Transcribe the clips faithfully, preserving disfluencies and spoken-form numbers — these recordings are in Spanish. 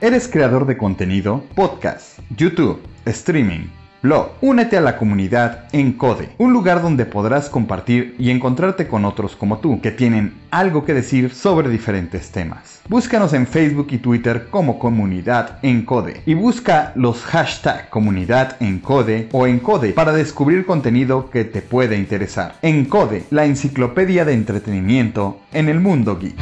¿Eres creador de contenido? Podcast, YouTube, streaming, blog. Únete a la comunidad Encode, un lugar donde podrás compartir y encontrarte con otros como tú, que tienen algo que decir sobre diferentes temas. Búscanos en Facebook y Twitter como Comunidad Encode y busca los hashtag Comunidad Encode o Encode para descubrir contenido que te puede interesar. Encode, la enciclopedia de entretenimiento en el mundo geek.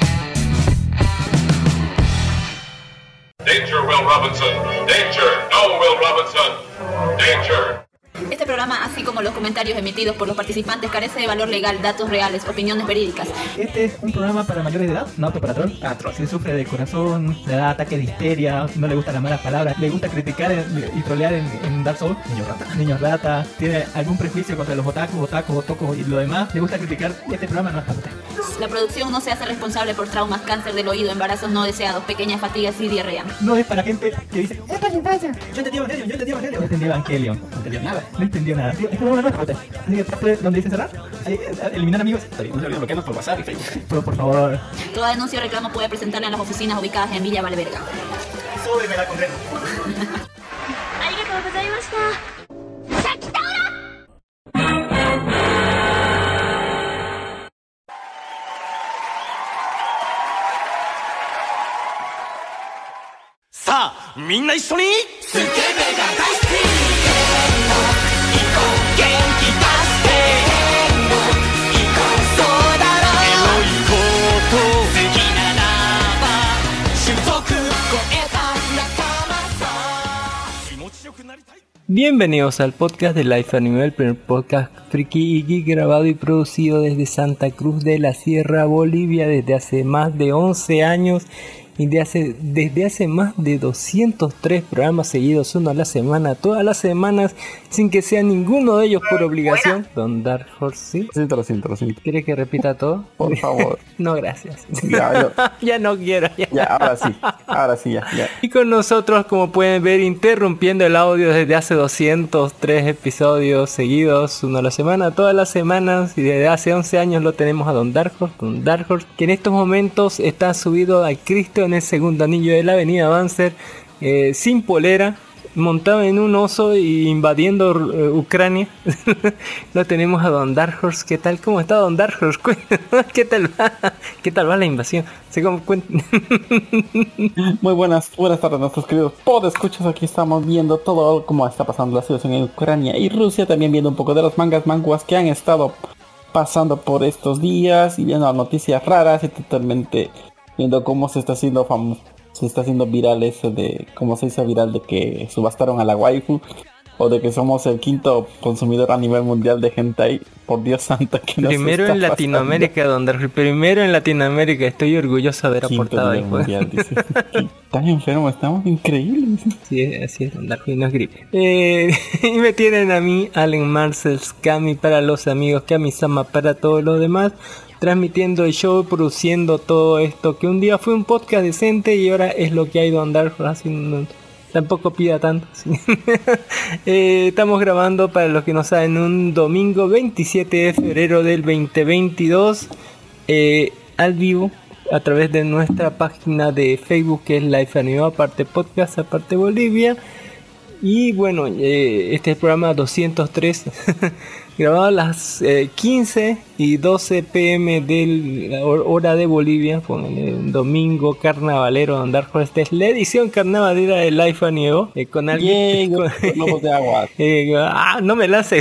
Danger, Will Robinson. Danger. No, Will Robinson. Danger. Este programa, así como los comentarios emitidos por los participantes, carece de valor legal, datos reales, opiniones verídicas. Este es un programa para mayores de edad, no apto para troll. Ah, troll. Si sufre de corazón, le da ataque de histeria, no le gustan las malas palabras, le gusta criticar en, y trolear en, en Dark Souls, niño rata, niño rata, tiene algún prejuicio contra los otakus, otakus, otokos y lo demás, le gusta criticar, este programa no es para usted. La producción no se hace responsable por traumas, cáncer del oído, embarazos no deseados, pequeñas fatigas y diarrea. No es para gente que dice, ¡esto es infancia! Yo entendí Evangelion, yo entendí Evangelion. No entendí Evangelion, no entendió nada, no entendió nada. Este programa no es para usted. Así que parte donde dice cerrar, ahí, eliminar amigos. Está bien, no se olviden bloquearnos por WhatsApp y Facebook. Pero por favor. Toda denuncia o reclamo puede presentarla en las oficinas ubicadas en Villa Valverga. Súbeme la condena. ¡Sa! ¡Minna issho ni! ¡Sukebe ga daisuki! ¡Iko! ¡Genki daste! ¡Iko! ¡So daro! ¡Eroi koto! ¡Suki naraba! ¡Shuzoku! ¡Koeta! ¡Nakama-sa! ¡Kimochiyoku naritai! Bienvenidos al podcast de Life Anime, el primer podcast friki y geek grabado y producido desde Santa Cruz de la Sierra, Bolivia, desde hace más de once años. Y de hace, desde hace más de doscientos tres programas seguidos, uno a la semana, todas las semanas, sin que sea ninguno de ellos por obligación. Don Dark Horse, ¿sí? Sí, te lo siento, lo siento. ¿Quieres que repita todo? Por favor. No, gracias. Ya, yo, ya no quiero. Ya. ya, ahora sí, ahora sí, ya, ya. Y con nosotros, como pueden ver, interrumpiendo el audio desde hace doscientos tres episodios seguidos, uno a la semana, todas las semanas, y desde hace once años lo tenemos a Don Dark Horse, Don Dark Horse, que en estos momentos está subido al Cristo en el segundo anillo de la avenida Banzer, eh, sin polera, montado en un oso y invadiendo uh, Ucrania. Lo tenemos a Don Dark Horse. ¿Qué tal? ¿Cómo está Don Dark Horse? ¿Qué tal va? ¿Qué tal va la invasión? ¿Se cómo Muy buenas, buenas tardes nuestros queridos podescuchas. Aquí estamos viendo todo cómo está pasando la situación en Ucrania y Rusia, también viendo un poco de los mangas manguas que han estado pasando por estos días y viendo las noticias raras y totalmente viendo cómo se está haciendo famoso, se está haciendo viral eso de cómo se hizo viral de que subastaron a la waifu, o de que somos el quinto consumidor a nivel mundial de hentai. Por Dios santo, que nos primero está en Latinoamérica, Don Dark. Primero en Latinoamérica, estoy orgulloso de haber quinto aportado ahí. Mundial, dice. Tan enfermo, estamos increíbles. Sí, así es, Don Dark, y no es gripe. Eh, y me tienen a mí, Allen Marcel, Kami para los amigos, Kami-sama para todos los demás, transmitiendo el show, produciendo todo esto, que un día fue un podcast decente y ahora es lo que hay, Don Dark, así no, tampoco pida tanto. ¿Sí? eh, estamos grabando, para los que no saben, un domingo veintisiete de febrero del veinte veintidós, eh, al vivo, a través de nuestra página de Facebook, que es Life Anime, aparte podcast, aparte Bolivia. Y bueno, eh, este es el programa doscientos tres, grabado a las eh, quince y doce pm de la hora de Bolivia, con el domingo carnavalero de Andar Horse. Esta es la edición carnavalera de Life Anime, eh, con alguien... Con, globos de agua. Eh, ah, no me lance.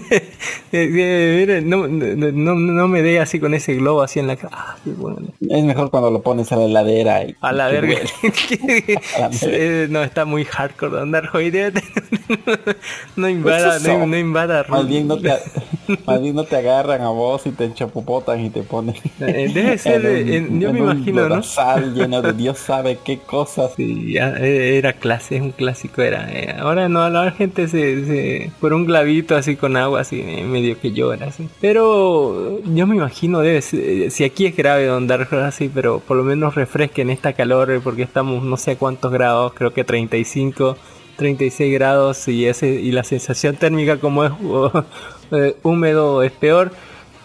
no, no, no me dé así con ese globo así en la cara. Ah, bueno. Es mejor cuando lo pones a la heladera. Y, a la verga. eh, no, está muy hardcore de Andar Horse. No invada, no, no invada. Más bien no te, más bien no te agarran a vos y te enchapupotan y te ponen. Eh, debe ser, en un, en, yo en me imagino, ¿no? Sal lleno de Dios sabe qué cosas. Sí, ya, era clase, es un clásico era. Eh, ahora no, la gente se, se por un clavito así con agua así medio que llora así. Pero yo me imagino debe ser, si aquí es grave Don Dark así, pero por lo menos refresquen esta calor porque estamos no sé cuántos grados, creo que treinta y cinco, treinta y seis grados y ese y la sensación térmica como es uh, uh, húmedo es peor.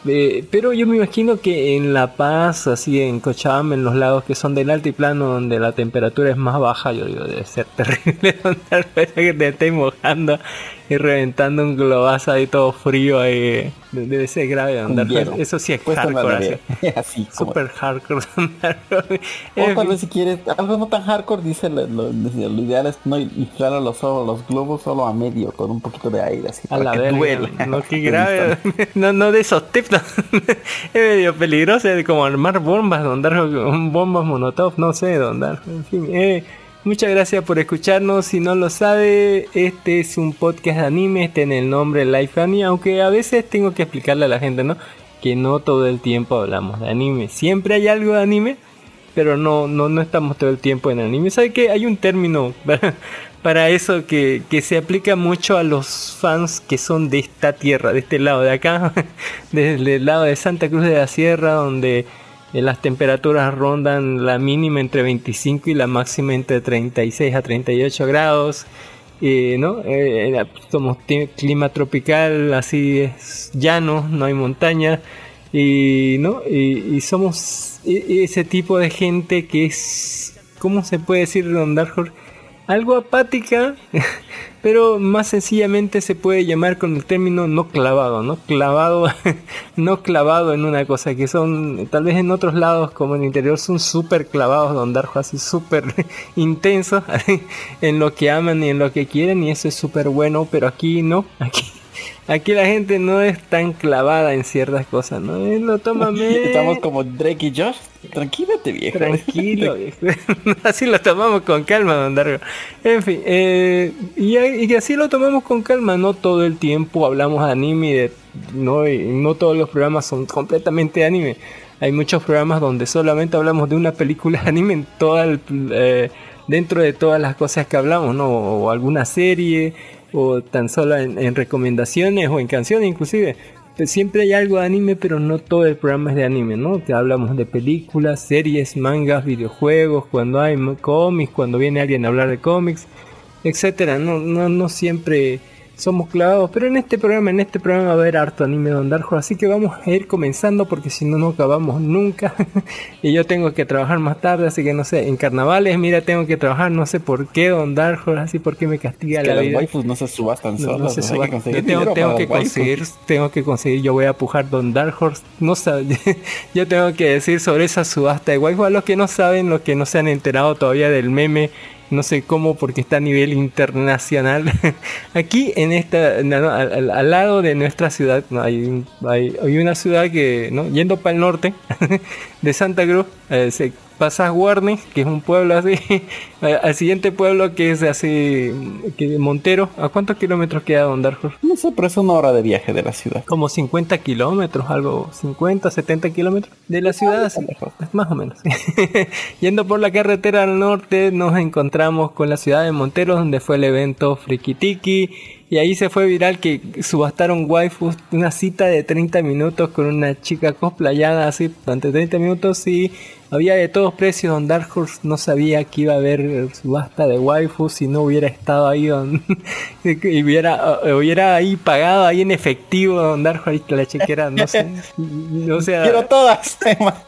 Eh, pero yo me imagino que en La Paz, así en Cochabamba, en los lados que son del altiplano, donde la temperatura es más baja, yo digo, debe ser terrible andar que te estés mojando y reventando un globazo ahí todo frío ahí. Debe ser grave andar. Eso sí es pues hardcore, así. así Super hardcore andar. O tal vez si quieres algo no tan hardcore, dice lo, lo, lo ideal es no inflar los, los globos solo a medio con un poquito de aire así a para la que verga, duela. No, qué grave. no, no de esos tips. Es medio peligroso, es como armar bombas, andar con bombas monotop, no sé, andar. En fin, eh, muchas gracias por escucharnos. Si no lo sabe, este es un podcast de anime, este en el nombre Life Anime, aunque a veces tengo que explicarle a la gente, ¿no? Que no todo el tiempo hablamos de anime. Siempre hay algo de anime, pero no, no, no estamos todo el tiempo en anime. ¿Sabe qué? Hay un término para, para eso que, que se aplica mucho a los fans que son de esta tierra, de este lado de acá, desde el lado de Santa Cruz de la Sierra, donde eh, las temperaturas rondan la mínima entre veinticinco y la máxima entre treinta y seis a treinta y ocho grados. Eh, ¿no? Eh, somos t- clima tropical, así es llano, no hay montaña. Y, ¿no? y, y somos ese tipo de gente que es, ¿cómo se puede decir, Don Dark? Algo apática, pero más sencillamente se puede llamar con el término no clavado, ¿no? Clavado, no clavado en una cosa, que son, tal vez en otros lados como en el interior, son súper clavados, Don Dark, así súper intensos en lo que aman y en lo que quieren, y eso es súper bueno, pero aquí no, aquí... Aquí la gente no es tan clavada en ciertas cosas, ¿no? Él lo toma medio... Estamos como Drake y Josh. Tranquilate, viejo. Tranquilo, viejo. Así lo tomamos con calma, Don Dargo. En fin, eh, y, y así lo tomamos con calma. No todo el tiempo hablamos de anime, de, no, y no todos los programas son completamente de anime. Hay muchos programas donde solamente hablamos de una película de anime en toda el, eh, dentro de todas las cosas que hablamos, ¿no? O alguna serie... o tan solo en, en recomendaciones o en canciones inclusive. Pues siempre hay algo de anime, pero no todo el programa es de anime, ¿no? Que hablamos de películas, series, mangas, videojuegos, cuando hay cómics, cuando viene alguien a hablar de cómics, etcétera. No, no, no siempre somos clavados, pero en este programa, en este programa va a haber harto anime, Don Darjo, así que vamos a ir comenzando porque si no no acabamos nunca. Y yo tengo que trabajar más tarde, así que no sé, en carnavales, mira, tengo que trabajar, no sé por qué, Don Darjo, así por qué me castiga es la que vida. Los waifus no se subastan no, solos, no se hay que subastan. Yo tengo, tengo que conseguir, tengo que conseguir, yo voy a pujar Don Darjo, no sabe, yo tengo que decir sobre esa subasta de waifu a los que no saben, los que no se han enterado todavía del meme. No sé cómo, porque está a nivel internacional. Aquí en esta, no, al, al lado de nuestra ciudad, no, hay, hay, hay una ciudad que, ¿no? Yendo para el norte de Santa Cruz, eh, se pasa Guarne, que es un pueblo así, al siguiente pueblo que es así, que Montero. ¿A cuántos kilómetros queda Don Darjo? No sé, pero es una hora de viaje de la ciudad. Como cincuenta kilómetros, algo, cincuenta, setenta kilómetros de la ciudad, ah, así, más o menos. Yendo por la carretera al norte, nos encontramos con la ciudad de Montero, donde fue el evento Friki Tiki. Y ahí se fue viral que subastaron waifus, una cita de treinta minutos con una chica cosplayada así durante treinta minutos, y había de todos precios. Don Dark Horse no sabía que iba a haber subasta de waifus si no hubiera estado ahí, don, y hubiera, hubiera ahí pagado ahí en efectivo, Don Dark Horse, la chequera, no sé, o sea... Quiero todas,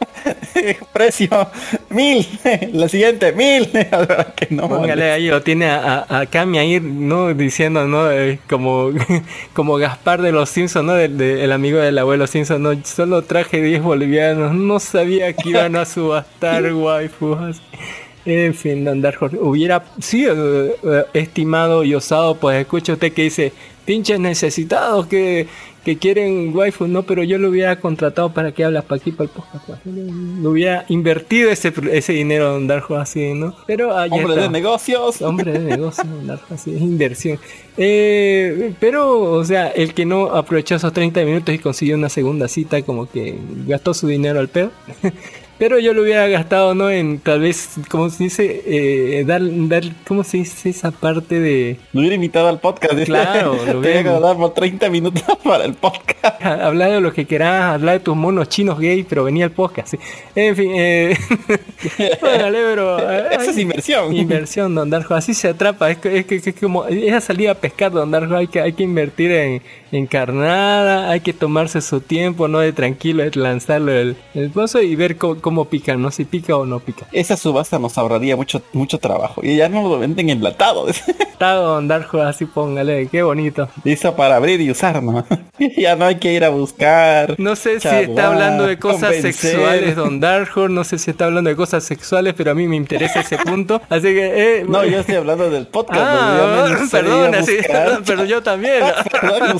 precio mil, la siguiente mil, que no, póngale ahí, lo tiene a, a, a Cami ahí, no, diciendo, no, eh, como, como Gaspar de los Simpsons, no, de, de, el amigo del abuelo Simpson, no, solo traje diez bolivianos, no sabía que iban a subastar waifus. En fin, Don Dark Horse hubiera sí uh, uh, estimado y osado, pues escucha usted que dice pinches necesitados que, que quieren waifu, no, pero yo lo hubiera contratado para que hablas para aquí, para el podcast, lo hubiera invertido ese, ese dinero, Don Dark Horse, así, ¿no? Pero ah, hombre está. de negocios, hombre de negocios, Don Dark Horse, es inversión. Eh, pero, o sea, el que no aprovechó esos treinta minutos y consiguió una segunda cita, como que gastó su dinero al pedo. Pero yo lo hubiera gastado, ¿no? En tal vez, ¿cómo se dice? Eh, dar, dar, ¿cómo se dice esa parte de...? Lo hubiera invitado al podcast. Claro, lo hubiera... Tenía que dar por treinta minutos para el podcast. Hablar de lo que quieras, hablar de tus monos chinos gay, pero venía el podcast, ¿sí? En fin, eh... bueno, pero... Eso es inversión. Inversión, Don Darjo. Así se atrapa. Es que es, que, es como... Es a salir a pescar, Don Darjo. Hay que, hay que invertir en... encarnada, hay que tomarse su tiempo, no de tranquilo, es lanzarlo el, el pozo y ver cómo, cómo pica, no si pica o no pica. Esa subasta nos ahorraría mucho mucho trabajo y ya no lo venden enlatado. Enlatado, Don Dark Horse, así póngale, qué bonito. Listo para abrir y usar, ¿no? Ya no hay que ir a buscar. No sé charlar, si está hablando de cosas convencer. sexuales, Don Dark Horse, no sé si está hablando de cosas sexuales, pero a mí me interesa ese punto, así que... Eh, no, yo estoy hablando del podcast. Ah, no, perdón, sí, pero yo también. Perdón,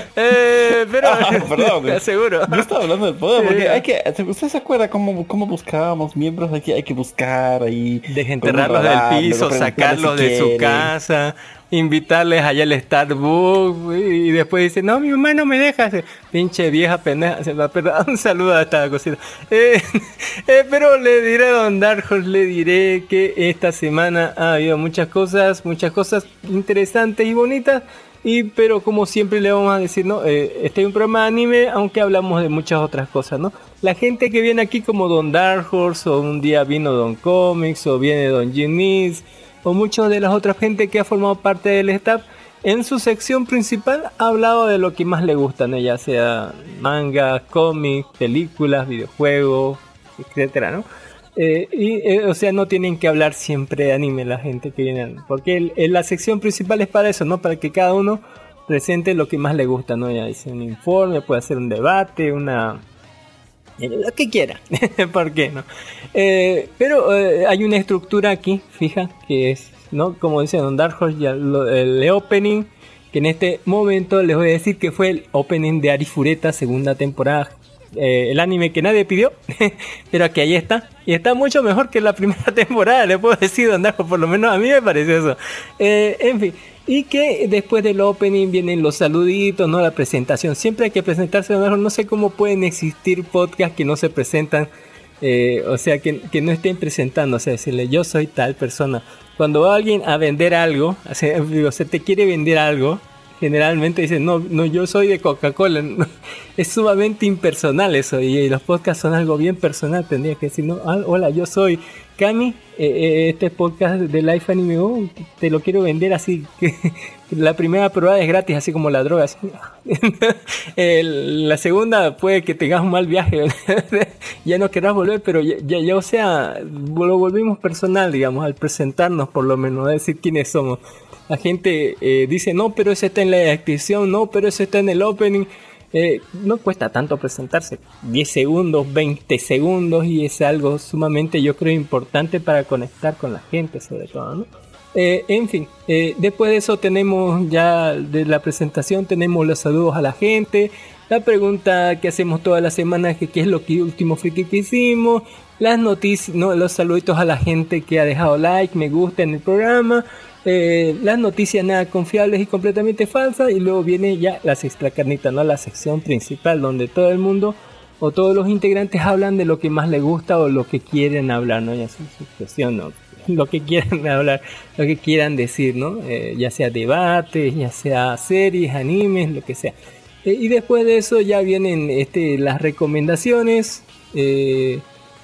eh, pero ah, perdón, me aseguro. Yo estaba hablando del podcast porque Sí. hay que, ¿usted se acuerda cómo, cómo buscábamos miembros? Hay que, hay que buscar ahí, desenterrarlos con un radar, del piso, luego preguntarles sacarlos si de su quieren. casa, invitarles allá al Starbucks y después dice, no, mi mamá no me deja. Pinche vieja pendeja, se va a perder. Un saludo a esta cosita. Eh, eh, pero le diré a Don Dark Horse, le diré que esta semana ha habido muchas cosas, muchas cosas interesantes y bonitas. Y pero como siempre le vamos a decir, ¿no? Eh, este es un programa de anime, aunque hablamos de muchas otras cosas, ¿no? La gente que viene aquí como Don Dark Horse, o un día vino Don Comics, o viene Don Genies, o muchas de las otras gente que ha formado parte del staff, en su sección principal ha hablado de lo que más le gusta, ¿no? Ya sea manga, cómics, películas, videojuegos, etcétera, ¿no? Eh, y, eh, o sea, no tienen que hablar siempre de anime la gente que viene, porque el, el, la sección principal es para eso, ¿no? Para que cada uno presente lo que más le gusta, ¿no? Ya dice un informe, puede hacer un debate, una... lo que quiera, ¿por qué no? Eh, pero eh, hay una estructura aquí, fija, que es, ¿no? Como dice Don Dark Horse, ya lo, el opening, que en este momento les voy a decir que fue el opening de Arifureta, segunda temporada. Eh, el anime que nadie pidió, pero que ahí está, y está mucho mejor que la primera temporada, le puedo decir, Don Dark Horse, por lo menos a mí me pareció eso. Eh, en fin, y que después del opening vienen los saluditos, ¿no? La presentación, siempre hay que presentarse, Don Dark Horse. No sé cómo pueden existir podcasts que no se presentan, eh, o sea, que, que no estén presentando, o sea, decirle yo soy tal persona. Cuando va alguien a vender algo, o sea, o sea te quiere vender algo, generalmente dicen, no, no, yo soy de Coca-Cola. No, es sumamente impersonal eso, y los podcasts son algo bien personal. Tendría que decir, no, ah, hola, yo soy Cami, eh, eh, este podcast de Life Anime, oh, te lo quiero vender así, que la primera prueba es gratis, así como la droga. Así. El, la segunda puede que tengas un mal viaje, ya no querrás volver, pero ya, ya, ya, o sea, lo volvimos personal, digamos, al presentarnos por lo menos, a decir quiénes somos. La gente eh, dice, no, pero eso está en la descripción, no, pero eso está en el opening. Eh, no cuesta tanto presentarse, diez segundos, veinte segundos, y es algo sumamente, yo creo, importante para conectar con la gente, sobre todo, ¿no? Eh, en fin, eh, después de eso tenemos ya de la presentación, tenemos los saludos a la gente, la pregunta que hacemos todas las semanas, que qué es lo que último friki que hicimos, las noticias, no, los saluditos a la gente que ha dejado like, me gusta en el programa. Eh, las noticias nada confiables y completamente falsas, y luego viene ya la extra carnita, ¿no? La sección principal donde todo el mundo o todos los integrantes hablan de lo que más les gusta o lo que quieren hablar, ¿no? Ya sea su cuestión, ¿no? Lo que quieran hablar, lo que quieran decir, ¿no? Eh, ya sea debates, ya sea series, animes, lo que sea. Eh, y después de eso ya vienen este, las recomendaciones, eh,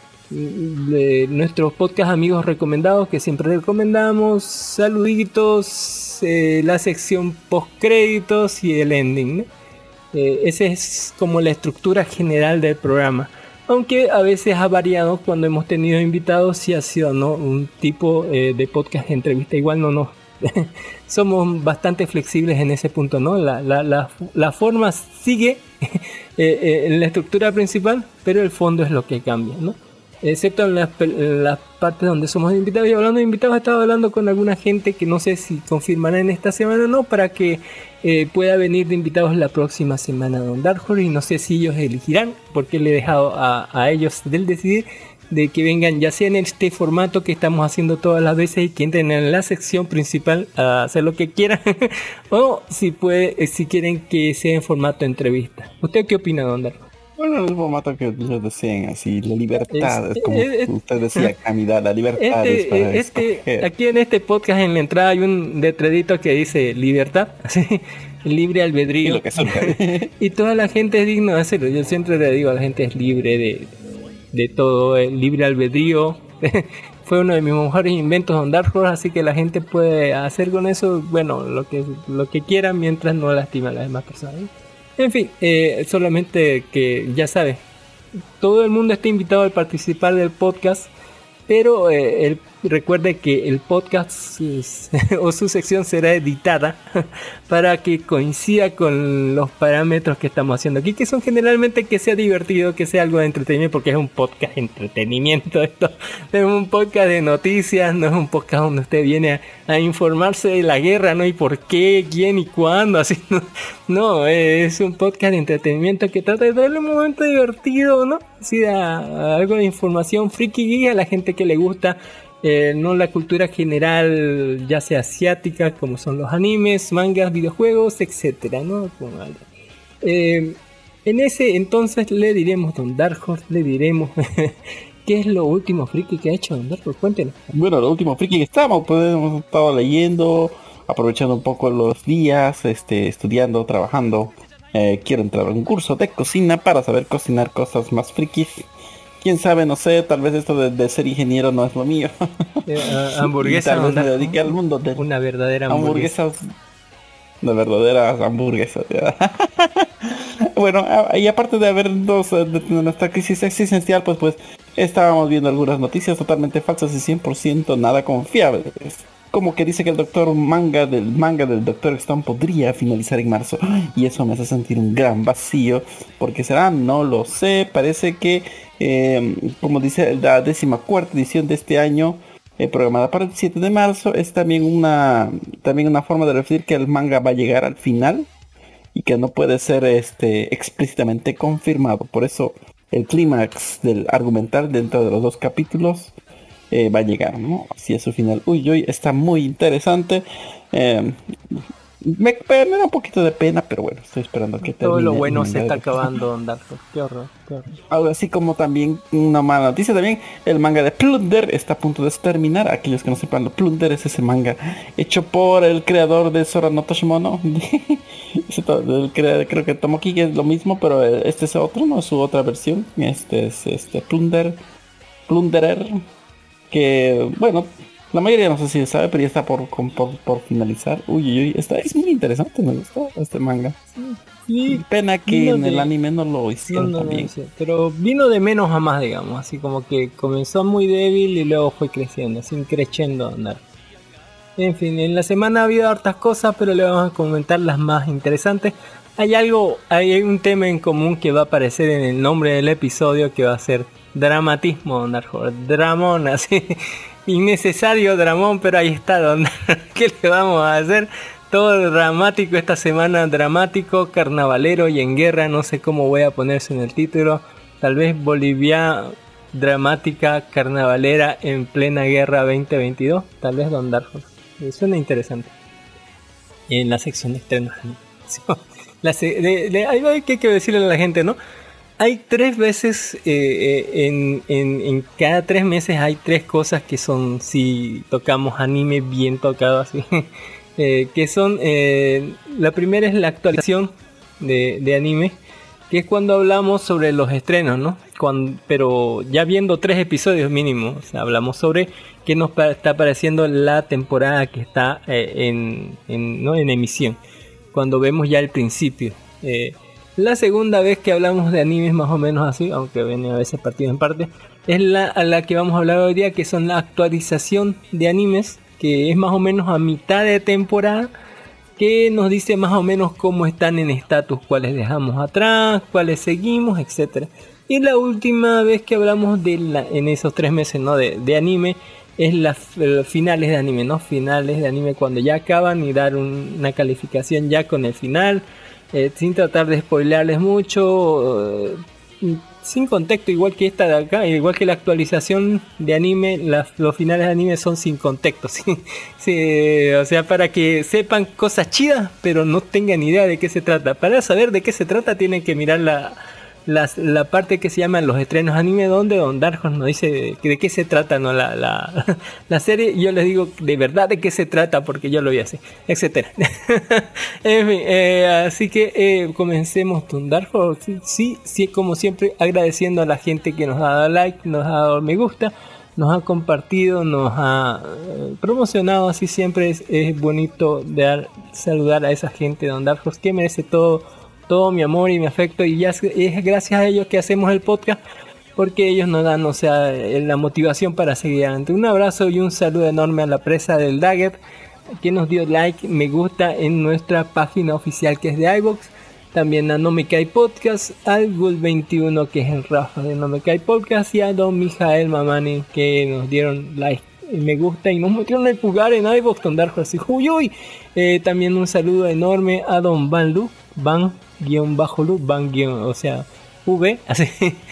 de nuestros podcast amigos recomendados que siempre recomendamos, saluditos, eh, la sección post créditos y el ending, ¿no? Eh, esa es como la estructura general del programa, aunque a veces ha variado cuando hemos tenido invitados, si ha sido, ¿no? Un tipo eh, de podcast de entrevista, igual no nos somos bastante flexibles en ese punto, ¿no? La, la, la, la forma sigue eh, eh, en la estructura principal, pero el fondo es lo que cambia, ¿no? Excepto en las, en las partes donde somos invitados. Y hablando de invitados, he estado hablando con alguna gente que no sé si confirmará en esta semana o no, para que eh, pueda venir de invitados la próxima semana a Don Dark Horse, y no sé si ellos elegirán, porque le he dejado a, a ellos del decidir de que vengan ya sea en este formato que estamos haciendo todas las veces y que entren en la sección principal a hacer lo que quieran o si puede, si quieren que sea en formato entrevista. ¿Usted qué opina, Don Dark Horse? Bueno, el formato que ellos deseen, así, la libertad, es, es como es, usted decía, Camila, la libertad este, es para este, escoger. Aquí en este podcast, en la entrada, hay un letredito que dice libertad, así, libre albedrío. Y lo que surge. Y toda la gente es digna de hacerlo. Yo siempre le digo a la gente, es libre de, de todo, el libre albedrío. fue uno de mis mejores inventos Don Dark Horse, así que la gente puede hacer con eso, bueno, lo que, lo que quiera mientras no lastima a las demás personas. En fin, eh, solamente que ya sabes, todo el mundo está invitado a participar del podcast, pero eh, el, recuerde que el podcast es, o su sección será editada para que coincida con los parámetros que estamos haciendo aquí, que son generalmente que sea divertido, que sea algo de entretenimiento, porque es un podcast de entretenimiento. Esto no es un podcast de noticias, no es un podcast donde usted viene a, a informarse de la guerra, ¿no? Y por qué, quién y cuándo, así, no, no, es un podcast de entretenimiento que trata de darle un momento divertido, ¿no? Así, a, a algo de información friki a la gente que le gusta. Eh, no la cultura general, ya sea asiática, como son los animes, mangas, videojuegos, etcétera, ¿no? Eh, en ese entonces le diremos Don Dark Horse, le diremos qué es lo último friki que ha hecho Don Dark Horse, cuéntenos. Bueno, lo último friki que estamos, pues hemos estado leyendo, aprovechando un poco los días, este, estudiando, trabajando. Eh, quiero entrar a un curso de cocina para saber cocinar cosas más frikis. Quién sabe, no sé, tal vez esto de, de ser ingeniero no es lo mío. Eh, uh, hamburguesa. Tal vez me dedique al mundo de una verdadera hamburguesa. Hamburguesas. De verdaderas hamburguesas. Bueno, y aparte de haber dos de nuestra crisis existencial, pues pues estábamos viendo algunas noticias totalmente falsas y cien por ciento nada confiables. Como que dice que el doctor manga del manga del Doctor Stone podría finalizar en marzo. Y eso me hace sentir un gran vacío. Porque será, no lo sé. Parece que, eh, como dice la décima cuarta edición de este año, eh, programada para el siete de marzo, es también una, también una forma de referir que el manga va a llegar al final. Y que no puede ser este, explícitamente confirmado. Por eso el clímax del argumental dentro de los dos capítulos Eh, va a llegar, ¿no? Así es su final. Uy, uy, está muy interesante. Eh, me, me da un poquito de pena, pero bueno, estoy esperando que termine. Todo lo bueno se está acabando, Don Dark Horse. Qué horror, qué horror. Algo así como también una mala noticia también, el manga de Plunder está a punto de terminar. Aquellos que no sepan, lo Plunder es ese manga hecho por el creador de Sora no Toshimono. Creo que Tomoki es lo mismo, pero este es otro, no es su otra versión. Este es este Plunder, Plunderer. Que, bueno, la mayoría no sé si sabe, pero ya está por, por, por finalizar. Uy, uy, uy, está, es muy interesante, me gustó este manga. Sí, sí. Pena que en de... el anime no lo hicieron no, no, también. No, sí, pero vino de menos a más, digamos, así como que comenzó muy débil y luego fue creciendo, así creciendo andar. En fin, en la semana ha habido hartas cosas, pero le vamos a comentar las más interesantes. Hay algo, hay un tema en común que va a aparecer en el nombre del episodio, que va a ser dramatismo, Don Dark Horse, dramón, así, innecesario dramón, pero ahí está, Don Dark. ¿Qué le vamos a hacer? Todo dramático esta semana, dramático, carnavalero y en guerra, no sé cómo voy a ponerse en el título, tal vez Bolivia dramática, carnavalera en plena guerra veinte veintidós, tal vez Don Dark Horse, suena interesante. En la sección de estrenos, la se- de, de, hay que, que decirle a la gente, ¿no? Hay tres veces, eh, en, en, en cada tres meses hay tres cosas que son, si tocamos anime bien tocado así, eh, que son, eh, la primera es la actualización de, de anime, que es cuando hablamos sobre los estrenos, ¿no? Cuando, pero ya viendo tres episodios mínimo, o sea, hablamos sobre qué nos pa- está pareciendo la temporada que está eh, en, en, ¿no? en emisión, cuando vemos ya el principio. Eh, La segunda vez que hablamos de animes más o menos así, aunque viene a veces partido en parte, es la a la que vamos a hablar hoy día, que son la actualización de animes, que es más o menos a mitad de temporada, que nos dice más o menos cómo están en estatus, cuáles dejamos atrás, cuáles seguimos, etcétera. Y la última vez que hablamos de la, en esos tres meses, ¿no? de, de anime, es las finales de anime, ¿no? Finales de anime cuando ya acaban y dar un, una calificación ya con el final. Eh, sin tratar de spoilearles mucho, eh, sin contexto, igual que esta de acá, igual que la actualización de anime, las, los finales de anime son sin contexto, ¿sí? Sí, o sea, para que sepan cosas chidas, pero no tengan idea de qué se trata. Para saber de qué se trata tienen que mirar la, la, la parte que se llama los estrenos anime, donde Don Dark Horse nos dice de, de qué se trata, ¿no? la, la, la serie, y yo les digo de verdad de qué se trata, porque yo lo vi así, etcétera. En fin, eh, así que eh, comencemos Don Dark Horse. Sí, sí, como siempre, agradeciendo a la gente que nos ha dado like, nos ha dado me gusta, nos ha compartido, nos ha eh, promocionado, así siempre es, es bonito dar, saludar a esa gente de Don Dark Horse que merece todo, todo mi amor y mi afecto, y ya es, es gracias a ellos que hacemos el podcast, porque ellos nos dan, o sea, la motivación para seguir adelante. Un abrazo y un saludo enorme a la presa del Dagger, que nos dio like, me gusta en nuestra página oficial que es de iVoox. También a No Me Cae Podcast, al Gul veintiuno que es el Rafa de No Me Cae Podcast, y a Don Mijael Mamani que nos dieron like y me gusta y nos metieron el pulgar en iVoox con Dark Horse. Uy, uy. Eh, también un saludo enorme a Don Van Lu, Van guión bajo Lu, Van guión, o sea, V, así,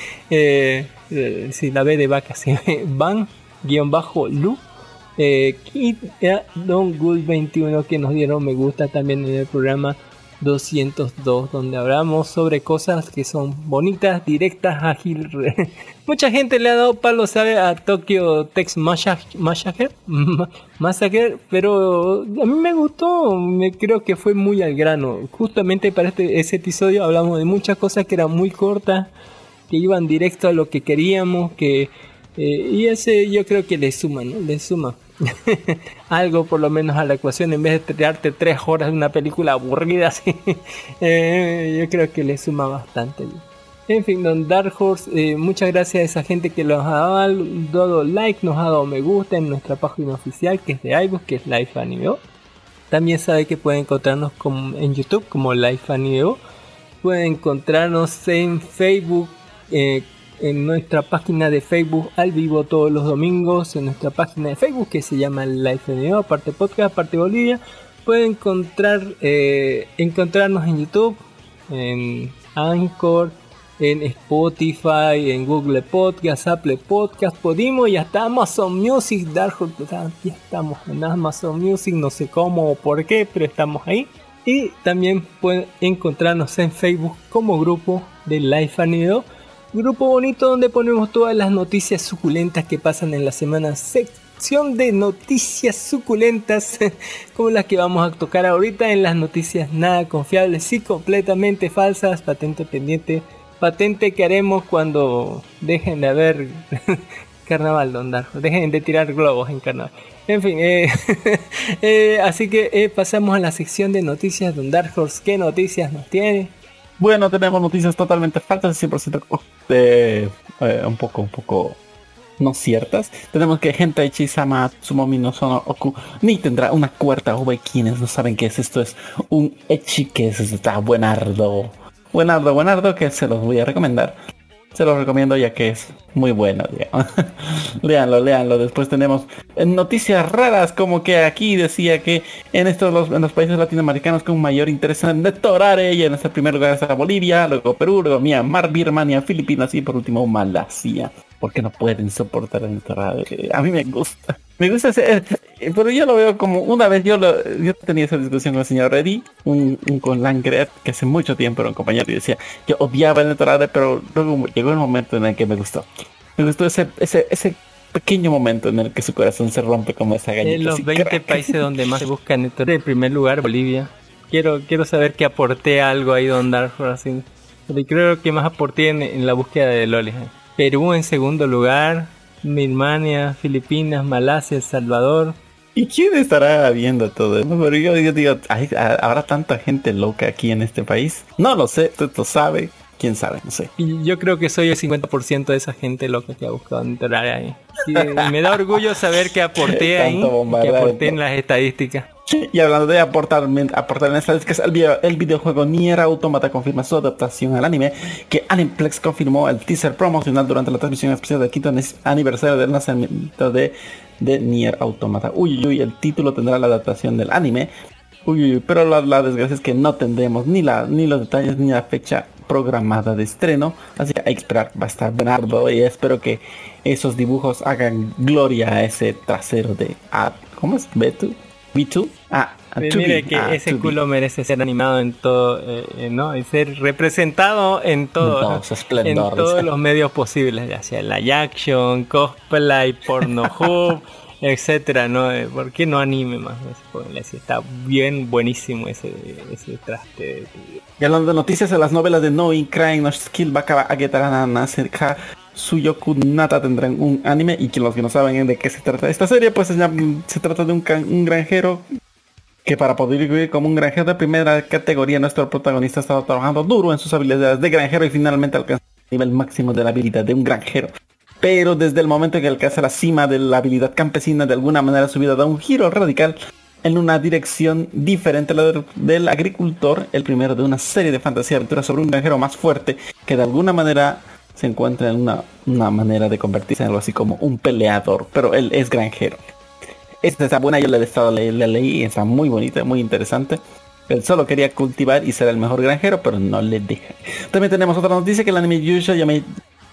eh, eh, sí, la B de vaca, sí, Van guión bajo Lu. Eh, y a Don Gul veintiuno que nos dieron me gusta también en el programa doscientos dos, donde hablamos sobre cosas que son bonitas, directas, ágiles. Mucha gente le ha dado palo, sabe, a Tokyo Tex Massacre, Massacre, pero a mí me gustó, me creo que fue muy al grano. Justamente para este ese episodio hablamos de muchas cosas que eran muy cortas, que iban directo a lo que queríamos, que eh, y ese yo creo que le suma, ¿no? Le suma algo por lo menos a la ecuación, en vez de tirarte tres horas de una película aburrida así. eh, yo creo que le suma bastante. En fin, Don Dark Horse, eh, muchas gracias a esa gente que nos ha dado, dado like, nos ha dado me gusta en nuestra página oficial que es de iVoox, que es Life Anime. También sabe que pueden encontrarnos como, en YouTube como Life Anime. Pueden encontrarnos en Facebook, eh, en nuestra página de Facebook al vivo todos los domingos, en nuestra página de Facebook que se llama Life N O, aparte podcast, aparte Bolivia. Pueden encontrar eh, encontrarnos en YouTube, en Anchor, en Spotify, en Google Podcast, Apple Podcast, Podimo y hasta Amazon Music. Dark Horse, ya estamos en Amazon Music, no sé cómo o por qué, pero estamos ahí. Y también pueden encontrarnos en Facebook como grupo de Life Anime, grupo bonito donde ponemos todas las noticias suculentas que pasan en la semana. Sección de noticias suculentas como las que vamos a tocar ahorita, en las noticias nada confiables y completamente falsas, patente pendiente, patente que haremos cuando dejen de haber carnaval, Don Darjo, dejen de tirar globos en carnaval. En fin, eh, eh, así que eh, pasamos a la sección de noticias. Don Dark Horse, ¿qué noticias nos tiene? Bueno, tenemos noticias totalmente falsas, cien por ciento eh, eh, un poco, un poco no ciertas. Tenemos que Hentai Chisama Tsumomi no Sono Oku ni tendrá una cuarta V. Quienes no saben qué es esto, es un ecchi que es, está buenardo. Buenardo, buenardo, que se los voy a recomendar. Se los recomiendo ya que es muy bueno, digamos. Léanlo, léanlo. Después tenemos noticias raras, como que aquí decía que en estos los, en los países latinoamericanos con mayor interés en Torare, y en este primer lugar está Bolivia, luego Perú, luego Myanmar, Birmania, Filipinas y por último Malasia. Porque no pueden soportar el Torare. A mí me gusta. Me gusta ese, pero yo lo veo como una vez yo lo, yo tenía esa discusión con el señor Reddy, un, un con Langret, que hace mucho tiempo era un compañero y decía que odiaba el Torare, pero luego llegó el momento en el que me gustó. Me gustó ese, ese, ese pequeño momento en el que su corazón se rompe como esa galleta. En los veinte crack. Países donde más se busca el Torare, en primer lugar Bolivia. Quiero, quiero saber que aporté algo ahí, Don Dark Horse. Pero creo que más aporté en, en la búsqueda de Loli. Perú en segundo lugar. Birmania, Filipinas, Malasia, El Salvador. ¿Y quién estará viendo todo eso? Pero yo, yo digo, ¿hay, ¿habrá tanta gente loca aquí en este país? No lo sé, tú lo sabes. ¿Quién sabe? No sé. Y yo creo que soy el cincuenta por ciento de esa gente loca que ha buscado entrar ahí. Y me da orgullo saber que aporté ahí, que aporté en las estadísticas. Y hablando de aportar, aportar en estadísticas, el, video, el videojuego Nier Automata confirma su adaptación al anime, que Animeplex confirmó el teaser promocional durante la transmisión especial del quinto aniversario del lanzamiento de, de Nier Automata. Uy, uy, uy, el título tendrá la adaptación del anime. Uy, uy, uy, pero la, la desgracia es que no tendremos ni, la, ni los detalles ni la fecha programada de estreno, así que hay que esperar, va a estar buenardo y espero que esos dibujos hagan gloria a ese trasero de a, ¿cómo es? ¿B dos? ¿B dos? Ah, mire que ah, ese culo be. merece ser animado en todo, eh, ¿no? Y ser representado en todo, no, en todos los medios posibles, ya sea live action, cosplay, pornohub, etcétera, ¿no? ¿Por qué no anime más? Está bien buenísimo ese, ese traste. Y hablando de noticias, de las novelas de No In Crying No Skill Bakaba Agetarana Naserka Suyoku Nata tendrán un anime, y que los que no saben de qué se trata esta serie, pues ya, se trata de un, un granjero que para poder vivir como un granjero de primera categoría, nuestro protagonista ha estado trabajando duro en sus habilidades de granjero y finalmente alcanza el nivel máximo de la habilidad de un granjero. Pero desde el momento en que alcanza la cima de la habilidad campesina, de alguna manera su vida da un giro radical en una dirección diferente a la del, del agricultor, el primero de una serie de fantasía y aventuras sobre un granjero más fuerte que de alguna manera se encuentra en una, una manera de convertirse en algo así como un peleador, pero él es granjero. Esta está buena, yo la he estado le, la leí, está muy bonita, muy interesante. Él solo quería cultivar y ser el mejor granjero, pero no le deja. También tenemos otra noticia, que el anime Yusha Yame,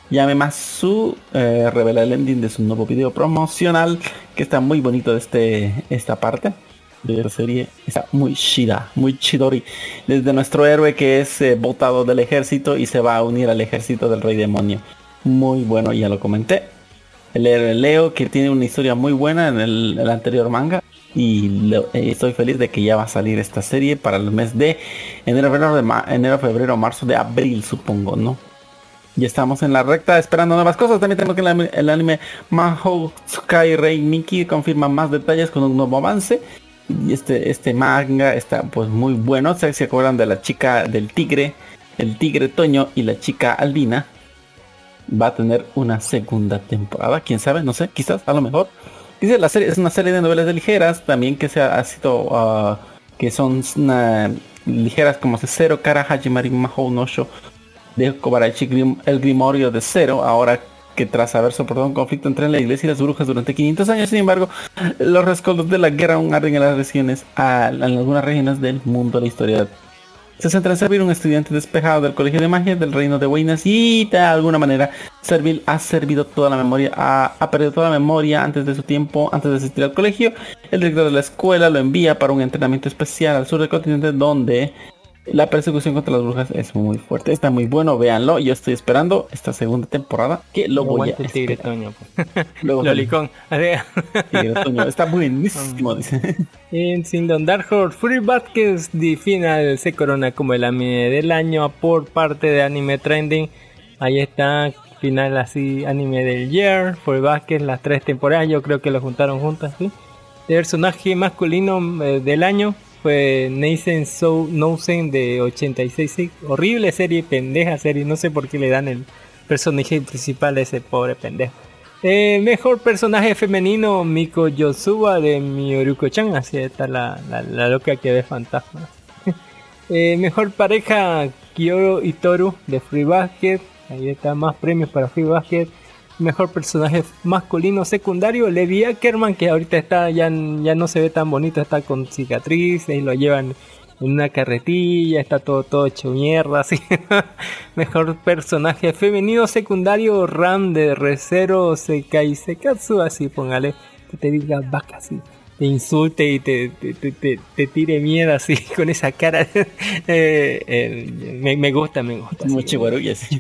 Yamemasu eh, revela el ending de su nuevo video promocional, que está muy bonito de este esta parte de la serie. Está muy chida, muy chidori. Desde nuestro héroe que es eh, botado del ejército y se va a unir al ejército del rey demonio. Muy bueno, ya lo comenté. El héroe Leo, que tiene una historia muy buena en el, el anterior manga. Y lo, eh, estoy feliz de que ya va a salir esta serie para el mes de enero, febrero, de ma enero, febrero, marzo, de abril, supongo, ¿no? Ya estamos en la recta esperando nuevas cosas. También tenemos que el, el anime Mahou Tsukai Rei Miki confirma más detalles con un nuevo avance. Y este, este manga está pues muy bueno. ¿Se, se acuerdan de la chica del tigre? El tigre Toño y la chica albina. Va a tener una segunda temporada. ¿Quién sabe? No sé. Quizás, a lo mejor. Dice, la serie es una serie de novelas de ligeras. También que se ha, ha sido... Uh, que son una, ligeras como Zero Kara Hajimari Mahou no Sho de Kobarachi, Grim, el Grimorio de Zero. Ahora que tras haber soportado un conflicto entre la iglesia y las brujas durante quinientos años, sin embargo, los rescoldos de la guerra aún arden en las regiones, a, en algunas regiones del mundo. La historia se centra en Servil, un estudiante despejado del colegio de magia del reino de Weinas, y de alguna manera Servil ha servido toda la memoria, ha, ha perdido toda la memoria antes de su tiempo, antes de asistir al colegio. El director de la escuela lo envía para un entrenamiento especial al sur del continente, donde la persecución contra las brujas es muy fuerte. Está muy bueno, véanlo. Yo estoy esperando esta segunda temporada, que lo no voy a el tigre Toño, pues. Lolicón. Tigre Toño. Está buenísimo, dice. En Sindon Dark Horse, Free Baskets de final se corona como el anime del año por parte de Anime Trending. Ahí está, final así, anime del year. Free Baskets, las tres temporadas, yo creo que lo juntaron juntas, ¿sí? El personaje masculino eh, del año fue Neisen So Nousen de ochenta y seis. Sí, horrible serie, pendeja serie. No sé por qué le dan el personaje principal a ese pobre pendejo. Eh, mejor personaje femenino, Miko Yosuba de Miyoruko-chan. Así está la, la, la loca que ve fantasmas. eh, mejor pareja, Kyoto y Toru de Free Basket. Ahí está, más premios para Free Basket. Mejor personaje masculino secundario, Levi Ackerman, que ahorita está ya, ya no se ve tan bonito, está con cicatrices y lo llevan en una carretilla, está todo todo hecho mierda, así. Mejor personaje femenino secundario, Ram de Re:Zero Sekai Sekatsu, así póngale, que te diga vaca así, te insulte y te, te, te, te, te tire mierda así con esa cara. eh, eh, me, me gusta, me gusta. Mucho barullo así.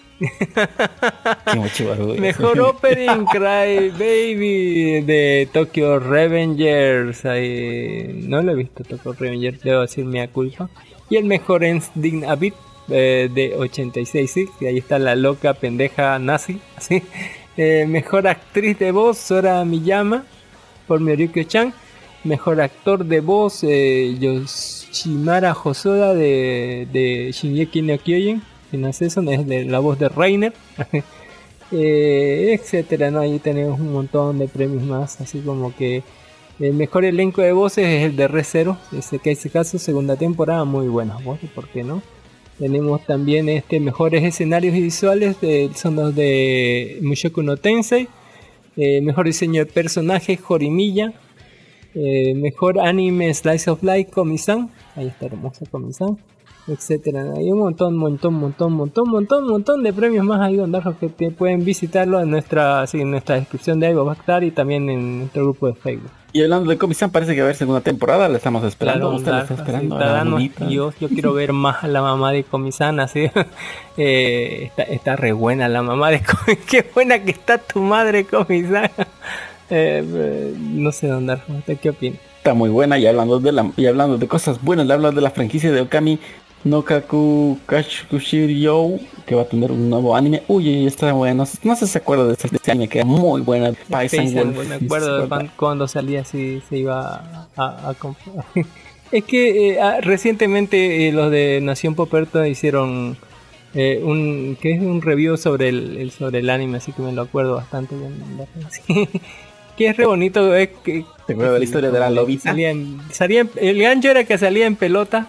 Mejor opening, Cry Baby de Tokyo Revengers. Ahí, no lo he visto Tokyo Revengers, debo decir mi culpa. Y el mejor ending a beat eh, de ochenta y seis, sí, y ahí está la loca pendeja nazi, ¿sí? eh, mejor actriz de voz, Sora Miyama por Miyoruko-chan. Mejor actor de voz, eh, Yoshimara Hosoda de, de Shingeki no Kyojin. Si no es eso, es de la voz de Reiner, eh, etcétera, ¿no? Ahí tenemos un montón de premios más, así como que el mejor elenco de voces es el de Re:Zero, ese que ese caso, segunda temporada, muy buenas voces, ¿por qué no? Tenemos también este mejores escenarios visuales, de, son los de Mushoku no Tensei, eh, mejor diseño de personajes, Horimiya, eh, mejor anime Slice of Life, Komi-san, ahí está hermosa Komi-san, etcétera. Hay un montón, montón, montón, montón, montón, montón de premios más ahí donde que te pueden visitarlo en nuestra, sí, en nuestra descripción de ahí va a estar y también en nuestro grupo de Facebook. Y hablando de Komi-san, parece que va a haber segunda temporada, la estamos esperando. Claro, ¿Usted la está esperando? Sí, está, no, yo, yo quiero ver más a la mamá de Komi-san, así. eh, está, está re buena la mamá de Komi. Qué buena que está tu madre, Komi-san. eh, no sé dónde andar, ¿usted qué opina? Está muy buena. Y hablando de la, y hablando de cosas buenas, le hablo de la franquicia de Okami No Kaku Kashukushiryo, que va a tener un nuevo anime. Uy, está bueno. No sé si se acuerda de este, de este anime que era muy buena. Paisan Wolf. Me acuerdo de fan- cuando salía así se iba a, a comprar. Es que eh, ah, recientemente eh, los de Nación Poperto hicieron eh, un que es un review sobre el, el sobre el anime, así que me lo acuerdo bastante bien. Sí. Que es re bonito, es que ¿te acuerdas de la historia de la lobita? Salía en, salía en- el gancho era que salía en pelota.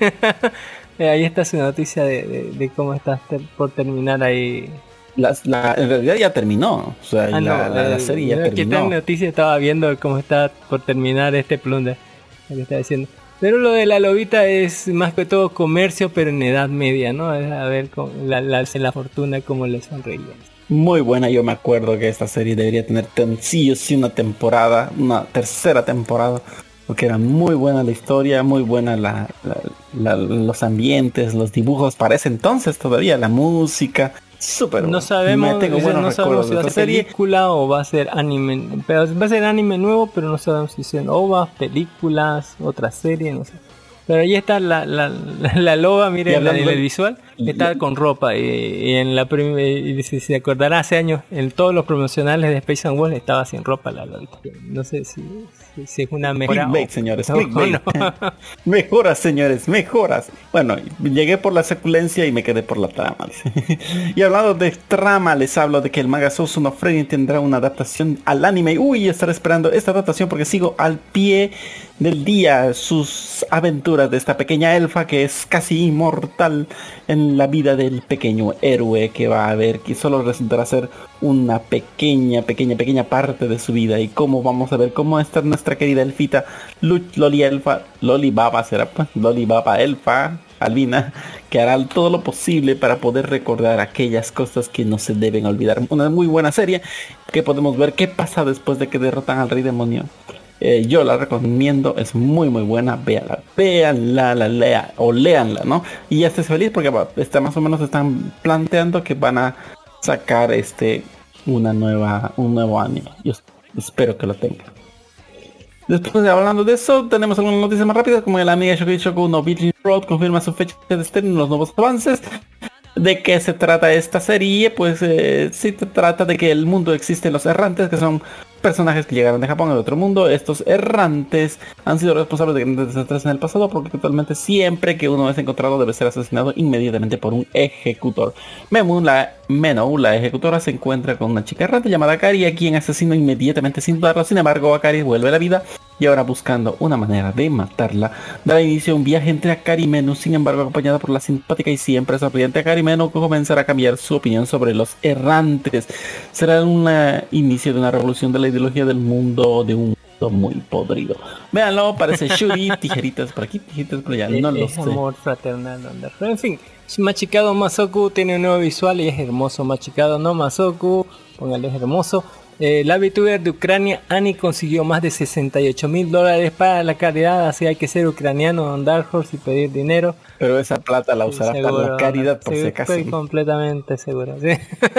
Eh, ahí está su noticia de, de, de cómo está ter- por terminar ahí. Las- la- en realidad ya terminó. O sea, Ah, la, no, la- la eh, serie ya yo aquí está en terminó. noticia, estaba viendo cómo está por terminar este plunder, lo que está diciendo. Pero lo de la lobita es más que todo comercio, pero en edad media, ¿no? Es a ver cómo, la, la, la fortuna como le sonreía. Muy buena, yo me acuerdo que esta serie debería tener ten- sí o sí una temporada, una tercera temporada, porque era muy buena la historia, muy buena la, la- la- los ambientes, los dibujos para ese entonces todavía, la música, súper No buena. sabemos, Me tengo dice, buenos no sabemos recuerdos si de va a esta ser serie. película o va a ser anime. Pero va a ser anime nuevo, pero no sabemos si son ovas, películas, otra serie, no sé. Pero ahí está la, la, la, la loba, Y miren, hablando en el del- visual, y- está con ropa. Y, y en la prim- y si se acordará, hace años, en todos los promocionales de Space and Wolf estaba sin ropa la lobita. No sé si, si, si es una mejora. Clickbait, o- señores, o clickbait. no. Mejoras, señores, mejoras. Bueno, llegué por la secuencia y me quedé por la trama. Dice. Y hablando de trama, les hablo de que el manga Sousou no Frieren tendrá una adaptación al anime. Uy, estaré esperando esta adaptación porque sigo al pie del día sus aventuras de esta pequeña elfa que es casi inmortal en la vida del pequeño héroe que va a ver que solo resultará ser una pequeña, pequeña, pequeña parte de su vida. Y cómo vamos a ver cómo está nuestra querida elfita Luch, Loli Elfa, Loli Baba será, pues, Loli Baba Elfa, Albina, que hará todo lo posible para poder recordar aquellas cosas que no se deben olvidar. Una muy buena serie que podemos ver qué pasa después de que derrotan al rey demonio. Eh, yo la recomiendo, es muy muy buena, véanla, véanla, la lea o léanla, ¿no? Y ya estés feliz porque va, está, más o menos están planteando que van a sacar este una nueva un nuevo anime. Yo espero que lo tengan. Después de hablando de eso, tenemos algunas noticias más rápidas, como el anime Shokuji Shoku no Virgin Road confirma su fecha de estreno en los nuevos avances. ¿De qué se trata esta serie? Pues eh, sí se trata de que el mundo existen los errantes, que son personajes que llegaron de Japón a otro mundo. Estos errantes han sido responsables de grandes desastres en el pasado, porque actualmente siempre que uno es encontrado debe ser asesinado inmediatamente por un ejecutor. Memu, la Menou, la ejecutora, se encuentra con una chica errante llamada Akari, a quien asesina inmediatamente sin dudarlo. Sin embargo, Akari vuelve a la vida y ahora, buscando una manera de matarla, dará inicio a un viaje entre Akari y Menu. Sin embargo, acompañada por la simpática y siempre sonriente Akari, Menu comenzará a cambiar su opinión sobre los errantes. Será un inicio de una revolución de la ideología del mundo, de un mundo muy podrido. Véanlo, parece Shuri, tijeritas por aquí, tijeritas por allá, no lo es sé. amor fraternal, onda. Pero en fin, Machikado Masoku tiene un nuevo visual y es hermoso. Machikado no Masoku, póngale, es hermoso. Eh, la VTuber de Ucrania, Ani, consiguió más de sesenta y ocho mil dólares para la caridad, así hay que ser ucraniano en Dark Horse y pedir dinero. Pero esa plata la usará Seguro, para la caridad, por sí, si acaso. estoy completamente seguro. ¿Sí?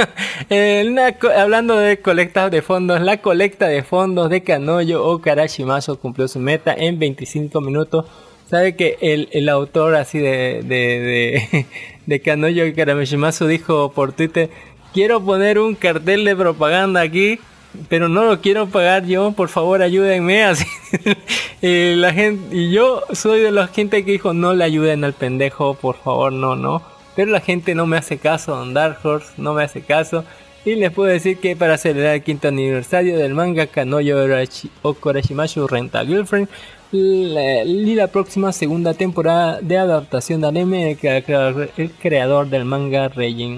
Eh, una co- hablando de colectas de fondos, la colecta de fondos de Kanoyo o Karashimasu cumplió su meta en veinticinco minutos. Sabe que el, el autor así de de, de, de Kanoyo y Karashimasu dijo por Twitter: quiero poner un cartel de propaganda aquí, pero no lo quiero pagar yo, por favor ayúdenme. Así. Y la gente, y yo soy de la gente que dijo: no le ayuden al pendejo, por favor, no, no. Pero la gente no me hace caso, Don Dark Horse no me hace caso. Y les puedo decir que para celebrar el quinto aniversario del manga Kanoyo o Karashimasu Renta Girlfriend la, y la próxima segunda temporada de adaptación de anime, el, cre- el creador del manga Reijin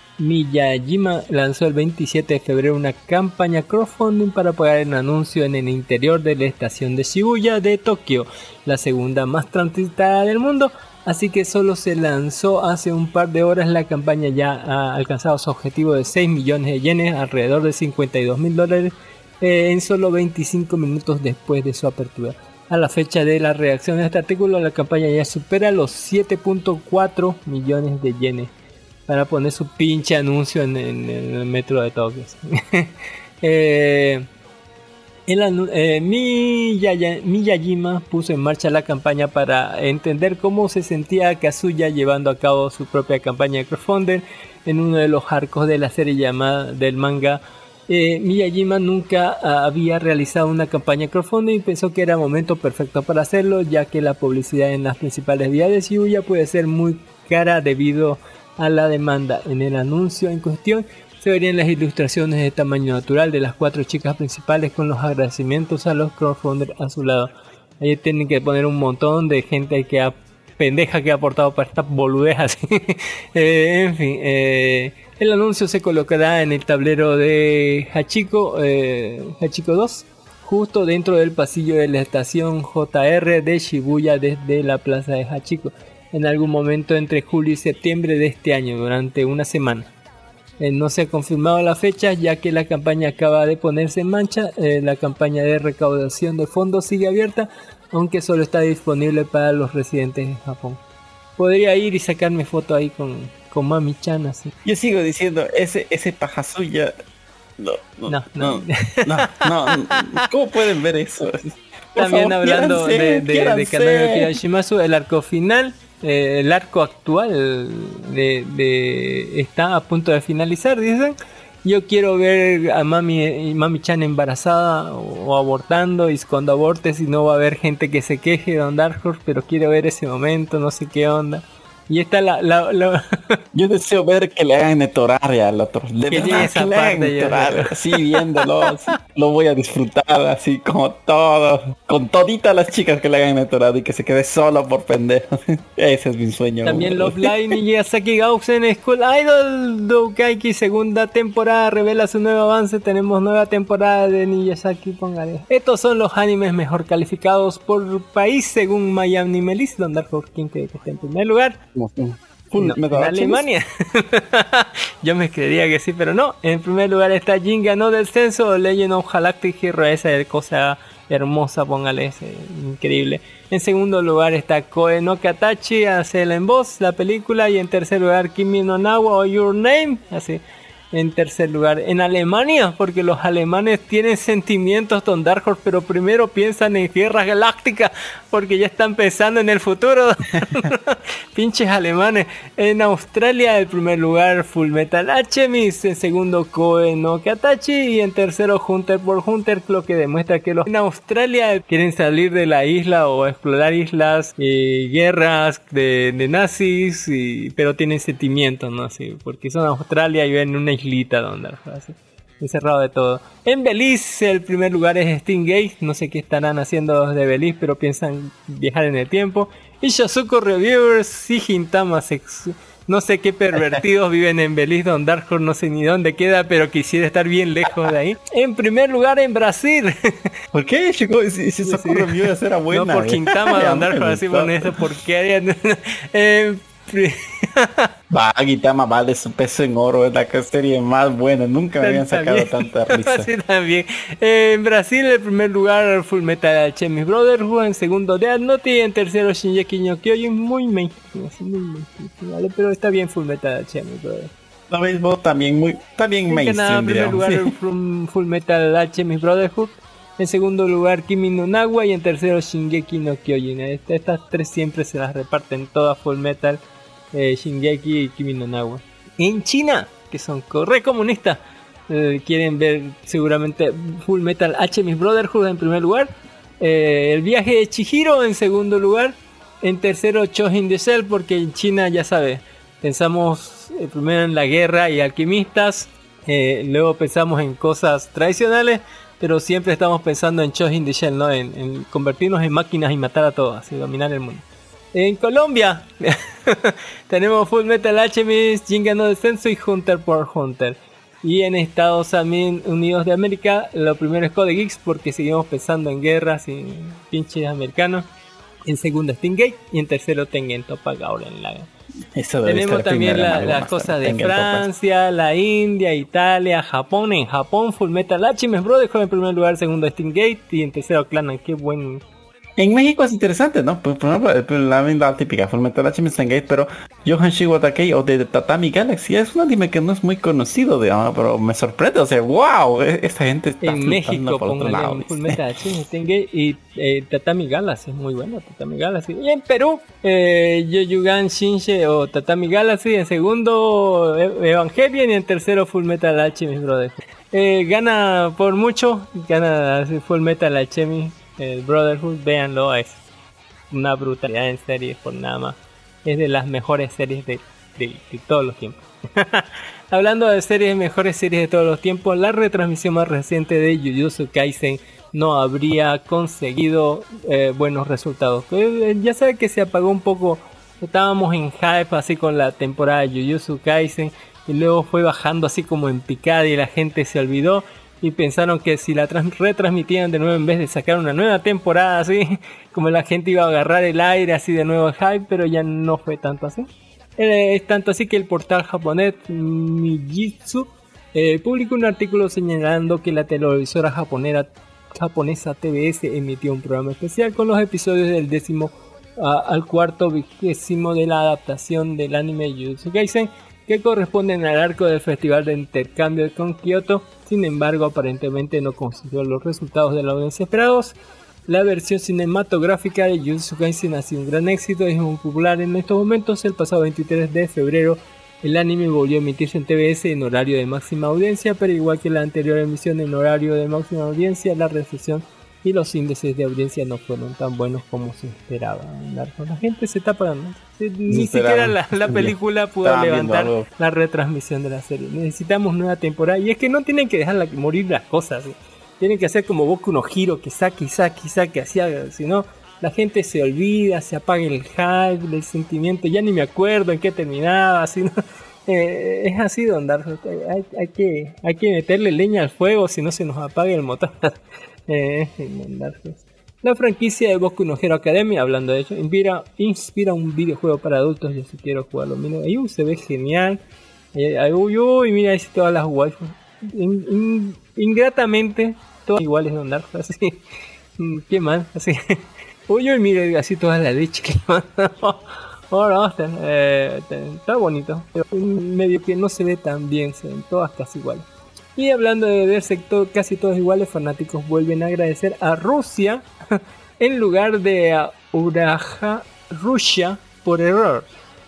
Miyajima lanzó el veintisiete de febrero una campaña crowdfunding para pagar un anuncio en el interior de la estación de Shibuya de Tokio, la segunda más transitada del mundo. Así que solo se lanzó hace un par de horas. La campaña ya ha alcanzado su objetivo de seis millones de yenes, alrededor de cincuenta y dos mil dólares, eh, en solo veinticinco minutos después de su apertura. A la fecha de la redacción de este artículo, la campaña ya supera los siete punto cuatro millones de yenes para poner su pinche anuncio en, en- en el metro de Tokio. eh, El anu- eh, Miyaya- Miyajima puso en marcha la campaña para entender cómo se sentía Kazuya llevando a cabo su propia campaña de crowdfunding en uno de los arcos de la serie llamada del manga. Eh, Miyajima nunca ah, había realizado una campaña de crowdfunding y pensó que era momento perfecto para hacerlo, ya que la publicidad en las principales vías de Shibuya puede ser muy cara debido a la demanda. En el anuncio en cuestión se verían las ilustraciones de tamaño natural de las cuatro chicas principales con los agradecimientos a los crowdfunders a su lado. Ahí tienen que poner un montón de gente que ha pendeja que ha aportado para esta boludez así. eh, en fin, eh, el anuncio se colocará en el tablero de Hachiko, eh, Hachiko dos, justo dentro del pasillo de la estación J R de Shibuya desde la plaza de Hachiko, en algún momento entre julio y septiembre de este año, durante una semana. Eh, no se ha confirmado la fecha, ya que la campaña acaba de ponerse en marcha. Eh, la campaña de recaudación de fondos sigue abierta, aunque solo está disponible para los residentes en Japón. Podría ir y sacarme foto ahí con, con Mami-chan así. Yo sigo diciendo, ese, ese paja suya. No, no, No, no, no. no, no, no. ¿Cómo pueden ver eso? Por También favor, hablando quiéranse, de, de, de quiéranse. Kaname Kiyoshimasu, el arco final, eh, el arco actual de, de está a punto de finalizar, dicen. Yo quiero ver a Mami Mami Chan embarazada o, o abortando, y cuando aborte si no va a haber gente que se queje de Don Dark Horse, pero quiero ver ese momento, no sé qué onda. Y está la... la, la... Yo deseo ver que le hagan netoraria al otro. De Que verdad, llegue esa que le hagan parte, yo netoraria. creo. Así viéndolo, así, lo voy a disfrutar así como todo. Con toditas las chicas que le hagan netorado y que se quede solo por pendejo. Ese es mi sueño. También bro. Love Line y Yasaki Gauzen School Idol Doukaiki segunda temporada revela su nuevo avance. Tenemos nueva temporada de Niyazaki, póngale. Estos son los animes mejor calificados por país según My Anime List, donde Dark Horse King que está en primer lugar. Full No, Metal en Alchemist. Alemania. Yo me creería que sí, pero no. En primer lugar está Jinga no del Censo, Legend of Galactic Hero, esa es cosa hermosa, póngale, es eh, increíble. En segundo lugar está Koe no Katachi, hacerla en voz, la película. Y en tercer lugar Kimi no Nawa o Your Name, así. En tercer lugar, en Alemania, porque los alemanes tienen sentimientos Don Dark Horse, pero primero piensan en guerras galácticas, porque ya están pensando en el futuro. Pinches alemanes. En Australia, el primer lugar, Full Metal Alchemist. En segundo, Koe no Katachi. Y en tercero, Hunter por Hunter, lo que demuestra que los en Australia quieren salir de la isla o explorar islas y guerras de, de nazis, y, pero tienen sentimientos, ¿no? Sí, porque son Australia y ven en una islita donde así, encerrado de todo. En Belice el primer lugar es Stingate, no sé qué estarán haciendo desde Belice, pero piensan viajar en el tiempo. Y Yasuko Reviewers y Hintama Sex, no sé qué pervertidos viven en Belice, Don Dark Horse, no sé ni dónde queda, pero quisiera estar bien lejos de ahí. En primer lugar en Brasil. ¿Por qué, chico? Si, si Socorro Sí. Reviewers era buena. No, por eh. Quintama, Ya Don me Dark Horse, así gustó. por eso, ¿por qué harían? En pri- Va, Guitama vale su peso en oro, es la serie más buena, nunca me habían sacado También. tanta risa. Sí, también. Eh, en Brasil, en primer lugar, Full Metal Alchemist Brotherhood. En segundo, Death Note. Y en tercero, Shingeki no Kyojin. Muy mainstream, así, muy mainstream, ¿vale? Pero está bien Full Metal Alchemist Brotherhood. Lo mismo también muy, también En Canadá, en mainstream, primer digamos. lugar, Sí. Full, Full Metal Alchemist Brotherhood. En segundo lugar, Kimi no Nawa. Y en tercero, Shingeki no Kyojin. Esta- Estas tres siempre se las reparten todas Full Metal, eh, Shingeki y Kimi no Nawa. En China, que son re comunistas, eh, quieren ver seguramente Full Metal Alchemist Brotherhood en primer lugar. Eh, el viaje de Chihiro en segundo lugar. En tercero, Chojin the Shell, porque en China, ya sabes, pensamos eh, primero en la guerra y alquimistas, eh, luego pensamos en cosas tradicionales, pero siempre estamos pensando en Chojin the Shell, ¿no? En, en convertirnos en máquinas y matar a todos y dominar el mundo. En Colombia tenemos Full Metal Alchemist, Jinga no Descenso y Hunter por Hunter. Y en Estados Unidos de América, lo primero es Code Geass, porque seguimos pensando en guerras y pinches americanos. En segundo, Stingate. Y en tercero, Tengen Toppa Gauren Lagann. Eso debe Tenemos estar también primero en la- algo las más, cosas de Tengen Toppa. Francia, la India, Italia, Japón. En Japón, Full Metal Alchemist Brotherhood en primer lugar, segundo Stingate y en tercero Clannad. Qué buen, En México es interesante, ¿no? Por, por ejemplo, la, la típica Fullmetal Alchemist Brotherhood, pero Johan Shigotakei o de Tatami Galaxy es un anime que no es muy conocido, digamos, pero me sorprende, o sea, wow, esta gente está En México, por otro lado. póngale Fullmetal Alchemist y eh, Tatami Galaxy es muy bueno, Tatami Galaxy. Y en Perú, eh, Yoyugan Shinsei o Tatami Galaxy, en segundo Evangelion y en tercero Fullmetal Alchemist Brotherhood. Eh, gana por mucho, gana Fullmetal Alchemist el Brotherhood, véanlo, es una brutalidad en series por nada más. Es de las mejores series de, de, de todos los tiempos. Hablando de series, mejores series de todos los tiempos, la retransmisión más reciente de Jujutsu Kaisen no habría conseguido eh, buenos resultados. Eh, ya sabe que se apagó un poco, estábamos en hype así con la temporada de Jujutsu Kaisen y luego fue bajando así como en picada y la gente se olvidó. Y pensaron que si la trans- retransmitían de nuevo en vez de sacar una nueva temporada así, como la gente iba a agarrar el aire así de nuevo el hype, pero ya no fue tanto así. Eh, es tanto así que el portal japonés Mijitsu eh, publicó un artículo señalando que la televisora japonera, japonesa T B S emitió un programa especial con los episodios del décimo uh, al cuarto vigésimo de la adaptación del anime Jujutsu Kaisen, que corresponden al arco del festival de intercambio con Kyoto. Sin embargo, aparentemente no consiguió los resultados de la audiencia esperados. La versión cinematográfica de Jujutsu Kaisen ha sido un gran éxito y es muy popular en estos momentos. El pasado veintitrés de febrero el anime volvió a emitirse en T B S en horario de máxima audiencia, pero igual que la anterior emisión en horario de máxima audiencia, la recepción y los índices de audiencia no fueron tan buenos como se esperaba. La gente se está pagando. Ni siquiera la, la película pudo Estaban levantar la retransmisión de la serie. Necesitamos nueva temporada. Y es que no tienen que dejar morir las cosas. ¿sí? Tienen que hacer como Boku no Hero, que saque y saque y saque. Así, si no, la gente se olvida, se apaga el hype, el sentimiento. Ya ni me acuerdo en qué terminaba. Así, ¿no? eh, es así, Don Dark. Hay, hay, que, hay que meterle leña al fuego, si no se nos apaga el motor. Eh, la franquicia de Boku no Hero Academia, hablando de ello, inspira, inspira un videojuego para adultos. Yo si quiero jugarlo, mira, ahí uh, se ve genial. Eh, uy, uy, mira ahí todas las waifus. In, in, ingratamente, todas iguales, Don Dark, así. Qué mal, así. Uy, uy, mira así toda la leche que manda. Ahora está, eh, está, está bonito, pero medio que no se ve tan bien, se ven todas casi iguales. Y hablando de verse to- casi todos iguales, fanáticos vuelven a agradecer a Rusia en lugar de a Uraja Rusia por error.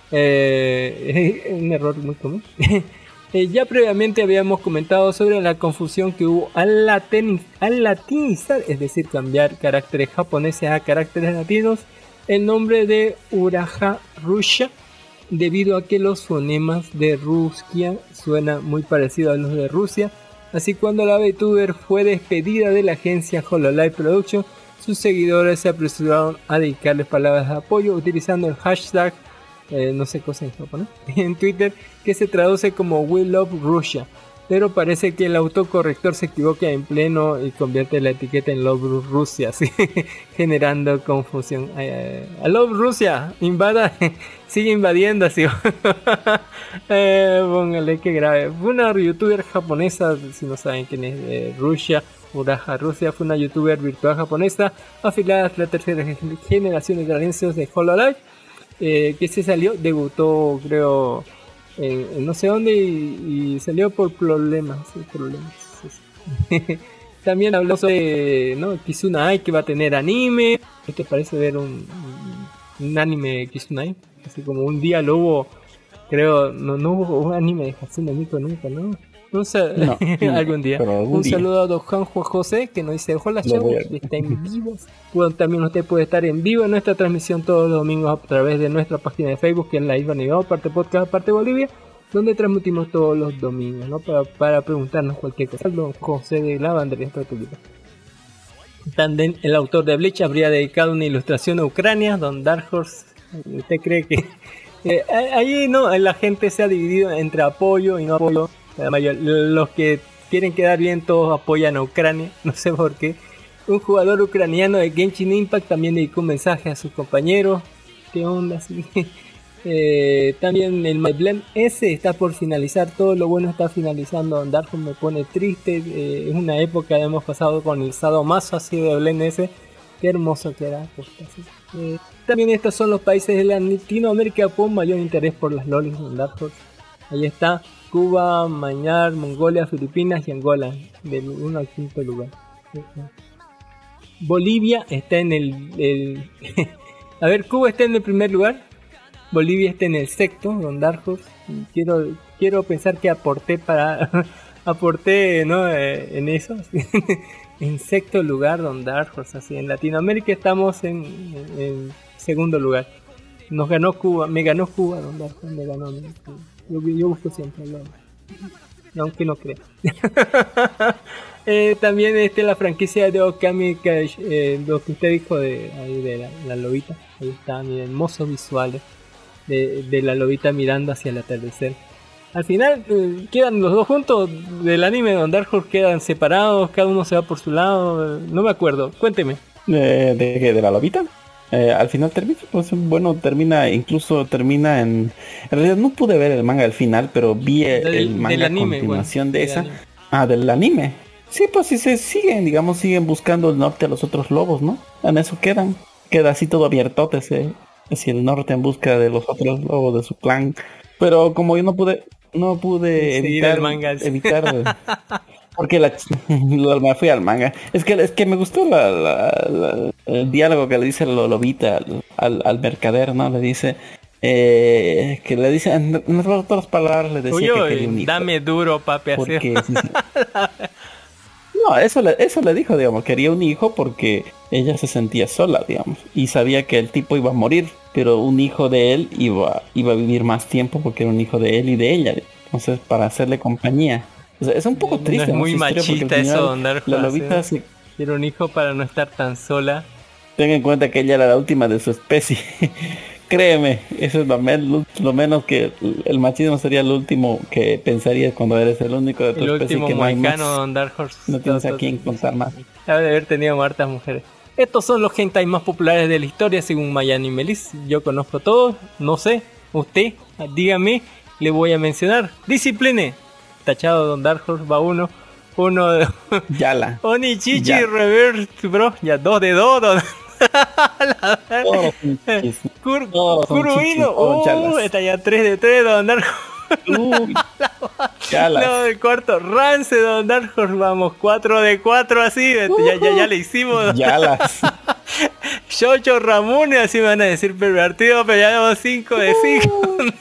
Eh, un error muy común. eh, ya previamente habíamos comentado sobre la confusión que hubo al, latin- al latinizar, es decir, cambiar caracteres japoneses a caracteres latinos, el nombre de Uraja Rusia, debido a que los fonemas de Rusia suenan muy parecidos a los de Rusia. Así, cuando la VTuber fue despedida de la agencia Hololive Production, sus seguidores se apresuraron a dedicarles palabras de apoyo utilizando el hashtag, eh, no sé cosa en japonés, en Twitter, que se traduce como We Love Russia. Pero parece que el autocorrector se equivoca en pleno y convierte la etiqueta en Love Russia, ¿sí? Generando confusión. Eh, a Love Russia, invada, sigue invadiendo así. eh, póngale que grave. Fue una youtuber japonesa, si no saben quién es, eh, Rusia, Uraja Rusia, fue una youtuber virtual japonesa afiliada a la tercera generación de ganancias de Hololive, eh, que se salió, debutó creo Eh, no sé dónde y, y salió por problemas, sí, problemas sí. También habló sobre, ¿no? Kizuna-ai, que va a tener anime. ¿Qué te parece ver un, un anime Kizuna-ai? Así como un día lo hubo, creo, no, no hubo un anime de Hatsune Miku nunca, ¿no? No sé, no, algún día. Algún un día. Saludo a Don Juan Juan José, que nos dice: hola chavos, está en vivo. Bueno, también usted puede estar en vivo en nuestra transmisión todos los domingos a través de nuestra página de Facebook, que es la Isla Nivado, parte podcast, parte Bolivia, donde transmitimos todos los domingos, ¿no? Para, para preguntarnos cualquier cosa. Don José de Lavandería Gratuita. También el autor de Bleach habría dedicado una ilustración a Ucrania. Don Dark Horse, ¿usted cree que eh, ahí no, la gente se ha dividido entre apoyo y no apoyo? La mayor, los que quieren quedar bien todos apoyan a Ucrania, no sé por qué. Un jugador ucraniano de Genshin Impact también dedicó un mensaje a sus compañeros. ¿Qué onda? ¿Sí? Eh, también el My Blend S está por finalizar, todo lo bueno está finalizando. Don Dark me pone triste, eh, es una época que hemos pasado con el Sadomaso así de Blend S, Qué hermoso que era. Pues, así. Eh, también estos son los países de Latinoamérica con mayor interés por las lolis en Dark Horse. Ahí está Cuba, Myanmar, Mongolia, Filipinas y Angola, del uno al quinto lugar. Bolivia está en el... el a ver, Cuba está en el primer lugar, Bolivia está en el sexto, Don Dark Horse. Quiero, quiero pensar que aporté para... aporté, ¿no? Eh, en eso. En sexto lugar, Don Dark Horse. Así, en Latinoamérica estamos en, en, en segundo lugar. Nos ganó Cuba, me ganó Cuba, Don Dark Horse, me ganó. Yo, yo busco siempre, ¿no? Aunque no creo. eh, también este, la franquicia de Okami, que, eh, lo que usted dijo de, ahí de la, la lobita. Ahí están hermosos visuales de, de la lobita mirando hacia el atardecer. Al final eh, quedan los dos juntos del anime, Don Dark Horse quedan separados, cada uno se va por su lado, eh, no me acuerdo, cuénteme. ¿De, de, de la lobita? Eh, al final termina, pues bueno, termina, incluso termina en... En realidad no pude ver el manga al final, pero vi el, del, el manga a continuación bueno, de esa. Anime. Ah, del anime. Sí, pues sí se siguen, digamos, siguen buscando el norte a los otros lobos, ¿no? En eso quedan. Queda así todo abiertote ese, hacia el norte en busca de los otros lobos de su clan. Pero como yo no pude... No pude sí, evitar, evitar porque la, me fui al manga. Es que es que me gustó la, la, la, el diálogo que le dice la lobita al, al, al mercader, ¿no? Le dice eh, que le dice en, en otras palabras le decía Uy, que quería un hijo. Dame duro, papi, porque, sí, sí. No, eso le, eso le dijo, digamos, quería un hijo porque ella se sentía sola, digamos, y sabía que el tipo iba a morir, pero un hijo de él iba, iba a vivir más tiempo porque era un hijo de él y de ella, entonces para hacerle compañía. O sea, es un poco triste. No es muy machista eso, Don Dark Horse. La lobita se... Quiero un hijo para no estar tan sola. Ten en cuenta que ella era la última de su especie. Créeme, eso es lo, men lo menos que el machismo sería el último que pensarías cuando eres el único de tu el especie que no hay más. Don Dark Horse. No tienes a quién contar más. Debe de haber tenido hartas mujeres. Estos son los hentai más populares de la historia según Mayani Melis. Yo conozco todos, no sé. Usted, dígame, le voy a mencionar. Discipline. Tachado Don Dark Horse va uno. Uno de... Yala. Onichichi ya. Reverse, bro. Ya dos de dos, Don... Kur Kuruino, uh, está ya tres de tres, Don Dark Horse. Uh, no, el cuarto, Rance, Don Dark Horse, vamos, cuatro de cuatro así, uh, ya, ya, ya le hicimos. Yalas. Chocho Ramune, así me van a decir pervertido, pero ya damos cinco de cinco. Uh.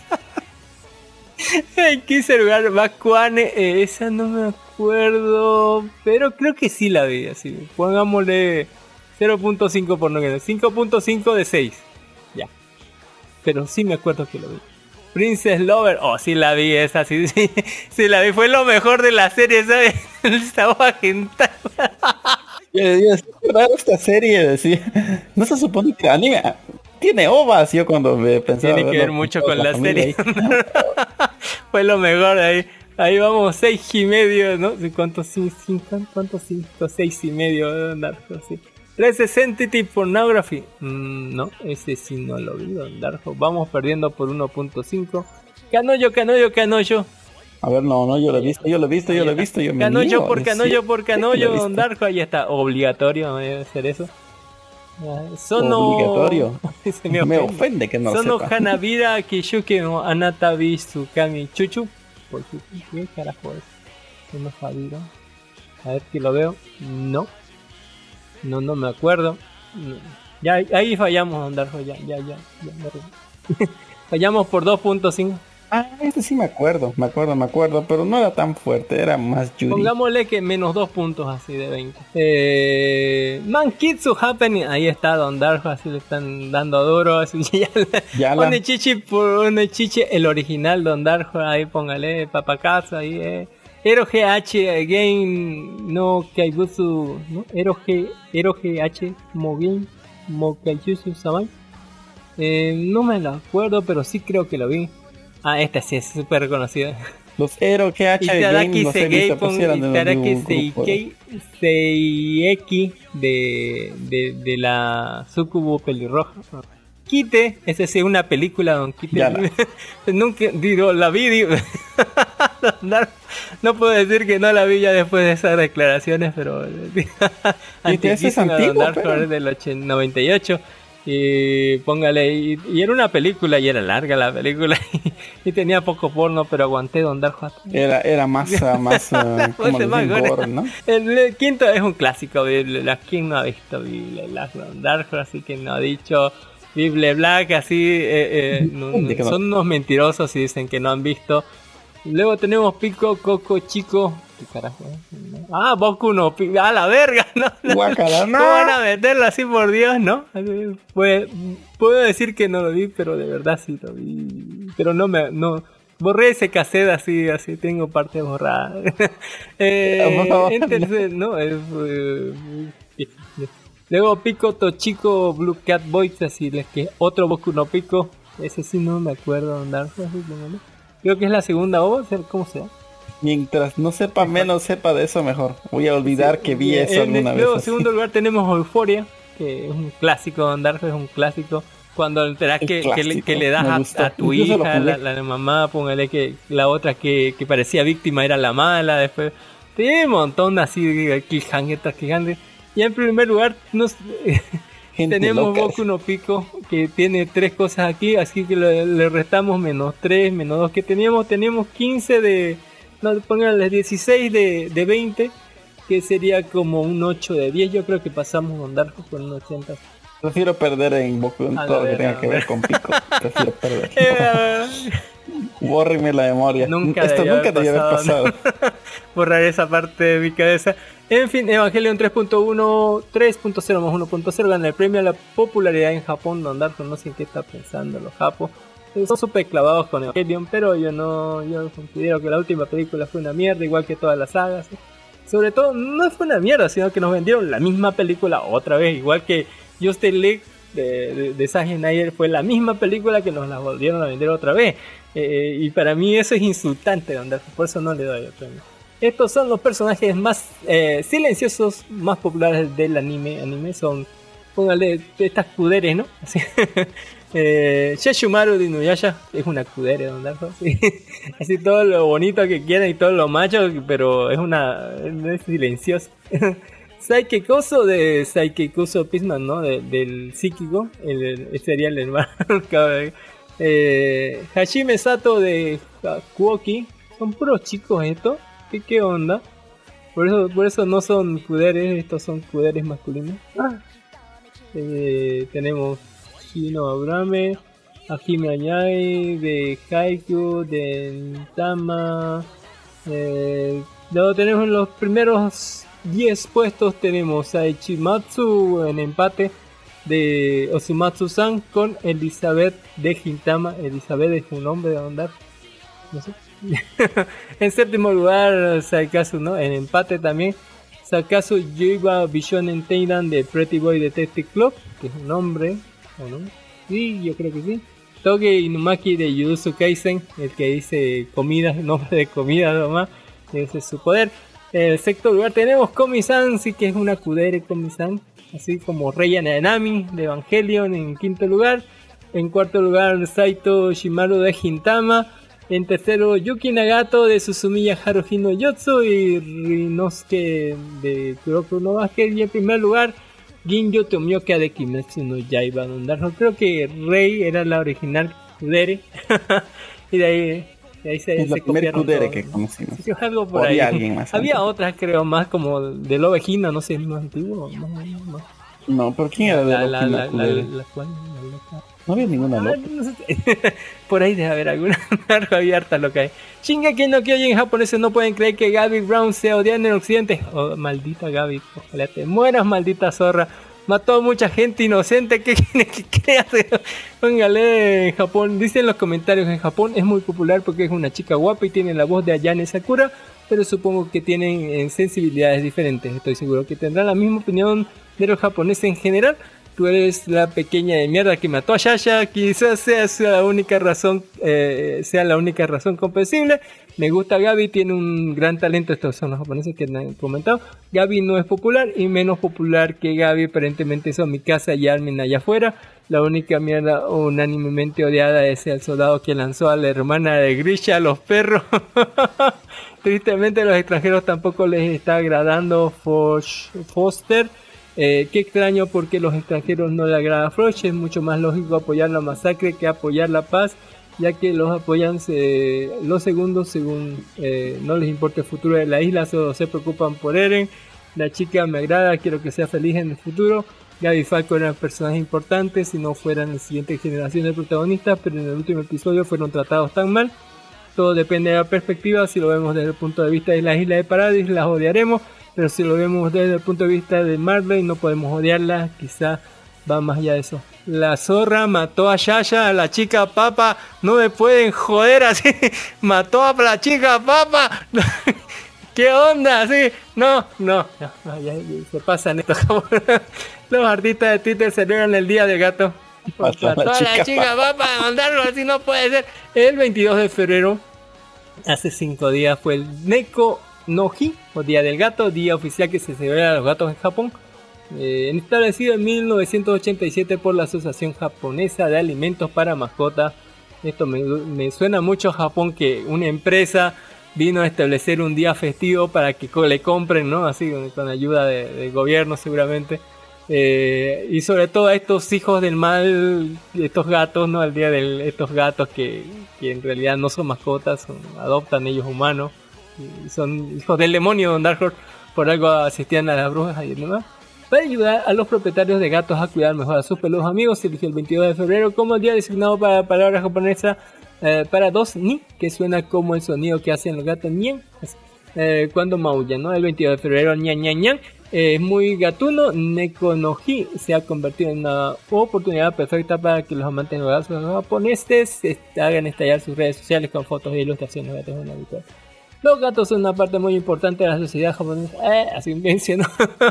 En quince lugar, Bakuane, eh, esa no me acuerdo, pero creo que sí la vi, así, pongámosle... cero punto cinco por no quedar. cinco punto cinco de seis. Ya. Pero sí me acuerdo que lo vi. Princess Lover. Oh, sí la vi esa. Sí, sí, sí la vi. Fue lo mejor de la serie, ¿sabes? Esta hoja hentai. Yo decía, es raro esta serie. Decía. No se supone que anime. Tiene ovas. Yo cuando me pensaba. Tiene que ver mucho con la, la serie. Fue lo mejor ahí. Ahí vamos, seis y medio, ¿no? ¿Cuántos cinco? ¿Cuántos cinco? Seis y medio. Narco, sí. Representative Pornography. Mm, no, ese sí no lo vi, Don Darjo. Vamos perdiendo por uno punto cinco. Canoyo, Canoyo, Canoyo. A ver, no, no, yo lo he visto, yo lo he visto, yo lo he visto. Yo me Canoyo niego, por Canoyo por Canoyo, Don Darjo. Ahí está, obligatorio debe ser eso. Sono... Obligatorio. Se me, me ofende que no Sono sepa. Hanabira Kishuke no Anatabi Tsukami Chuchu. Por su... ¿Qué carajo es? Sono Hanabira. A ver si lo veo. No. No, no me acuerdo. No. Ya, ahí fallamos, Don Darjo. Ya, ya, ya. ya fallamos por dos punto cinco. Ah, este sí me acuerdo, me acuerdo, me acuerdo, pero no era tan fuerte, era más Yuri. Pongámosle que menos dos puntos así de veinte. Eh, Mankitsu Happening, ahí está Don Darjo, así le están dando duro, así ya. ya la... Onechichi por Onechichi, el original Don Darjo, ahí póngale papacasa, ahí eh. Ero G H Again no Kaibutsu, ¿no? Ero G Ero G H Mogin Mokaijutsu Samai. Eh, no me lo acuerdo, pero sí creo que lo vi. Ah, esta sí es súper reconocida. Los Ero G H Again los he visto, pues eran de un grupo. Seiki de, de, de la Sukubu pelirroja. Kite, esa es una película, Don Kite. Nunca, digo, la vi, digo. No puedo decir que no la vi ya después de esas declaraciones, pero ese es antiguo, Dark Horse del ochenta, noventa y ocho. Y póngale, y, y era una película, y era larga la película, y, y tenía poco porno, pero aguanté Don Dark Horse. Era, era más, uh, más, uh, como Pues más gore, gore. ¿no? El, el quinto es un clásico, la ¿quién no ha visto Bible Black Don Dark Horse? Así que no ha dicho Bible Black, así, eh, eh, no, no, son unos mentirosos y dicen que no han visto. Luego tenemos Pico, Coco, Chico. ¿Qué carajo? Ah, Boku no Pico. ¡Ah, la verga! ¿No? Guacala, no. ¿Cómo van a meterlo así, por Dios, no? Pues, puedo decir que no lo vi, pero de verdad sí lo vi. Pero no me... no borré ese cassette así, así tengo parte borrada. eh, en tercer, no, es... Eh, luego Pico, Tochico, Blue Cat Boys, así les que otro Boku no Pico. Ese sí no me acuerdo andar. Creo que es la segunda ova, ¿cómo se llama? Mientras no sepa menos, sepa de eso mejor. Voy a olvidar sí, que vi eso en, alguna en, vez. Luego, en segundo lugar tenemos Euphoria, que es un clásico, Don Dark es un clásico. Cuando enterás que, que, le, que le das a, a tu Incluso hija, la, la mamá, póngale que la otra que, que parecía víctima era la mala, después tiene un montón así de cliffhangers gigantes. Y en primer lugar nos... tenemos loca. Boku no Pico, que tiene tres cosas aquí, así que le, le restamos menos tres, menos dos que teníamos. Teníamos quince de... No, pónganle dieciséis de, de veinte, que sería como un ocho de diez. Yo creo que pasamos Don Dark con un ochenta. Prefiero perder en Boku en todo lo que tenga que ver con Pico. Prefiero perder. Eh, Bórrenme la memoria. Nunca Esto nunca te había pasado. ¿No? Borrar esa parte de mi cabeza. En fin, Evangelion tres punto uno, tres punto cero más uno punto cero gana el premio a la popularidad en Japón. Don Dark, no sé en qué está pensando los japos. Son súper clavados con Evangelion, pero yo no, yo considero que la última película fue una mierda, igual que todas las sagas. Sobre todo, no fue una mierda, sino que nos vendieron la misma película otra vez, igual que Justice League de, de, de Zack Snyder fue la misma película que nos la volvieron a vender otra vez. Eh, y para mí eso es insultante, por eso no le doy el premio. Estos son los personajes más eh, silenciosos, más populares del anime. Anime son, póngale, estas kuderes, ¿no? Así. Eh, Sheshumaru de Inuyasha es una kudere, Don Darko, ¿sí? Así todo lo bonito que quiera y todo lo macho, pero es una es silencioso. Saike Koso de Saike Koso Pisman, ¿no? De, del psíquico, el, el, sería el hermano. eh, Hashime Sato de Kuoki, son puros chicos estos. ¿Qué, qué onda? Por eso, por eso no son kuderes, estos son kuderes masculinos. Ah. Eh, tenemos Shino Abrame, Hajime Ayai, de Haikyuu, de Tama. Eh, luego tenemos los primeros diez puestos, tenemos a Ichimatsu en empate de Osumatsu-san con Elizabeth de Gintama. Elizabeth es un nombre de andar, no sé. En séptimo lugar Saikazu, ¿no? En empate también Sakazu Yuiba Bishonen Teidan de Pretty Boy Detective Club, que es un hombre, ¿o no? Sí, yo creo que sí. Toge Inumaki de Jujutsu Kaisen, el que dice comida, nombre de comida nomás, ese es su poder. En el sexto lugar tenemos Komi-san, sí que es una kudere Komi-san, así como Rei Nanami de Evangelion en quinto lugar. En cuarto lugar Saito Shimaru de Gintama. En tercero Yuki Nagato de Suzumiya Haruhi no Yotsu y Rinosuke de Kuroko no Basket. Y en primer lugar Ginjo Tomioka de Kimetsu no Yaiba. No, creo que Rei era la original kudere. Y de ahí, de ahí se, es se la primera kudere todo, que conocimos. Sí, algo por ahí. Alguien más había antiguo. Otras creo más como de Lovejina, no sé, más antiguo. Más, más. No, pero ¿quién era de la, la, la, la, la, la, la, cual, la loca? No había ninguna loca. Ah, no sé. Por ahí debe haber alguna abierta loca. Shingeki no Kyojin japoneses no pueden creer que Gaby Brown sea odiada en el occidente. Oh, maldita Gaby, ojalá te mueras, maldita zorra. Mató a mucha gente inocente. ¿Qué quiere que creas? Póngale en Japón. Dicen en los comentarios, en Japón es muy popular porque es una chica guapa y tiene la voz de Ayane Sakura, pero supongo que tienen sensibilidades diferentes. Estoy seguro que tendrán la misma opinión de los japoneses en general. tú eres la pequeña de mierda que mató a Yasha, quizás sea, sea la única razón, eh, sea la única razón comprensible. Me gusta Gaby, tiene un gran talento, estos son los japoneses que han comentado. Gaby no es popular y menos popular que Gaby, aparentemente son Mikasa y Armin allá afuera. La única mierda unánimemente odiada es el soldado que lanzó a la hermana de Grisha a los perros. Tristemente a los extranjeros tampoco les está agradando Foster. Eh, qué extraño, porque los extranjeros no le agrada a Frosh. Es mucho más lógico apoyar la masacre que apoyar la paz, ya que los apoyan eh, los segundos según eh, no les importa el futuro de la isla, solo se preocupan por Eren. La chica me agrada, quiero que sea feliz en el futuro. Gaby y Falco eran personajes importantes si no fueran la siguiente generación de protagonistas, pero en el último episodio fueron tratados tan mal. Todo depende de la perspectiva. Si lo vemos desde el punto de vista de la isla de Paradis, las odiaremos, pero si lo vemos desde el punto de vista de Marley, no podemos odiarla. Quizá va más allá de eso. La zorra mató a Yasha, a la chica papa. No me pueden joder así. Mató a la chica papa. ¿Qué onda? ¿Sí? No, no, no, no ya, ya se pasan estos. Los artistas de Twitter celebran el día del gato. Mató a la chica, chica papa, mandarlo así no puede ser. El veintidós de febrero, hace cinco días, fue el Neko no Hi, o Día del Gato, día oficial que se celebra a los gatos en Japón. Eh, establecido en mil novecientos ochenta y siete por la Asociación Japonesa de Alimentos para Mascotas. Esto me, me suena mucho a Japón, que una empresa vino a establecer un día festivo para que le compren, ¿no? Así con, con ayuda de, del gobierno seguramente. Eh, y sobre todo a estos hijos del mal, estos gatos, ¿no? El día de estos gatos que, que en realidad no son mascotas, son, adoptan ellos humanos. Y son hijos del demonio, Don Dark Horse. Por algo asistían a las brujas y demás. Para ayudar a los propietarios de gatos a cuidar mejor a sus peludos amigos, se eligió el veintidós de febrero como el día designado para la palabra japonesa eh, para dos ni, que suena como el sonido que hacen los gatos ñan, eh, cuando maullan, ¿no? El veintidós de febrero, ñan ñan ñan. Es eh, muy gatuno. Neko no Hi se ha convertido en una oportunidad perfecta para que los amantes de los gatos japoneses hagan estallar sus redes sociales con fotos e ilustraciones de gatos habituales. Los gatos son una parte muy importante de la sociedad japonesa. Eh, así mencionó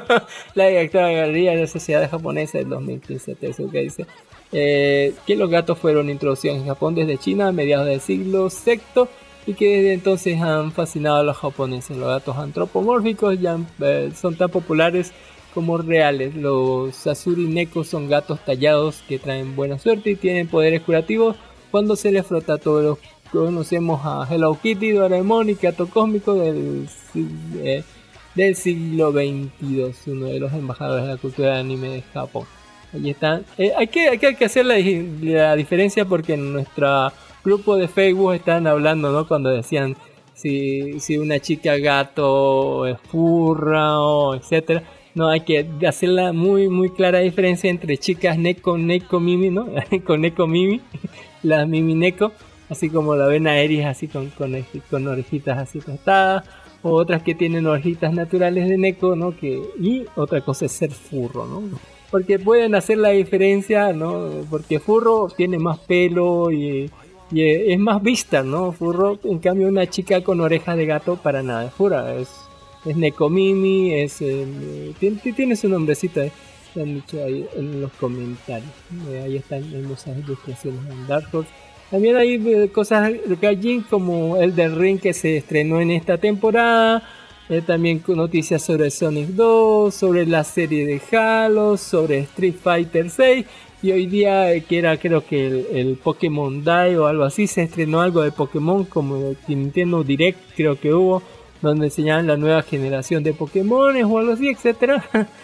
la directora de galería de la sociedad japonesa del dos mil quince. Eso que dice eh, que los gatos fueron introducidos en Japón desde China a mediados del siglo sexto y que desde entonces han fascinado a los japoneses. Los gatos antropomórficos ya eh, son tan populares como reales. Los Asuri Neko son gatos tallados que traen buena suerte y tienen poderes curativos cuando se les frota todos los. Conocemos a Hello Kitty, Doraemon y Gato Cósmico del, eh, del siglo veintidós, uno de los embajadores de la cultura de anime de Japón. Ahí están. Eh, hay, que, hay que hacer la, la diferencia porque en nuestro grupo de Facebook están hablando, ¿no? Cuando decían si, si una chica gato es furra o etcétera. No, hay que hacer la muy muy clara diferencia entre chicas Neko, Neko Mimi, ¿no? Con Neko Mimi, las Mimi Neko. Así como la ven a Eris así con, con, con orejitas así tostadas, o otras que tienen orejitas naturales de Neko, ¿no? Que, y otra cosa es ser furro, ¿no? Porque pueden hacer la diferencia, ¿no? Porque furro tiene más pelo y, y es más vista, ¿no? Furro, en cambio una chica con orejas de gato para nada es furra, es, es Nekomimi, es, eh, tiene, tiene su nombrecito, eh. Lo han dicho ahí en los comentarios. Eh, ahí están hermosas ilustraciones en Dark Horse. También hay cosas Gaijin como el del Ring que se estrenó en esta temporada. Eh, también noticias sobre Sonic dos, sobre la serie de Halo, sobre Street Fighter seis. Y hoy día, eh, que era creo que el, el Pokémon Day o algo así, se estrenó algo de Pokémon como el Nintendo Direct, creo que hubo, donde enseñaban la nueva generación de Pokémones o algo así, etcétera.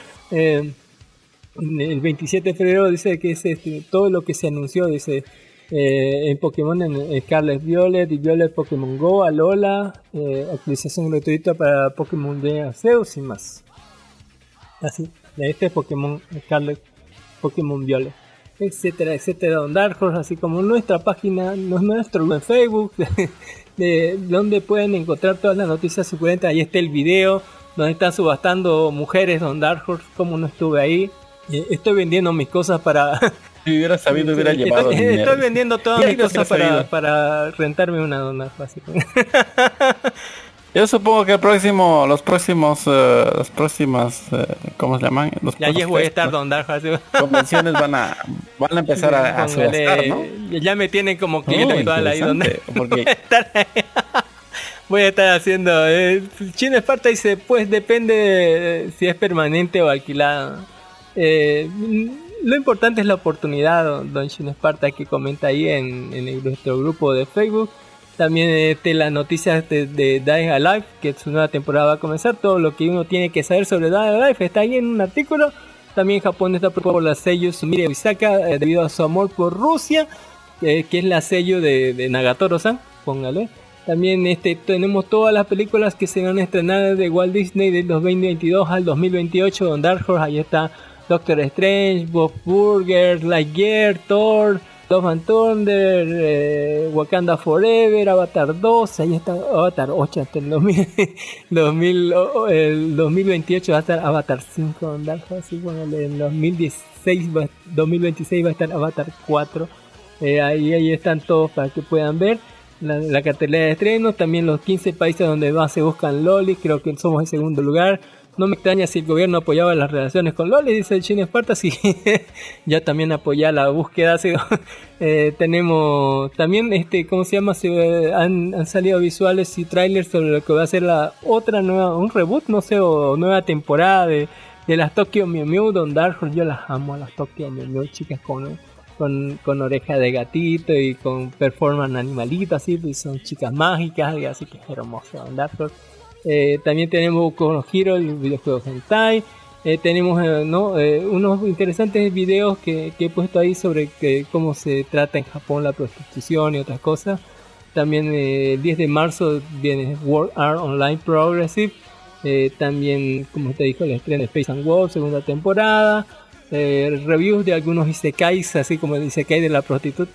eh, el veintisiete de febrero dice que es este, todo lo que se anunció, dice... Eh, en Pokémon, en Scarlet Violet y Violet Pokémon Go, Alola, eh, actualización gratuita para Pokémon de Arceus y más. Así, de este Pokémon Scarlet, Pokémon Violet, etcétera, etcétera, Don Dark Horse, así como nuestra página, nuestro en Facebook, de, de donde pueden encontrar todas las noticias suculentas. Ahí está el video donde están subastando mujeres, Don Dark Horse, como no estuve ahí. Eh, estoy vendiendo mis cosas para... Si hubiera sabido, hubiera estoy, llevado estoy, dinero. Estoy vendiendo todas mis cosas para, para rentarme una dona, básicamente. Yo supongo que el próximo, los próximos, uh, los próximos, uh, ¿cómo se llaman? Los Ya ya voy a estar Don Darjo. convenciones van a, van a empezar a, a subastar, ¿no? Ya me tienen como cliente Oh, actual ahí donde porque... voy a estar, voy a estar haciendo. Eh, Chino Esparta dice, pues depende de si es permanente o alquilado. Eh, lo importante es la oportunidad, don, don Chino Esparta, que comenta ahí en, en el- nuestro grupo de Facebook. También este, las noticias de, de Dying Alive, que su nueva temporada va a comenzar. Todo lo que uno tiene que saber sobre Dying Alive está ahí en un artículo. También Japón está preocupado por la sello Sumire Osaka eh, debido a su amor por Rusia, eh, que es la sello de, de Nagatoro-san, póngale. También este, tenemos todas las películas que se van a estrenar de Walt Disney del dos mil veintidós al dos mil veintiocho. Don Dark Horse, ahí está Doctor Strange, Bob Burger, Lightyear, Thor, Love and Thunder, eh, Wakanda Forever, Avatar dos, ahí está Avatar ocho hasta el dos mil, dos mil, oh, el dos mil veintiocho va a estar Avatar cinco, Don Dark Horse, así, bueno, en dos mil dieciséis, va- dos mil veintiséis va a estar Avatar cuatro. Eh, ahí, ahí están todos para que puedan ver la, la cartelera de estrenos. También los quince países donde más se buscan lolis, creo que somos en segundo lugar. No me extraña si el gobierno apoyaba las relaciones con lolis, dice el Chino Esparta, sí, ya también apoya la búsqueda. Sí. Eh, tenemos también, este, ¿cómo se llama? Se, han, han salido visuales y trailers sobre lo que va a ser la otra nueva, un reboot, no sé, o nueva temporada de, de las Tokyo Mew Mew. Don Dark Horse, yo las amo a las Tokyo Mew Mew, chicas con, con, con oreja de gatito y con performance animalito, así, pues son chicas mágicas, y así que es hermoso Don Dark Horse. Eh, también tenemos con Hero, el videojuego hentai. Eh, tenemos eh, ¿no? eh, unos interesantes videos que, que he puesto ahí sobre que, cómo se trata en Japón la prostitución y otras cosas. También eh, el diez de marzo viene World Art Online Progressive. Eh, también, como te dijo, el estreno de Space and Wolf, segunda temporada. Eh, reviews de algunos isekais, así como el isekai de la prostituta.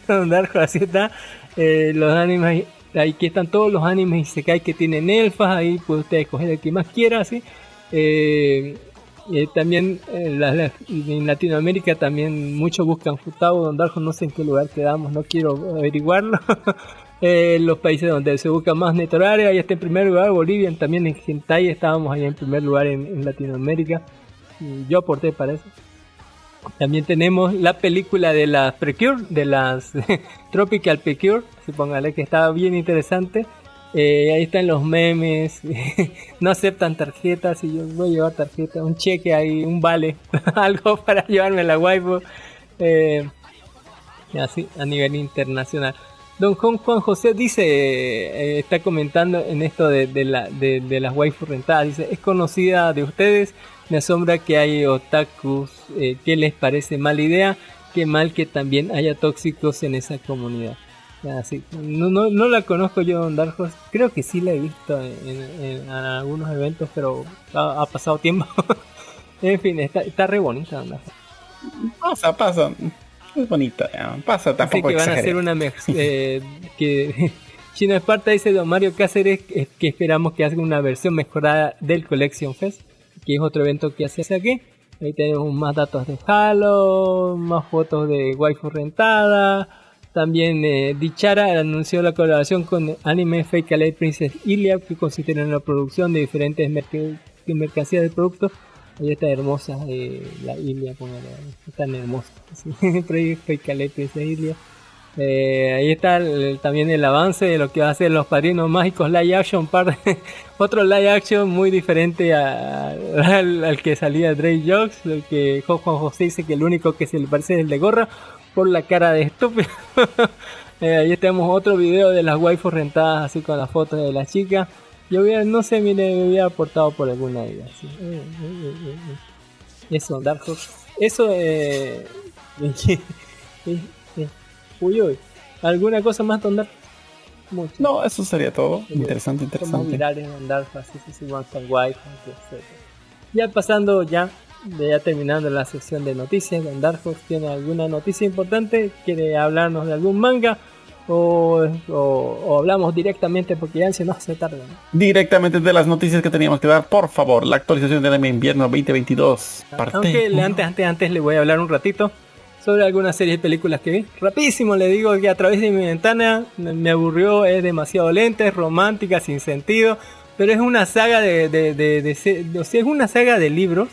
Así está. Eh, los animes. Aquí están todos los animes isekai que tienen elfas, ahí puede usted escoger el que más quiera, ¿sí? Eh, eh, también eh, la- la- en Latinoamérica también muchos buscan Futabo, Don Darjo, no sé en qué lugar quedamos, no quiero averiguarlo. Eh, los países donde se busca más Netorare, ahí está en primer lugar Bolivia, también en Hentai estábamos ahí en primer lugar en, en Latinoamérica, y yo aporté para eso. También tenemos la película de las Precure, de las Tropical Precure, supóngale que está bien interesante. Eh, ahí están los memes, no aceptan tarjetas y yo voy a llevar tarjeta, un cheque ahí, un vale, algo para llevarme la waifu. Eh, así a nivel internacional. Don Juan Juan José dice, eh, está comentando en esto de, de, la, de, de las waifu rentadas, dice, es conocida de ustedes, me asombra que hay otakus, eh, ¿qué les parece mala idea? Qué mal que también haya tóxicos en esa comunidad. Así, no, no, no la conozco yo, Don Dark Horse, creo que sí la he visto en, en, en algunos eventos, pero ha, ha pasado tiempo. En fin, está, está re bonita, Don Dark Horse. Pasa, pasa. Es bonita, ya. Pasa, Así tampoco que van a exagere. hacer una mez- eh, que Chino Esparta dice Don Mario Cáceres eh, que esperamos que haga una versión mejorada del Collection Fest, que es otro evento que hace aquí. Ahí tenemos más datos de Halo, más fotos de waifu rentada. También eh, Dichara anunció la colaboración con Anime Fake Alert Princess Ilia, que consiste en la producción de diferentes merc- mercancías de productos. Ahí está hermosa eh, la Ilia, póngale, tan hermosa. Sí, Fake Alert Princess Ilia. Eh, ahí está el- también el avance de lo que va a ser los Padrinos Mágicos live action, par de- otro live action muy diferente a- al, al que salía Drake Jokes, el que Juan José dice que el único que se le parece es el de gorra por la cara de estúpido. Eh, ahí tenemos otro video de las waifus rentadas así con las fotos de las chicas. Yo hubiera, no sé, mire, me hubiera aportado por alguna de ellas. Sí. Eh, eh, eh, eh. Eso, Dark Horse. Eso, eh... eh, eh, Uy, uy. ¿Alguna cosa más, Don Dark? Mucho. No, eso sería todo. Muy Interesante, bien. Somos interesante. virales en Dark Horse, sí, sí, sí, One Star Wife, etcétera. Ya pasando ya, de ya terminando la sección de noticias, Don Dark Horse tiene alguna noticia importante, quiere hablarnos de algún manga o, o, o hablamos directamente porque ya se nos hace tarde, ¿no? Directamente de las noticias que teníamos que dar, por favor, la actualización de Anime Invierno veinte veintidós. Parte Aunque le- uno. antes, antes, antes le voy a hablar un ratito sobre algunas series y películas que vi. Rapidísimo le digo que A través de mi ventana me aburrió, es demasiado lenta, es romántica, sin sentido, pero es una saga de, de, de, de, de, de o sea, es una saga de libros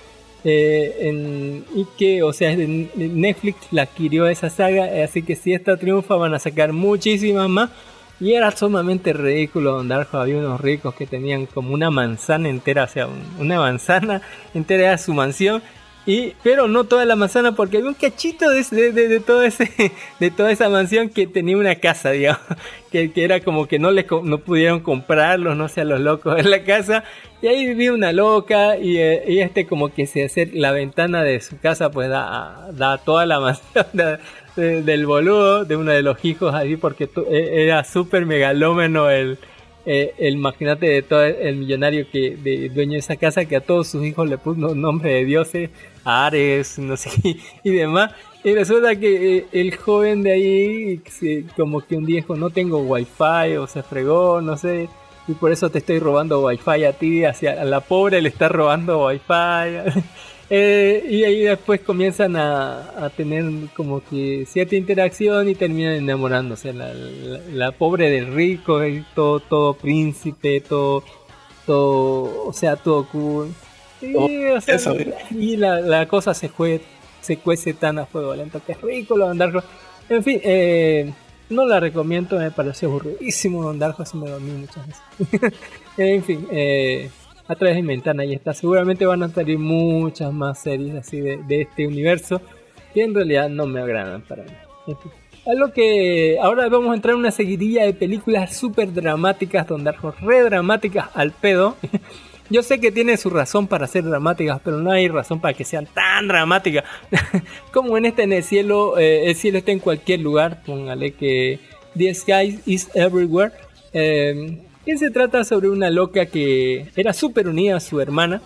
eh, en, y que, o sea, es de Netflix la adquirió esa saga, así que si esta triunfa van a sacar muchísimas más. Y era sumamente ridículo, Don Darjo. Había unos ricos que tenían como una manzana entera, o sea, un, una manzana entera era su mansión. Y, pero no toda la manzana, porque había un cachito de, de, de, de, todo ese, de toda esa mansión que tenía una casa, digamos. Que, que era como que no, le, no pudieron comprarlos, no sé, a los locos en la casa. Y ahí vivía una loca y, eh, y este como que se hace la ventana de su casa, pues da, da toda la mansión de, de, del boludo, de uno de los hijos ahí, porque tu, eh, era súper megalómeno el... Eh, el magnate de todo el millonario que de dueño de esa casa, que a todos sus hijos le puso nombre de dioses, Ares, no sé, y demás. Y resulta que eh, el joven de ahí se, como que un día dijo, no tengo wifi, o se fregó, no sé, y por eso te estoy robando wifi a ti, hacia a la pobre le está robando wifi. Eh, y ahí después comienzan a, a tener como que cierta interacción y terminan enamorándose. La, la, la pobre del rico, todo, todo príncipe, todo, todo, o sea, todo cool. Y, oh, o sea, eso, y la, la cosa se, jue, se cuece tan a fuego lento que es ridículo Don Darjo. En fin, eh, no la recomiendo, me pareció aburridísimo Don Darjo, así me dormí muchas veces. En fin, eh... A través de mi ventana, ahí está. Seguramente van a salir muchas más series así de, de este universo que en realidad no me agradan para mí. Algo que ahora vamos a entrar en una seguidilla de películas súper dramáticas, donde re dramáticas al pedo. Yo sé que tiene su razón para ser dramáticas, pero no hay razón para que sean tan dramáticas. Como en este, en el cielo, eh, el cielo está en cualquier lugar. Póngale que The Sky is Everywhere. Eh, que se trata sobre una loca que era súper unida a su hermana.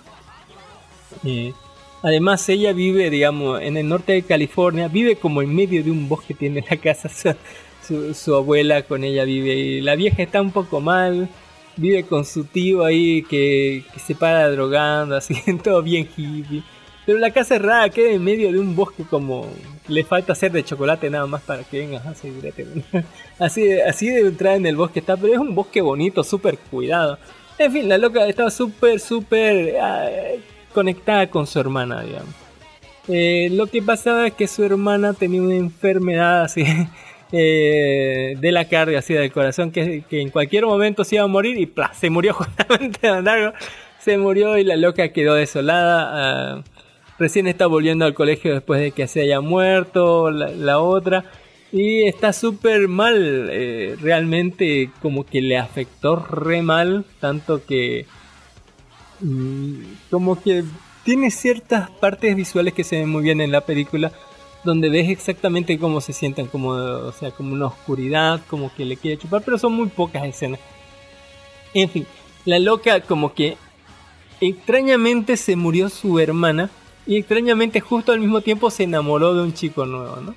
Eh, además ella vive, digamos, en el norte de California, vive como en medio de un bosque, tiene la casa, su, su, su abuela con ella vive, y la vieja está un poco mal, vive con su tío ahí que, que se para drogando, así, todo bien hippie. Pero la casa es rara, queda en medio de un bosque, como le falta hacer de chocolate nada más para que vengas a seguirte. Así, así de entrar en el bosque está, pero es un bosque bonito, súper cuidado. En fin, la loca estaba súper, súper uh, conectada con su hermana, digamos. Eh, lo que pasaba es que su hermana tenía una enfermedad así eh, de la carga, así del corazón, que, que en cualquier momento se iba a morir y ¡plá! Se murió justamente de andar. Se murió y la loca quedó desolada. Uh, Recién está volviendo al colegio después de que se haya muerto la, la otra. Y está súper mal. Eh, realmente como que le afectó re mal. Tanto que... Mmm, como que tiene ciertas partes visuales que se ven muy bien en la película. Donde ves exactamente cómo se sienten. Como, o sea, como una oscuridad. Como que le quiere chupar. Pero son muy pocas escenas. En fin. La loca como que... extrañamente se murió su hermana. Y extrañamente justo al mismo tiempo se enamoró de un chico nuevo, ¿no?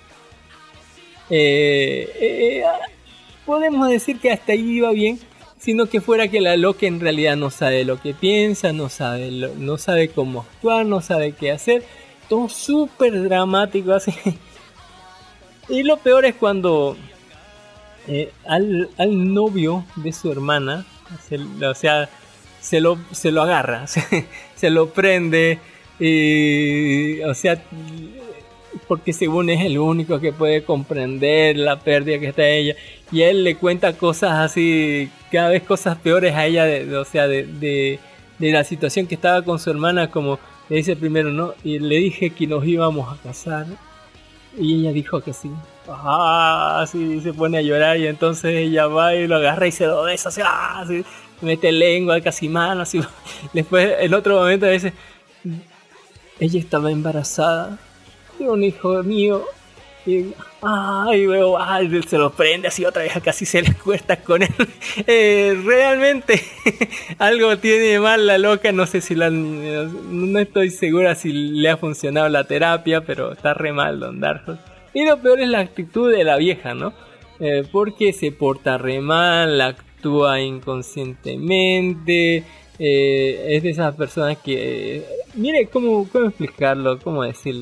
Eh, eh, podemos decir que hasta ahí iba bien, sino que fuera que la loca en realidad no sabe lo que piensa, no sabe, lo, no sabe cómo actuar, no sabe qué hacer. Todo súper dramático así. Y lo peor es cuando eh, al, al novio de su hermana, se, o sea, se lo, se lo agarra, se, se lo prende. Y, o sea, porque según es el único que puede comprender la pérdida que está ella, y él le cuenta cosas así, cada vez cosas peores a ella, de, de, o sea, de, de, de la situación que estaba con su hermana, como le dice primero, ¿no? Y le dije que nos íbamos a casar, y ella dijo que sí. Ah, así se pone a llorar, y entonces ella va y lo agarra y se lo besa, así, ah, así mete lengua, casi mano, así. Después, en otro momento, dice... ella estaba embarazada de un hijo mío. Y, ay, luego ay, se lo prende así otra vez, casi se le cuesta con él. Eh, realmente algo tiene mal la loca. No sé si la, no estoy segura si le ha funcionado la terapia, pero está re mal Don Darjo. Y lo peor es la actitud de la vieja, ¿no? Eh, porque se porta re mal, actúa inconscientemente. Eh, es de esas personas que... Eh, mire, ¿cómo, ¿cómo explicarlo? ¿Cómo decirle?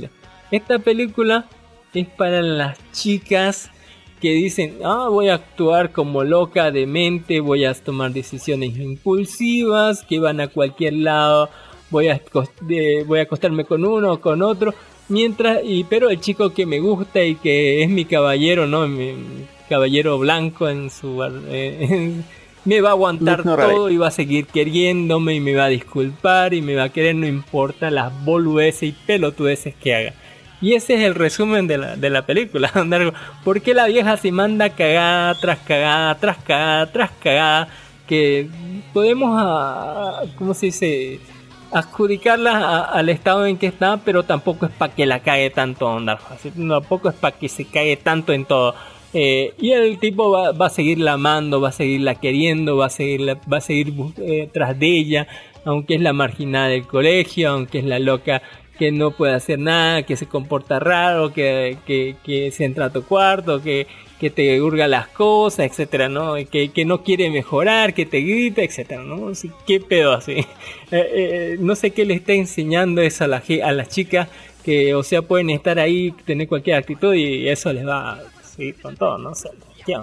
esta película es para las chicas que dicen, ah, voy a actuar como loca, demente, voy a tomar decisiones impulsivas, que van a cualquier lado, voy a, eh, voy a acostarme con uno o con otro, mientras, y pero el chico que me gusta y que es mi caballero, ¿no? Mi, mi caballero blanco en su... Eh, en, me va a aguantar todo y va a seguir queriéndome y me va a disculpar y me va a querer, no importa las boludeces y pelotudeces que haga. Y ese es el resumen de la, de la película. ¿Por qué la vieja se manda cagada tras cagada, tras cagada, tras cagada? Que podemos, a, ¿cómo se dice? Adjudicarla a, al estado en que está, pero tampoco es para que la cague tanto, onda. Tampoco es para que se cague tanto en todo. Eh, y el tipo va, va a seguirla amando, va a seguirla queriendo, va a seguir, va a seguir eh, tras de ella, aunque es la marginada del colegio, aunque es la loca que no puede hacer nada, que se comporta raro, que, que, que se entra a tu cuarto, que, que te hurga las cosas, etcétera, ¿no? Que, que no quiere mejorar, que te grita, etcétera, ¿no? Así, ¿qué pedo así? Eh, eh, no sé qué le está enseñando eso a, la, a las chicas, que o sea pueden estar ahí, tener cualquier actitud y eso les va a seguir con todo, ¿no? O sea,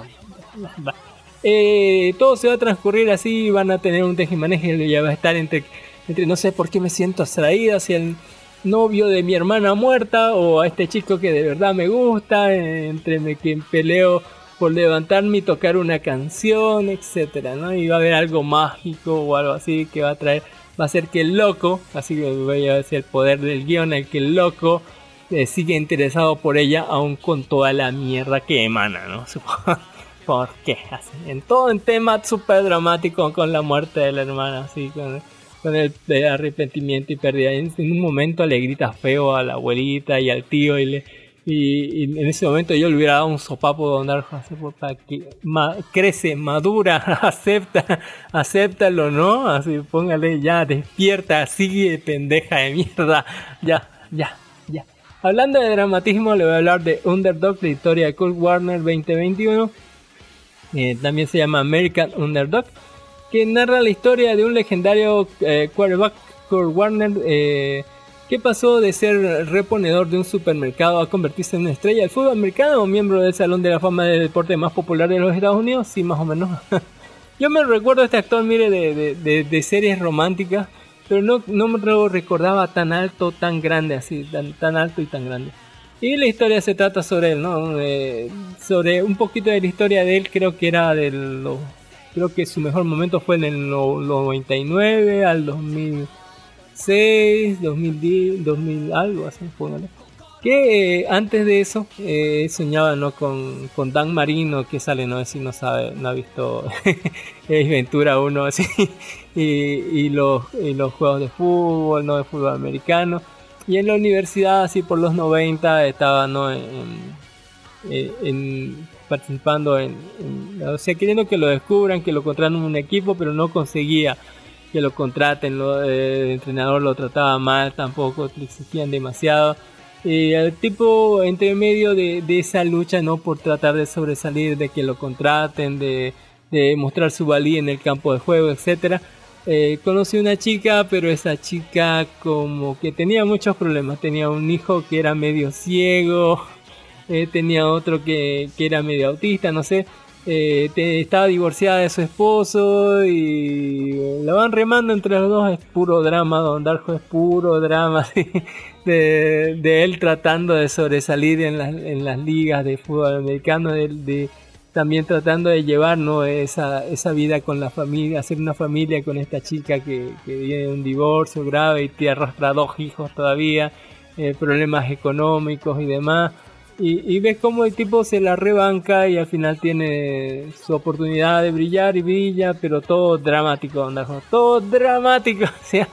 eh, todo se va a transcurrir así, van a tener un tejimaneje y ya va a estar entre, entre no sé por qué me siento atraída hacia el novio de mi hermana muerta o a este chico que de verdad me gusta, entre me que peleo por levantarme y tocar una canción, etcétera, ¿no? Y va a haber algo mágico o algo así que va a traer, va a ser que el loco, así que voy a decir el poder del guión, el que el loco eh, sigue interesado por ella aún con toda la mierda que emana, ¿no? ¿Por qué? Así, en todo un tema súper dramático con la muerte de la hermana, así con con el, el arrepentimiento y pérdida. En, en un momento le grita feo a la abuelita y al tío y, le, y, y en ese momento yo le hubiera dado un sopapo donde así, para que ma, crece, madura, acepta, acéptalo, ¿no? Así, póngale ya, despierta, sigue pendeja de mierda, ya, ya, ya. Hablando de dramatismo, le voy a hablar de Underdog, la historia de Kurt Warner veinte veintiuno. Eh, también se llama American Underdog, que narra la historia de un legendario eh, quarterback, Kurt Warner, eh, que pasó de ser reponedor de un supermercado a convertirse en una estrella del fútbol americano o miembro del Salón de la Fama del deporte más popular de los Estados Unidos. Sí, más o menos. Yo me recuerdo a este actor, mire, de, de, de, de series románticas, pero no, no me lo recordaba tan alto, tan grande, así, tan, tan alto y tan grande. Y la historia se trata sobre él, ¿no? Eh, sobre un poquito de la historia de él, creo que era de los... Creo que su mejor momento fue en el noventa y nueve al dos mil seis, dos mil diez, dos mil algo así, póngale. Que eh, antes de eso eh, soñaba, ¿no? con, con Dan Marino, que sale, no sé si no sabe, no ha visto Ace Ventura uno así, y, y, los, y los juegos de fútbol, no de fútbol americano. Y en la universidad, así por los noventa, estaba, ¿no? en, en, en participando en, en, o sea, queriendo que lo descubran, que lo contraten en un equipo, pero no conseguía que lo contraten, lo, eh, el entrenador lo trataba mal, tampoco le exigían demasiado, y el tipo entre medio de, de esa lucha, no, por tratar de sobresalir, de que lo contraten, de, de mostrar su valía en el campo de juego, etcétera, eh, conocí una chica, pero esa chica como que tenía muchos problemas, tenía un hijo que era medio ciego, Eh, tenía otro que, que era medio autista, no sé, eh, te, estaba divorciada de su esposo y la van remando entre los dos. Es puro drama, Don Darjo, es puro drama, ¿sí? de, de él tratando de sobresalir en las, en las ligas de fútbol americano, de, de, también tratando de llevar, ¿no? esa, esa vida con la familia, hacer una familia con esta chica que, que viene de un divorcio grave y te arrastra dos hijos todavía, eh, problemas económicos y demás. Y, y ves cómo el tipo se la rebanca y al final tiene su oportunidad de brillar y brilla, pero todo dramático, onda, todo dramático, o sea,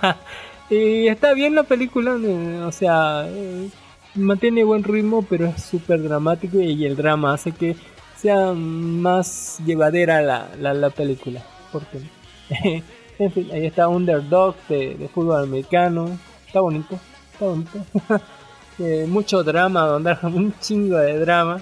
y está bien la película, o sea, mantiene buen ritmo, pero es súper dramático y el drama hace que sea más llevadera la, la, la película, porque en fin, ahí está Underdog de, de fútbol americano, está bonito, está bonito. Eh, mucho drama, donde un chingo de drama.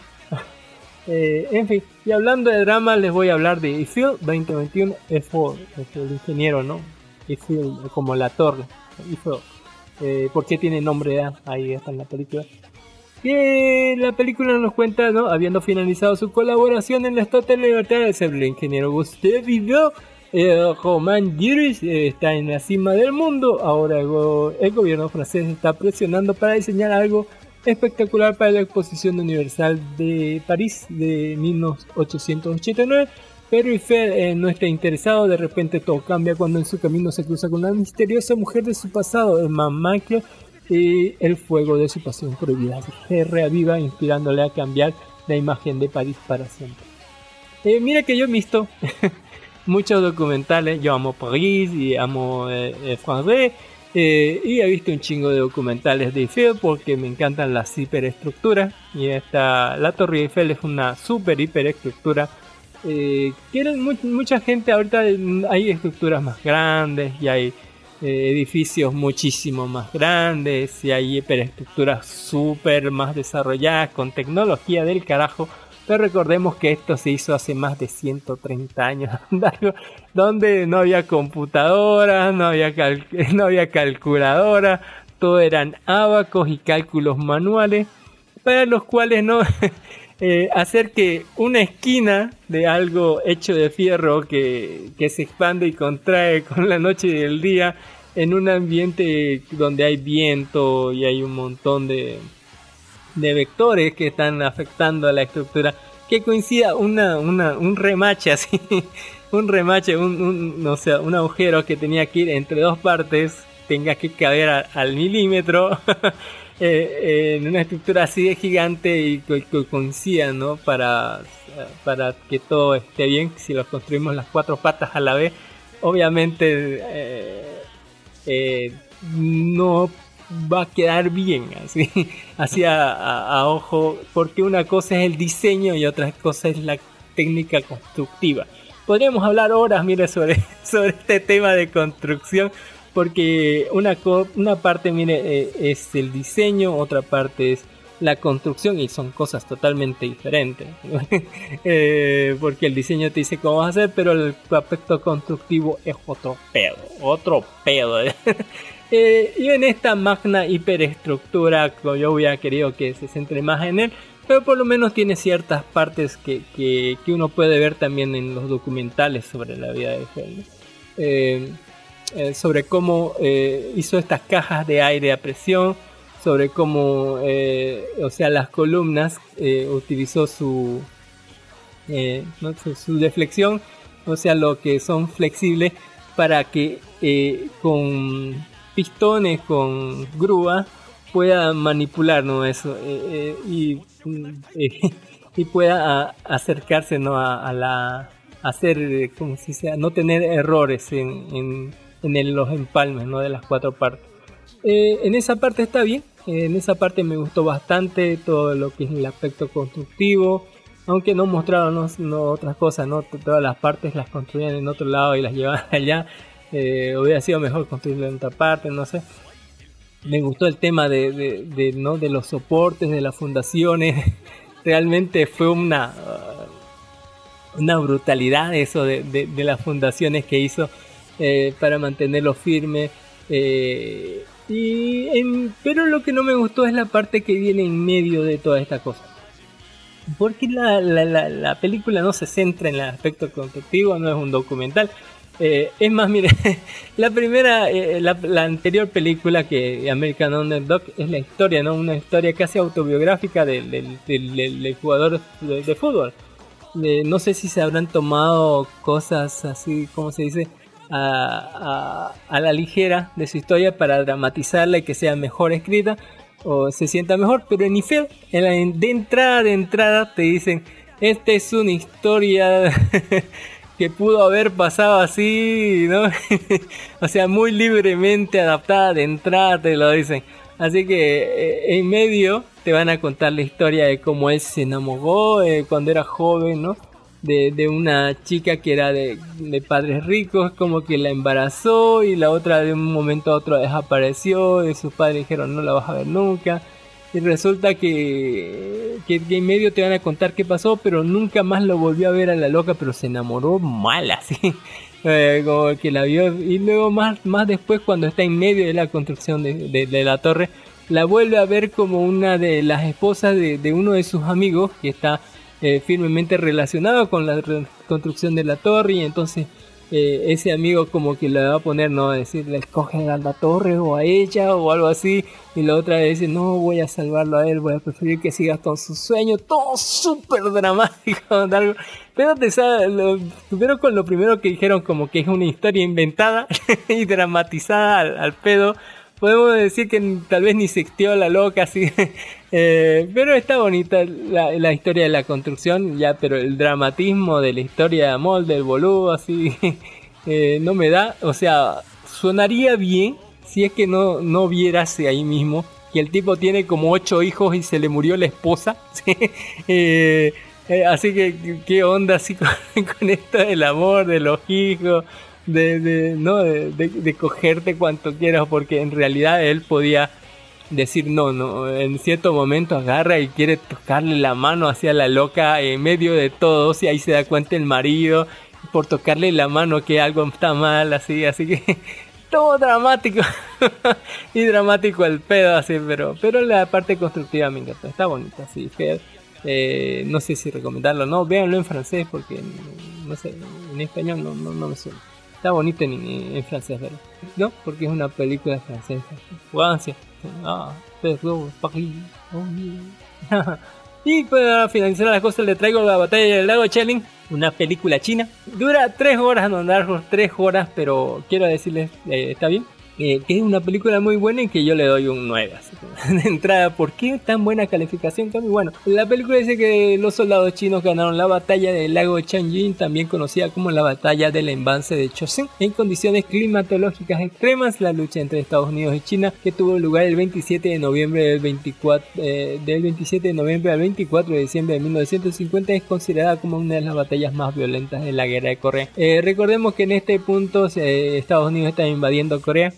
eh, en fin, y hablando de drama, les voy a hablar de Eiffel veinte veintiuno. Eiffel, el ingeniero, ¿no? Eiffel, como la torre. Eiffel. Eh, ¿Por qué tiene nombre? Ah, ahí está en la película. Que la película nos cuenta, ¿no? Habiendo finalizado su colaboración en la Estatua de Libertad de ser el ingeniero Gustave Eiffel, eh, Romain Duris eh, está en la cima del mundo. Ahora el, go- el gobierno francés está presionando para diseñar algo espectacular para la Exposición Universal de París de mil ochocientos ochenta y nueve. Pero Eiffel eh, no está interesado. De repente todo cambia cuando en su camino se cruza con la misteriosa mujer de su pasado, Emma Macle, y el fuego de su pasión prohibida se reaviva, inspirándole a cambiar la imagen de París para siempre. Eh, mira que yo he visto muchos documentales. Yo amo París y amo eh, eh, Francés, eh, y he visto un chingo de documentales de Eiffel porque me encantan las hiperestructuras. Y esta, la Torre Eiffel es una super hiperestructura. Eh, quieren mu- mucha gente ahorita. Hay estructuras más grandes y hay eh, edificios muchísimo más grandes y hay hiperestructuras super más desarrolladas con tecnología del carajo. Pero recordemos que esto se hizo hace más de ciento treinta años, donde no había computadoras, no había, cal- no había calculadora, todo eran ábacos y cálculos manuales, para los cuales no eh, hacer que una esquina de algo hecho de fierro que, que se expande y contrae con la noche y el día en un ambiente donde hay viento y hay un montón de de vectores que están afectando a la estructura, que coincida una, una, un remache así, un remache, un, un, o sea, un agujero que tenía que ir entre dos partes, tenga que caber a, al milímetro, eh, eh, en una estructura así de gigante y que, que coincida, ¿no? Para, para que todo esté bien. Si lo construimos las cuatro patas a la vez, obviamente eh, eh, no va a quedar bien así, así a, a, a ojo, porque una cosa es el diseño y otra cosa es la técnica constructiva. Podríamos hablar horas, mire, sobre, sobre este tema de construcción, porque una, co- una parte, mire, eh, es el diseño, otra parte es la construcción y son cosas totalmente diferentes. eh, porque el diseño te dice cómo vas a hacer, pero el aspecto constructivo es otro pedo, otro pedo. Eh, y en esta magna hiperestructura yo hubiera querido que se centre más en él, pero por lo menos tiene ciertas partes que, que, que uno puede ver también en los documentales sobre la vida de Eiffel. Eh, eh, sobre cómo eh, hizo estas cajas de aire a presión, sobre cómo, eh, o sea, las columnas eh, utilizó su, eh, ¿no? su, su deflexión, o sea, lo que son flexibles para que eh, con pistones, con grúa, pueda manipular, ¿no? Eso eh, eh, y, eh, y pueda a, acercarse, ¿no? a, a la hacer, eh, como si sea, no tener errores en, en, en el, los empalmes, ¿no? De las cuatro partes. Eh, en esa parte está bien, eh, en esa parte me gustó bastante todo lo que es el aspecto constructivo, aunque no mostraron no, no, otras cosas, ¿no? Todas las partes las construían en otro lado y las llevaban allá. Eh, hubiera sido mejor construirlo en otra parte, no sé. Me gustó el tema de, de, de, ¿no? de los soportes, de las fundaciones. Realmente fue una uh, una brutalidad eso de, de, de las fundaciones que hizo eh, para mantenerlo firme. Eh, y en, pero lo que no me gustó es la parte que viene en medio de toda esta cosa. Porque la, la, la, la película no se centra en el aspecto constructivo, no es un documental. Eh, es más, mire, la primera, eh, la, la anterior película que American Underdog es la historia, ¿no? Una historia casi autobiográfica del, del, del, del jugador de, de fútbol. Eh, no sé si se habrán tomado cosas así, ¿cómo se dice? A, a, a la ligera de su historia para dramatizarla y que sea mejor escrita o se sienta mejor, pero en Eiffel, en la, de entrada, de entrada te dicen, esta es una historia que pudo haber pasado así, ¿no? O sea, muy libremente adaptada de entrada, te lo dicen. Así que eh, en medio te van a contar la historia de cómo él se enamoró eh, cuando era joven, ¿no? De, de una chica que era de, de padres ricos, como que la embarazó y la otra de un momento a otro desapareció y sus padres dijeron no la vas a ver nunca. Y resulta que, que, que en medio te van a contar qué pasó, pero nunca más lo volvió a ver a la loca, pero se enamoró mal así. Eh, como que la vio y luego más, más después cuando está en medio de la construcción de, de, de la torre, la vuelve a ver como una de las esposas de, de uno de sus amigos que está eh, firmemente relacionado con la reconstrucción de la torre, y entonces eh, ese amigo como que le va a poner, no, a decirle escogen a la torre o a ella o algo así, y la otra dice no, voy a salvarlo a él, voy a preferir que siga con su sueño, todo súper dramático, pero te sabe, lo, primero con lo primero que dijeron como que es una historia inventada y dramatizada al, al pedo. Podemos decir que tal vez ni se extió la loca, así. eh, pero está bonita la, la historia de la construcción, ya, pero el dramatismo de la historia de amor del boludo, así, eh, no me da. O sea, sonaría bien si es que no, no viérase ahí mismo que el tipo tiene como ocho hijos y se le murió la esposa. ¿Sí? eh, eh, así que, ¿qué onda así con, con esto del amor, de los hijos? De, de, no, de, de, de cogerte cuanto quieras, porque en realidad él podía decir no, no, en cierto momento agarra y quiere tocarle la mano hacia la loca en medio de todos, y ahí se da cuenta el marido por tocarle la mano que algo está mal, así, así que todo dramático y dramático el pedo, así, pero, pero la parte constructiva me encantó, está bonita, así, que eh, no sé si recomendarlo, no, véanlo en francés porque no sé, en español no, no, no me suena. Está bonito en, en, en francés, ¿verdad? ¿No? Porque es una película francesa. Francia. Ah, pero París. Oh, yeah. Y para finalizar las cosas le traigo La Batalla del Lago Chelin, una película china. Dura tres horas, no andar tres horas, pero quiero decirles, eh, está bien. Eh, que es una película muy buena y que yo le doy un nueve así, de entrada. ¿Por qué tan buena calificación? Bueno, la película dice que los soldados chinos ganaron la batalla del lago Changjin, también conocida como la batalla del embalse de Chosin, en condiciones climatológicas extremas. La lucha entre Estados Unidos y China, que tuvo lugar el veintisiete de noviembre del veinticuatro, eh, del veintisiete de noviembre al veinticuatro de diciembre de mil novecientos cincuenta, es considerada como una de las batallas más violentas de la guerra de Corea. Eh, recordemos que en este punto eh, Estados Unidos está invadiendo Corea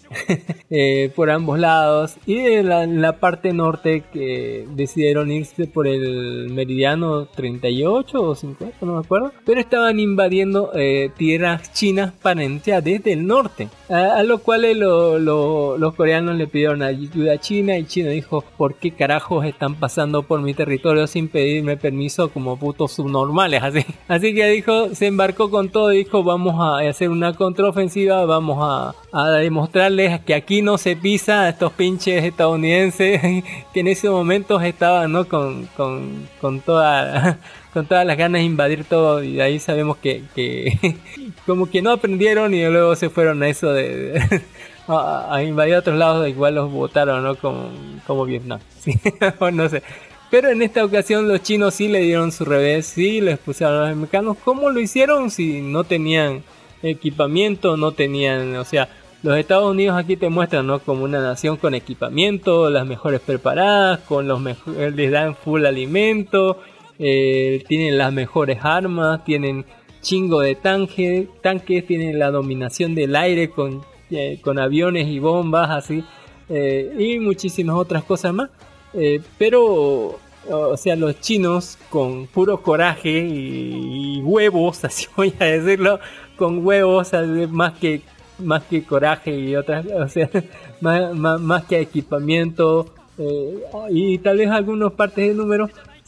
eh, por ambos lados, y en la, en la parte norte que decidieron irse por el meridiano treinta y ocho o cincuenta, no me acuerdo, pero estaban invadiendo eh, tierras chinas para entrar desde el norte, a, a lo cual eh, lo, lo, los coreanos le pidieron ayuda a China, y China dijo, ¿por qué carajos están pasando por mi territorio sin pedirme permiso como putos subnormales? Así, así que dijo, se embarcó con todo y dijo, vamos a hacer una contraofensiva, vamos a, a demostrarles que aquí no se pisa a estos pinches estadounidenses que en ese momento estaban, ¿no? con, con, con toda con todas las ganas de invadir todo, y de ahí sabemos que, que como que no aprendieron y luego se fueron a eso de, de a, a invadir otros lados, igual los votaron, ¿no? como, como Vietnam, ¿sí? No sé. Pero en esta ocasión los chinos sí le dieron su revés, sí les pusieron a los americanos. ¿Cómo lo hicieron? Si no tenían equipamiento, no tenían, o sea, los Estados Unidos aquí te muestran, ¿no? Como una nación con equipamiento, las mejores preparadas, con los mejores, les dan full alimento, eh, tienen las mejores armas, tienen chingo de tanque, tanques, tienen la dominación del aire con, eh, con aviones y bombas, así, eh, y muchísimas otras cosas más. Eh, pero, o sea, los chinos con puro coraje y, y huevos, así voy a decirlo, con huevos, más que más que coraje y otras, o sea, más, más, más que equipamiento, eh, y tal vez algunas partes de números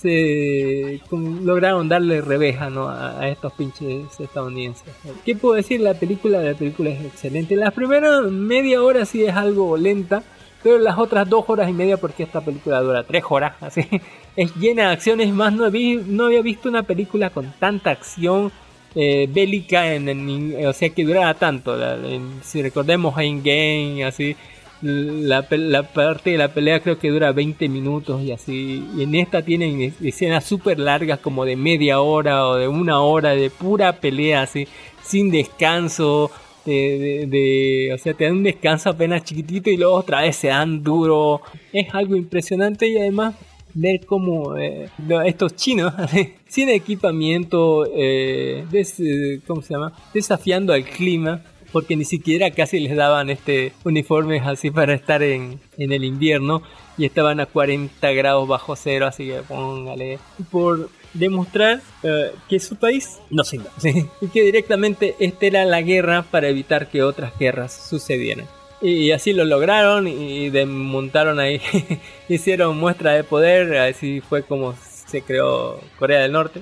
se con, lograron darle reveja, ¿no? a, a estos pinches estadounidenses. ¿Qué puedo decir? La película, la película es excelente. La primera media hora sí es algo lenta, pero las otras dos horas y media, porque esta película dura tres horas, así, es llena de acciones. Más no, vi, no había visto una película con tanta acción Eh, bélica, en, en, o sea, que durara tanto. La, en, si recordemos Endgame, así, la, la parte de la pelea creo que dura veinte minutos y así, y en esta tienen escenas súper largas como de media hora o de una hora de pura pelea, así, sin descanso, de, de, de, o sea, te dan un descanso apenas chiquitito y luego otra vez se dan duro. Es algo impresionante, y además ver cómo eh, estos chinos sin equipamiento, eh, des, ¿cómo se llama? desafiando al clima, porque ni siquiera casi les daban este uniformes así para estar en, en el invierno, y estaban a cuarenta grados bajo cero, así que póngale, por demostrar eh, que su país no sirve, ¿sí? Y que directamente esta era la guerra para evitar que otras guerras sucedieran. Y así lo lograron y desmontaron ahí, hicieron muestra de poder, así fue como se creó Corea del Norte.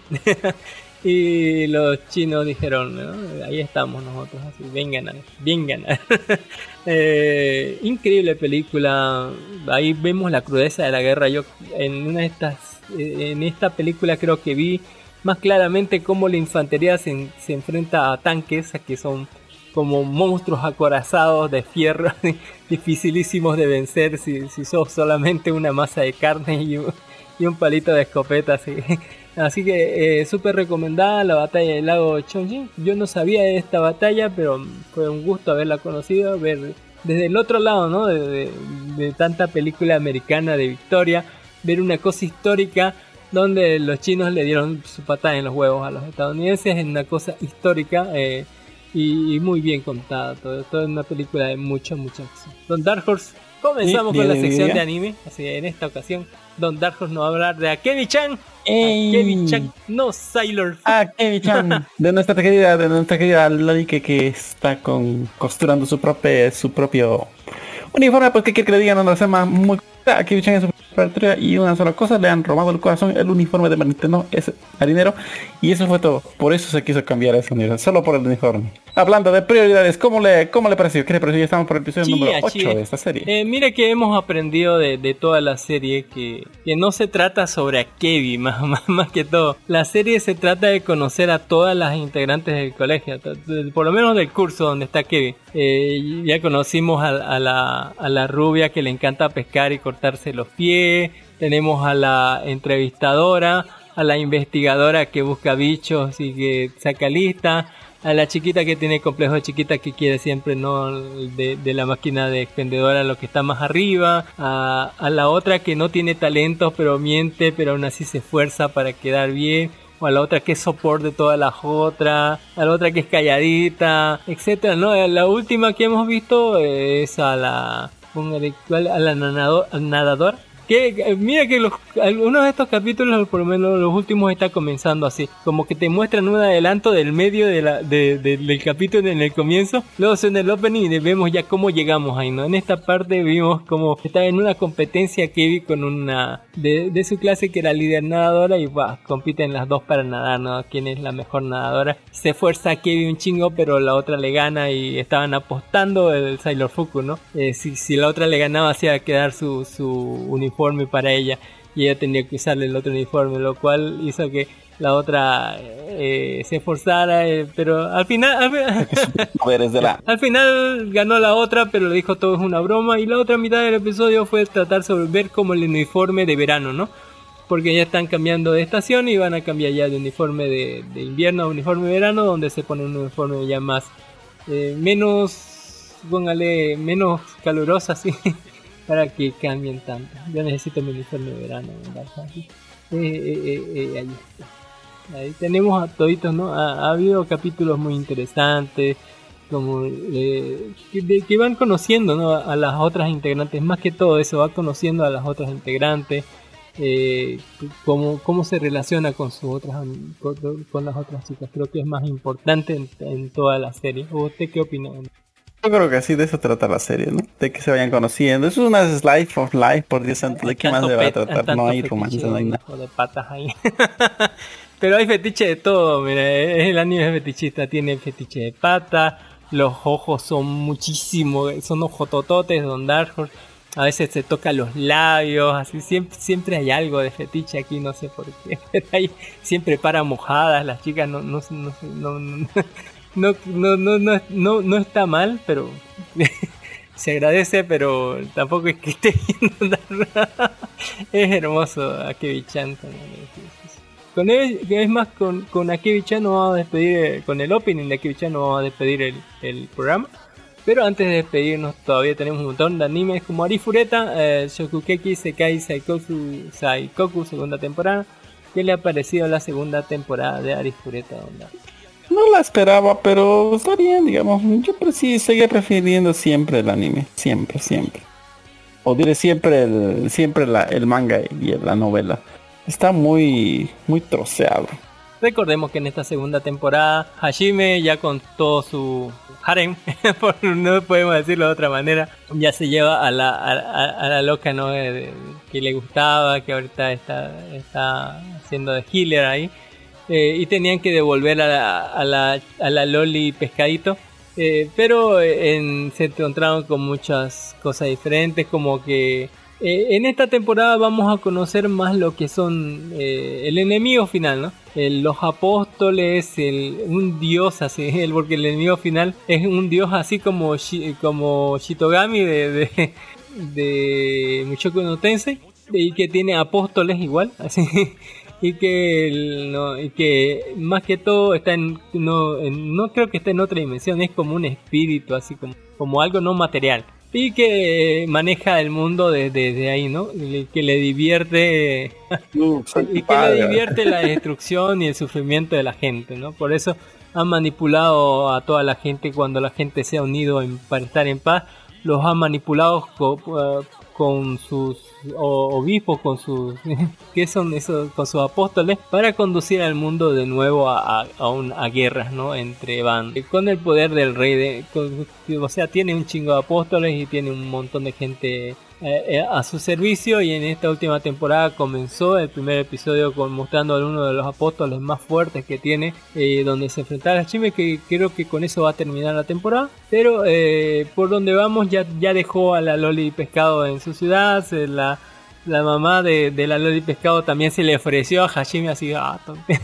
Y los chinos dijeron, ¿no? Ahí estamos nosotros, así, bien ganar, bien ganar. eh, increíble película, ahí vemos la crudeza de la guerra. Yo en una de estas, en esta película creo que vi más claramente cómo la infantería se, se enfrenta a tanques, que son como monstruos acorazados de fierro, dificilísimos de vencer si, si sos solamente una masa de carne y un, y un palito de escopeta, así. Así que eh, súper recomendada la batalla del lago Chongjin. Yo no sabía de esta batalla, pero fue un gusto haberla conocido, ver desde el otro lado, ¿no? De, de, de tanta película americana de victoria, ver una cosa histórica donde los chinos le dieron su patada en los huevos a los estadounidenses, en una cosa histórica eh, y, y muy bien contada. Todo, todo es una película de mucha, mucha acción. Don Dark Horse, comenzamos Sí, con la bien, sección bien. de anime. Así que en esta ocasión Don Dark Horse nos va a hablar de Akebi-chan. Ey. Akebi-chan, no Sailor. Ah, Kevin-chan, de nuestra querida, de nuestra querida Lorike, que está con costurando su propio, su propio uniforme, pues que quiere que le digan una más muy. Kevin-chan es su patria y una sola cosa, le han robado el corazón, el uniforme de Nintendo es marinero, y eso fue todo. Por eso se quiso cambiar ese uniforme, solo por el uniforme. Hablando de prioridades, ¿cómo le, cómo le pareció? ¿Qué le pareció? Ya estamos por el episodio Chía, número ocho chía. de esta serie. Eh, mira que hemos aprendido de, de toda la serie que, que no se trata sobre Akebi, más, más, más que todo. La serie se trata de conocer a todas las integrantes del colegio, t- t- por lo menos del curso donde está Akebi. Eh, ya conocimos a, a, la, a la rubia que le encanta pescar y cortarse los pies. Tenemos a la entrevistadora, a la investigadora que busca bichos y que saca lista, a la chiquita que tiene complejo de chiquita que quiere siempre no de, de la máquina de expendedora lo que está más arriba, a, a la otra que no tiene talentos pero miente pero aún así se esfuerza para quedar bien, o a la otra que es soporte de todas las otras, a la otra que es calladita, etcétera, ¿no? La última que hemos visto es a la, póngale, ¿cuál? A la nadador, nadadora. Que eh, mira que los, algunos de estos capítulos, por lo menos los últimos, está comenzando así, como que te muestran un adelanto del medio de la, de, de- del capítulo en el comienzo, luego en el opening y vemos ya cómo llegamos ahí, ¿no? En esta parte vimos como estaba en una competencia Kevin con una de, de su clase que era líder nadadora y bah, compiten las dos para nadar, ¿no? ¿Quién es la mejor nadadora? Se esfuerza Kevin un chingo, pero la otra le gana y estaban apostando el Sailor Fuku, ¿no? Eh, si, si la otra le ganaba, se iba a quedar su, su uniforme para ella y ella tenía que usarle el otro uniforme, lo cual hizo que la otra eh, se esforzara, eh, pero al final al, fi- Poderes de la. al final ganó la otra, pero le dijo todo es una broma, y la otra mitad del episodio fue tratar sobre ver como el uniforme de verano, ¿no? Porque ya están cambiando de estación y van a cambiar ya de uniforme de, de invierno a uniforme de verano, donde se pone un uniforme ya más eh, menos, póngale, menos caluroso así. Para que cambien tanto. Yo necesito mi uniforme de verano, ¿verdad? Eh, eh, eh, eh, ahí está. Ahí tenemos a toditos, ¿no? Ha, ha habido capítulos muy interesantes, como eh, que, de- que van conociendo, ¿no? A las otras integrantes. Más que todo eso, va conociendo a las otras integrantes, eh, cómo, cómo se relaciona con sus otras, am- con, con las otras chicas. Creo que es más importante en, en toda la serie. ¿O usted qué opina? Yo creo que así de eso trata la serie, ¿no? De que se vayan conociendo. Eso es una slice of life, por Dios santo. ¿De qué más Tanto le va a pe- tratar? tanto No hay fetiche, romance, no hay nada. hijo de patas ahí. Pero hay fetiche de todo, mira, el anime es fetichista, tiene fetiche de pata, los ojos son muchísimo, son ojotototes, Don Dark Horse, a veces se toca los labios, así siempre, siempre hay algo de fetiche aquí, no sé por qué, pero hay, siempre para mojadas, las chicas no, no, no, no, no, no, no, no, no, no, no está mal, pero se agradece, pero tampoco es que esté viendo nada. Es hermoso Akebi-chan también. Con él, es más, con, con Akebi-chan nos vamos a despedir, eh, con el opening de Akebi-chan nos vamos a despedir el, el programa. Pero antes de despedirnos todavía tenemos un montón de animes como Arifureta, eh, Shokugeki Sekai Saikoku, Saikoku segunda temporada. ¿Qué le ha parecido la segunda temporada de Arifureta? Onda? No la esperaba, pero está bien, digamos. Yo pre- sí seguía prefiriendo siempre el anime. Siempre, siempre. O diré siempre el, siempre la, el manga y la novela. Está muy, muy troceado. Recordemos que en esta segunda temporada Hajime, ya con todo su harem, no podemos decirlo de otra manera, ya se lleva a la, a, a la loca, ¿no? De, de, que le gustaba, que ahorita está, está haciendo de healer ahí, eh, y tenían que devolver a la, a la, a la loli pescadito, eh, pero en, se encontraron con muchas cosas diferentes, como que Eh, en esta temporada vamos a conocer más lo que son eh, el enemigo final, ¿no? El, los apóstoles, el, un dios así, el, porque el enemigo final es un dios así como, como Shitogami de, de, de Mushoku no Tensei, y que tiene apóstoles igual, así, y que, el, no, y que más que todo está en no, en, no creo que esté en otra dimensión, es como un espíritu, así como, como algo no material. Y que maneja el mundo desde, desde ahí, ¿no? Que le divierte uh, y que le divierte la destrucción y el sufrimiento de la gente, ¿no? Por eso ha manipulado a toda la gente. Cuando la gente se ha unido en, para estar en paz, los ha manipulado con, uh, con sus o, obispos, con sus ¿qué son esos? Con sus apóstoles, para conducir al mundo de nuevo a, a, a, un, a guerras, ¿no? Entre bandas, con el poder del rey de, con, o sea, tiene un chingo de apóstoles y tiene un montón de gente eh, a su servicio. Y en esta última temporada comenzó el primer episodio con, mostrando a uno de los apóstoles más fuertes que tiene, eh, donde se enfrentaba a Hajime, que creo que con eso va a terminar la temporada. Pero eh, por donde vamos ya, ya dejó a la loli pescado en su ciudad. Se la La mamá de, de la loli pescado también se le ofreció a Hajime, así ah,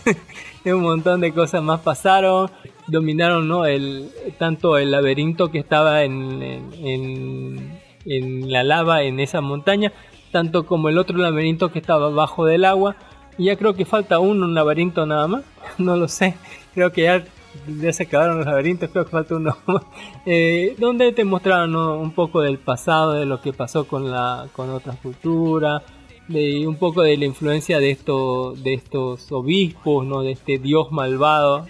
un montón de cosas más pasaron. Dominaron, ¿no? el tanto el laberinto que estaba en, en, en, en la lava en esa montaña, tanto como el otro laberinto que estaba bajo del agua. Y ya creo que falta uno, un laberinto nada más, no lo sé, creo que ya ya se acabaron los laberintos, creo que falta uno eh, donde te mostraron, ¿no? Un poco del pasado, de lo que pasó con la con otras culturas, de un poco de la influencia de estos de estos obispos, ¿no? De este dios malvado,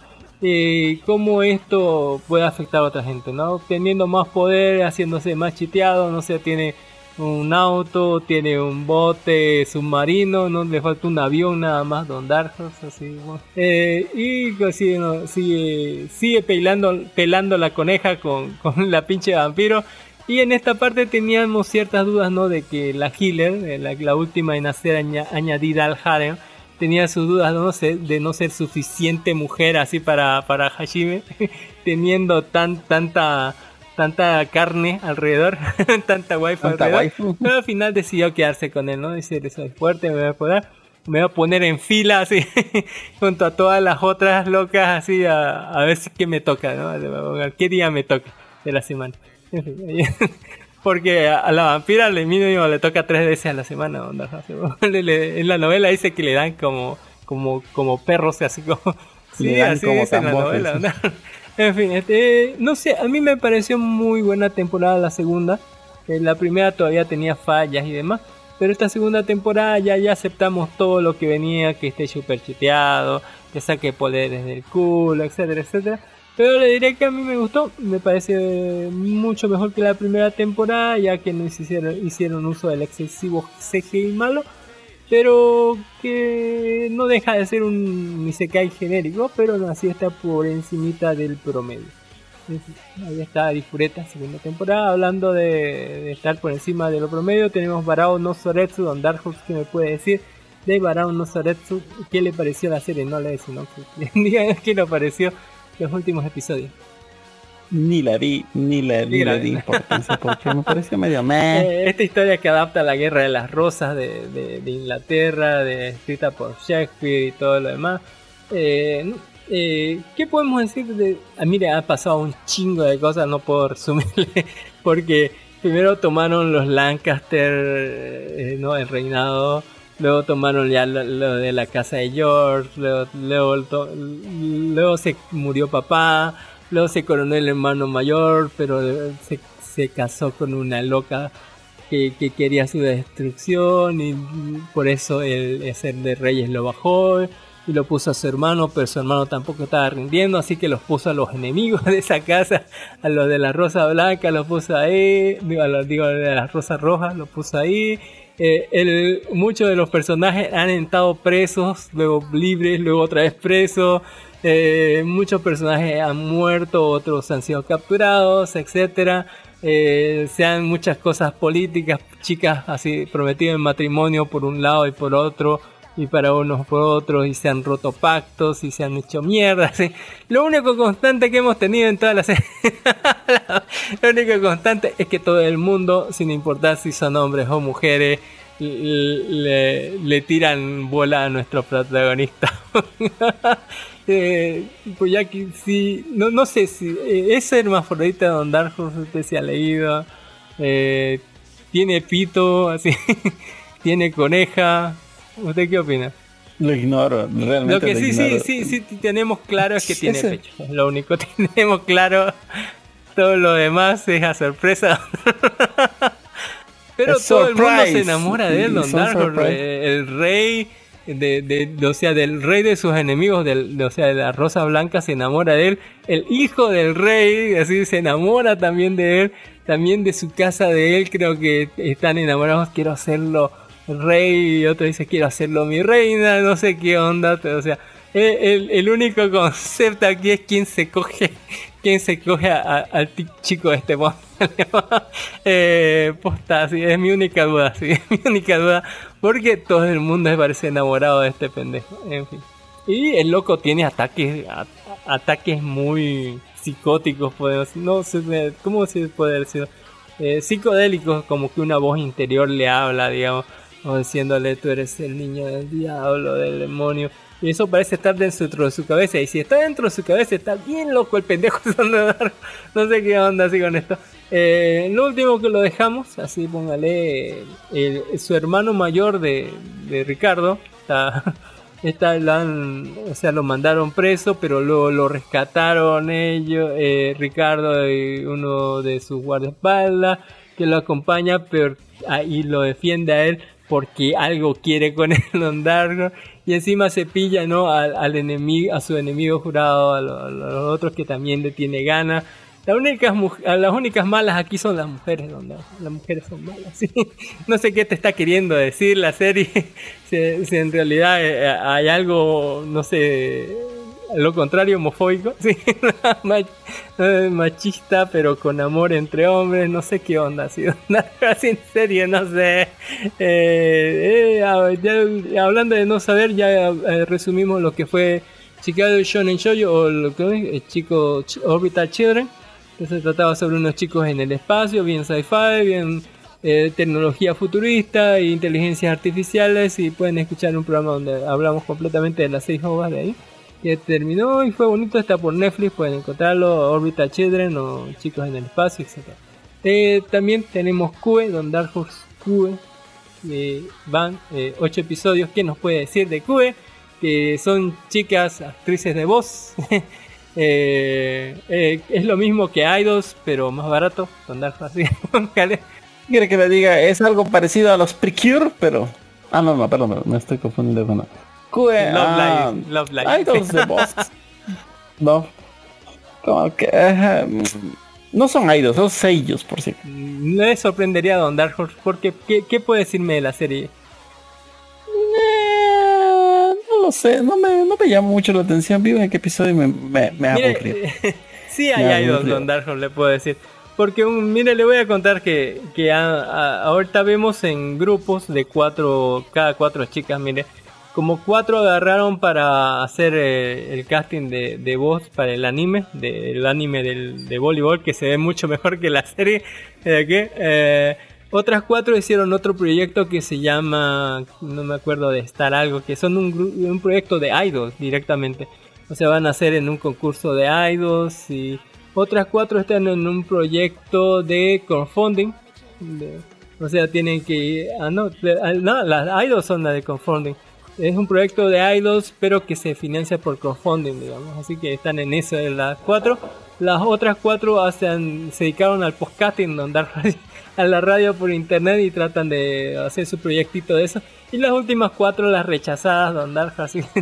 eh, cómo esto puede afectar a otra gente, ¿no? Teniendo más poder, haciéndose más chiteado, no sé, tiene un auto, tiene un bote submarino, no le falta un avión nada más, Don Darjos, así, bueno. eh, y pues, sí, no, sigue, sigue pelando, pelando la coneja con, con la pinche vampiro. Y en esta parte teníamos ciertas dudas, ¿no? De que la healer, la, la última en hacer aña, añadida al harem, tenía sus dudas, ¿no? de no ser suficiente mujer así para, para Hajime, teniendo tan tanta tanta carne alrededor, tanta waifu tanta alrededor, waifu. Pero al final decidió quedarse con él, ¿no? Dice, soy fuerte, me voy a poder, me voy a poner en fila así, junto a todas las otras locas así, a, a ver si qué me toca, ¿no? ¿Qué día me toca de la semana? Porque a la vampira al mínimo le toca tres veces a la semana, onda. En la novela dice que le dan como, como, como perros, así como, sí, así como dice en la novela, ¿no? En fin, este, no sé, a mí me pareció muy buena temporada la segunda. Eh, la primera todavía tenía fallas y demás, pero esta segunda temporada ya, ya aceptamos todo lo que venía, que esté super chiteado, que saque poderes del culo, etcétera, etcétera. Pero le diré que a mí me gustó, me parece mucho mejor que la primera temporada, ya que no hicieron, hicieron uso del excesivo C G I malo, pero que no deja de ser un isekai genérico, pero no, así está por encimita del promedio. Ahí está Arifureta, segunda temporada. Hablando de, de estar por encima de lo promedio, tenemos Barao no Soretsu, Don Darkhawk, que me puede decir de Barao no Soretsu, ¿qué le pareció la serie? No le sino que digan qué le pareció los últimos episodios. Ni la vi, ni la vi, le di importancia porque me pareció medio meh. Eh, esta historia que adapta a la Guerra de las Rosas de, de, de Inglaterra, de, escrita por Shakespeare y todo lo demás. Eh, eh, ¿Qué podemos decir? De, ah, mire, ha pasado un chingo de cosas, no puedo resumirle, porque primero tomaron los Lancaster, eh, ¿no? El reinado. Luego tomaron ya lo, lo de la casa de George. Luego, luego, to, luego se murió papá. Luego se coronó el hermano mayor, pero se, se casó con una loca que, que quería su destrucción, y por eso el, el ser de reyes lo bajó y lo puso a su hermano, pero su hermano tampoco estaba rindiendo, así que los puso a los enemigos de esa casa, a los de la rosa blanca los puso ahí, digo, a los, digo, de la rosa roja los puso ahí, eh, el, muchos de los personajes han estado presos, luego libres, luego otra vez presos. Eh, muchos personajes han muerto, otros han sido capturados, etcétera. Eh, se han muchas cosas políticas, chicas así prometidas en matrimonio por un lado y por otro, y para unos por otros, y se han roto pactos y se han hecho mierda. ¿Sí? Lo único constante que hemos tenido en todas las series, lo único constante es que todo el mundo, sin importar si son hombres o mujeres, le, le tiran bola a nuestro protagonista. Eh, pues ya que sí, no, no sé si eh, es hermafrodita de Don Dark Horse, usted se ha leído, eh, tiene pito, así, tiene coneja, ¿usted qué opina? Lo ignoro, realmente lo que lo sí, ignoro. sí, sí, sí tenemos claro es que tiene Ese... pecho, es lo único que tenemos claro, todo lo demás es a sorpresa. Pero es todo surprise. El mundo se enamora de él, Don Dark Horse, el rey... De, de, o sea, del rey de sus enemigos, del, de, o sea, de la Rosa Blanca se enamora de él, el hijo del rey, así se enamora también de él, también de su casa de él, creo que están enamorados, quiero hacerlo rey, y otro dice quiero hacerlo mi reina, no sé qué onda, pero, o sea, el, el único concepto aquí es quién se coge, quién se coge a, a, al chico este posta, eh, posta, así, es mi única duda, sí, es mi única duda. Porque todo el mundo se parece enamorado de este pendejo. En fin. Y el loco tiene ataques a, ataques muy psicóticos, podemos, no sé, ¿cómo se puede decir? Eh, psicodélicos, como que una voz interior le habla, digamos, o diciéndole tú eres el niño del diablo, del demonio. Y eso parece estar dentro de su cabeza. Y si está dentro de su cabeza, está bien loco el pendejo. No sé qué onda así con esto. Eh, lo último que lo dejamos, así póngale, el, su hermano mayor de, de Ricardo, está, está, lo han, o sea, lo mandaron preso, pero luego lo rescataron ellos, eh, Ricardo y uno de sus guardaespaldas, que lo acompaña, pero ahí lo defiende a él porque algo quiere con él, Don Dark, y encima se pilla, ¿no? al, al enemigo, a su enemigo jurado, a, lo, a los otros que también le tiene ganas. Las únicas, las únicas malas aquí son las mujeres, donde las mujeres son malas, ¿sí? No sé qué te está queriendo decir la serie, si, si en realidad hay algo, no sé, lo contrario, homofóbico, ¿sí? Machista, pero con amor entre hombres, no sé qué onda, ¿sí? Así en serio, no sé. Eh, eh, ya, hablando de no saber, ya eh, resumimos lo que fue Chicago Shonen Shoujo, o lo que es Chico Orbital Children. Que se trataba sobre unos chicos en el espacio, bien sci-fi, bien eh, tecnología futurista e inteligencias artificiales, y pueden escuchar un programa donde hablamos completamente de las seis ovas de ahí, que terminó y fue bonito, está por Netflix, pueden encontrarlo, Orbital Children o Chicos en el Espacio, etcétera. Eh, también tenemos Cue, Don Dark Horse Cue, eh, van eh, ocho episodios. ¿Qué nos puede decir de Cue? Que son chicas actrices de voz. Eh, eh, es lo mismo que Idols, pero más barato. Así. Quiere que le diga, es algo parecido a los Precure, pero... Ah, no, no, perdón, me estoy confundiendo con... Cue, Love ah, Live, Love Live. Idols de voz. No. Como que... Uh, no son idols, son sellos, por cierto. No le sorprendería a Don Dark Horse, porque ¿qué, qué puede decirme de la serie? No sé, no me, no me llama mucho la atención. Vivo en qué episodio y me, me, me aburrió. Sí hay idols, Don Dark Horse, le puedo decir. Porque, un, mire, le voy a contar que, que a, a, ahorita vemos en grupos de cuatro, cada cuatro chicas, mire, como cuatro agarraron para hacer eh, el casting de, de voz para el anime, del anime del, de voleibol, que se ve mucho mejor que la serie. ¿De qué? Eh, Otras cuatro hicieron otro proyecto que se llama, no me acuerdo de Star algo, que son un, un proyecto de idols directamente. O sea, van a hacer en un concurso de idols, y otras cuatro están en un proyecto de crowdfunding. De, o sea, tienen que... Ah, no, de, no, las idols son las de crowdfunding. Es un proyecto de idols, pero que se financia por crowdfunding, digamos. Así que están en eso de las cuatro. Las otras cuatro hacen, se dedicaron al podcasting, donde a la radio por internet, y tratan de hacer su proyectito de eso. Y las últimas cuatro, las rechazadas, Don Dark, así,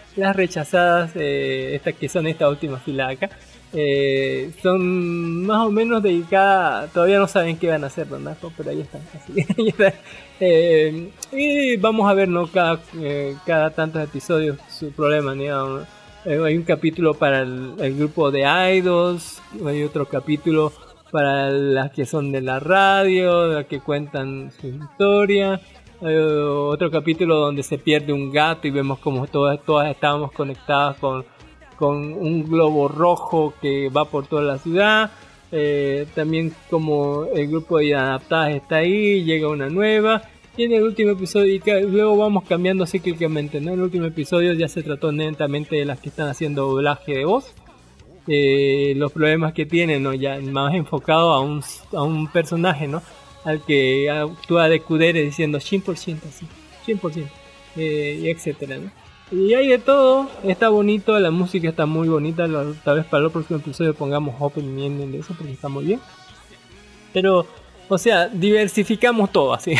las rechazadas, eh, estas que son esta última fila acá, eh, son más o menos dedicadas, todavía no saben qué van a hacer, ¿no? Pero ahí están, así, ahí están. Eh, y vamos a ver, ¿no? Cada, eh, cada tantos episodios su problema, ¿no? Eh, hay un capítulo para el, el grupo de idols, hay otro capítulo para las que son de la radio, las que cuentan su historia. Hay otro capítulo donde se pierde un gato y vemos como todas, todas estábamos conectadas con, con un globo rojo que va por toda la ciudad. Eh, también como el grupo de inadaptadas está ahí, llega una nueva. Y en el último episodio, y que luego vamos cambiando cíclicamente, ¿no? En el último episodio ya se trató netamente de las que están haciendo doblaje de voz. Eh, los problemas que tienen, ¿no? Ya más enfocado a un, a un personaje, ¿no? Al que actúa de Kudere diciendo cien por ciento así, cien por ciento, eh, y etcétera, ¿no? Y hay de todo, está bonito, la música está muy bonita, lo, tal vez para el próximo episodio pongamos opening y ending de eso porque está muy bien. Pero, o sea, diversificamos todo así.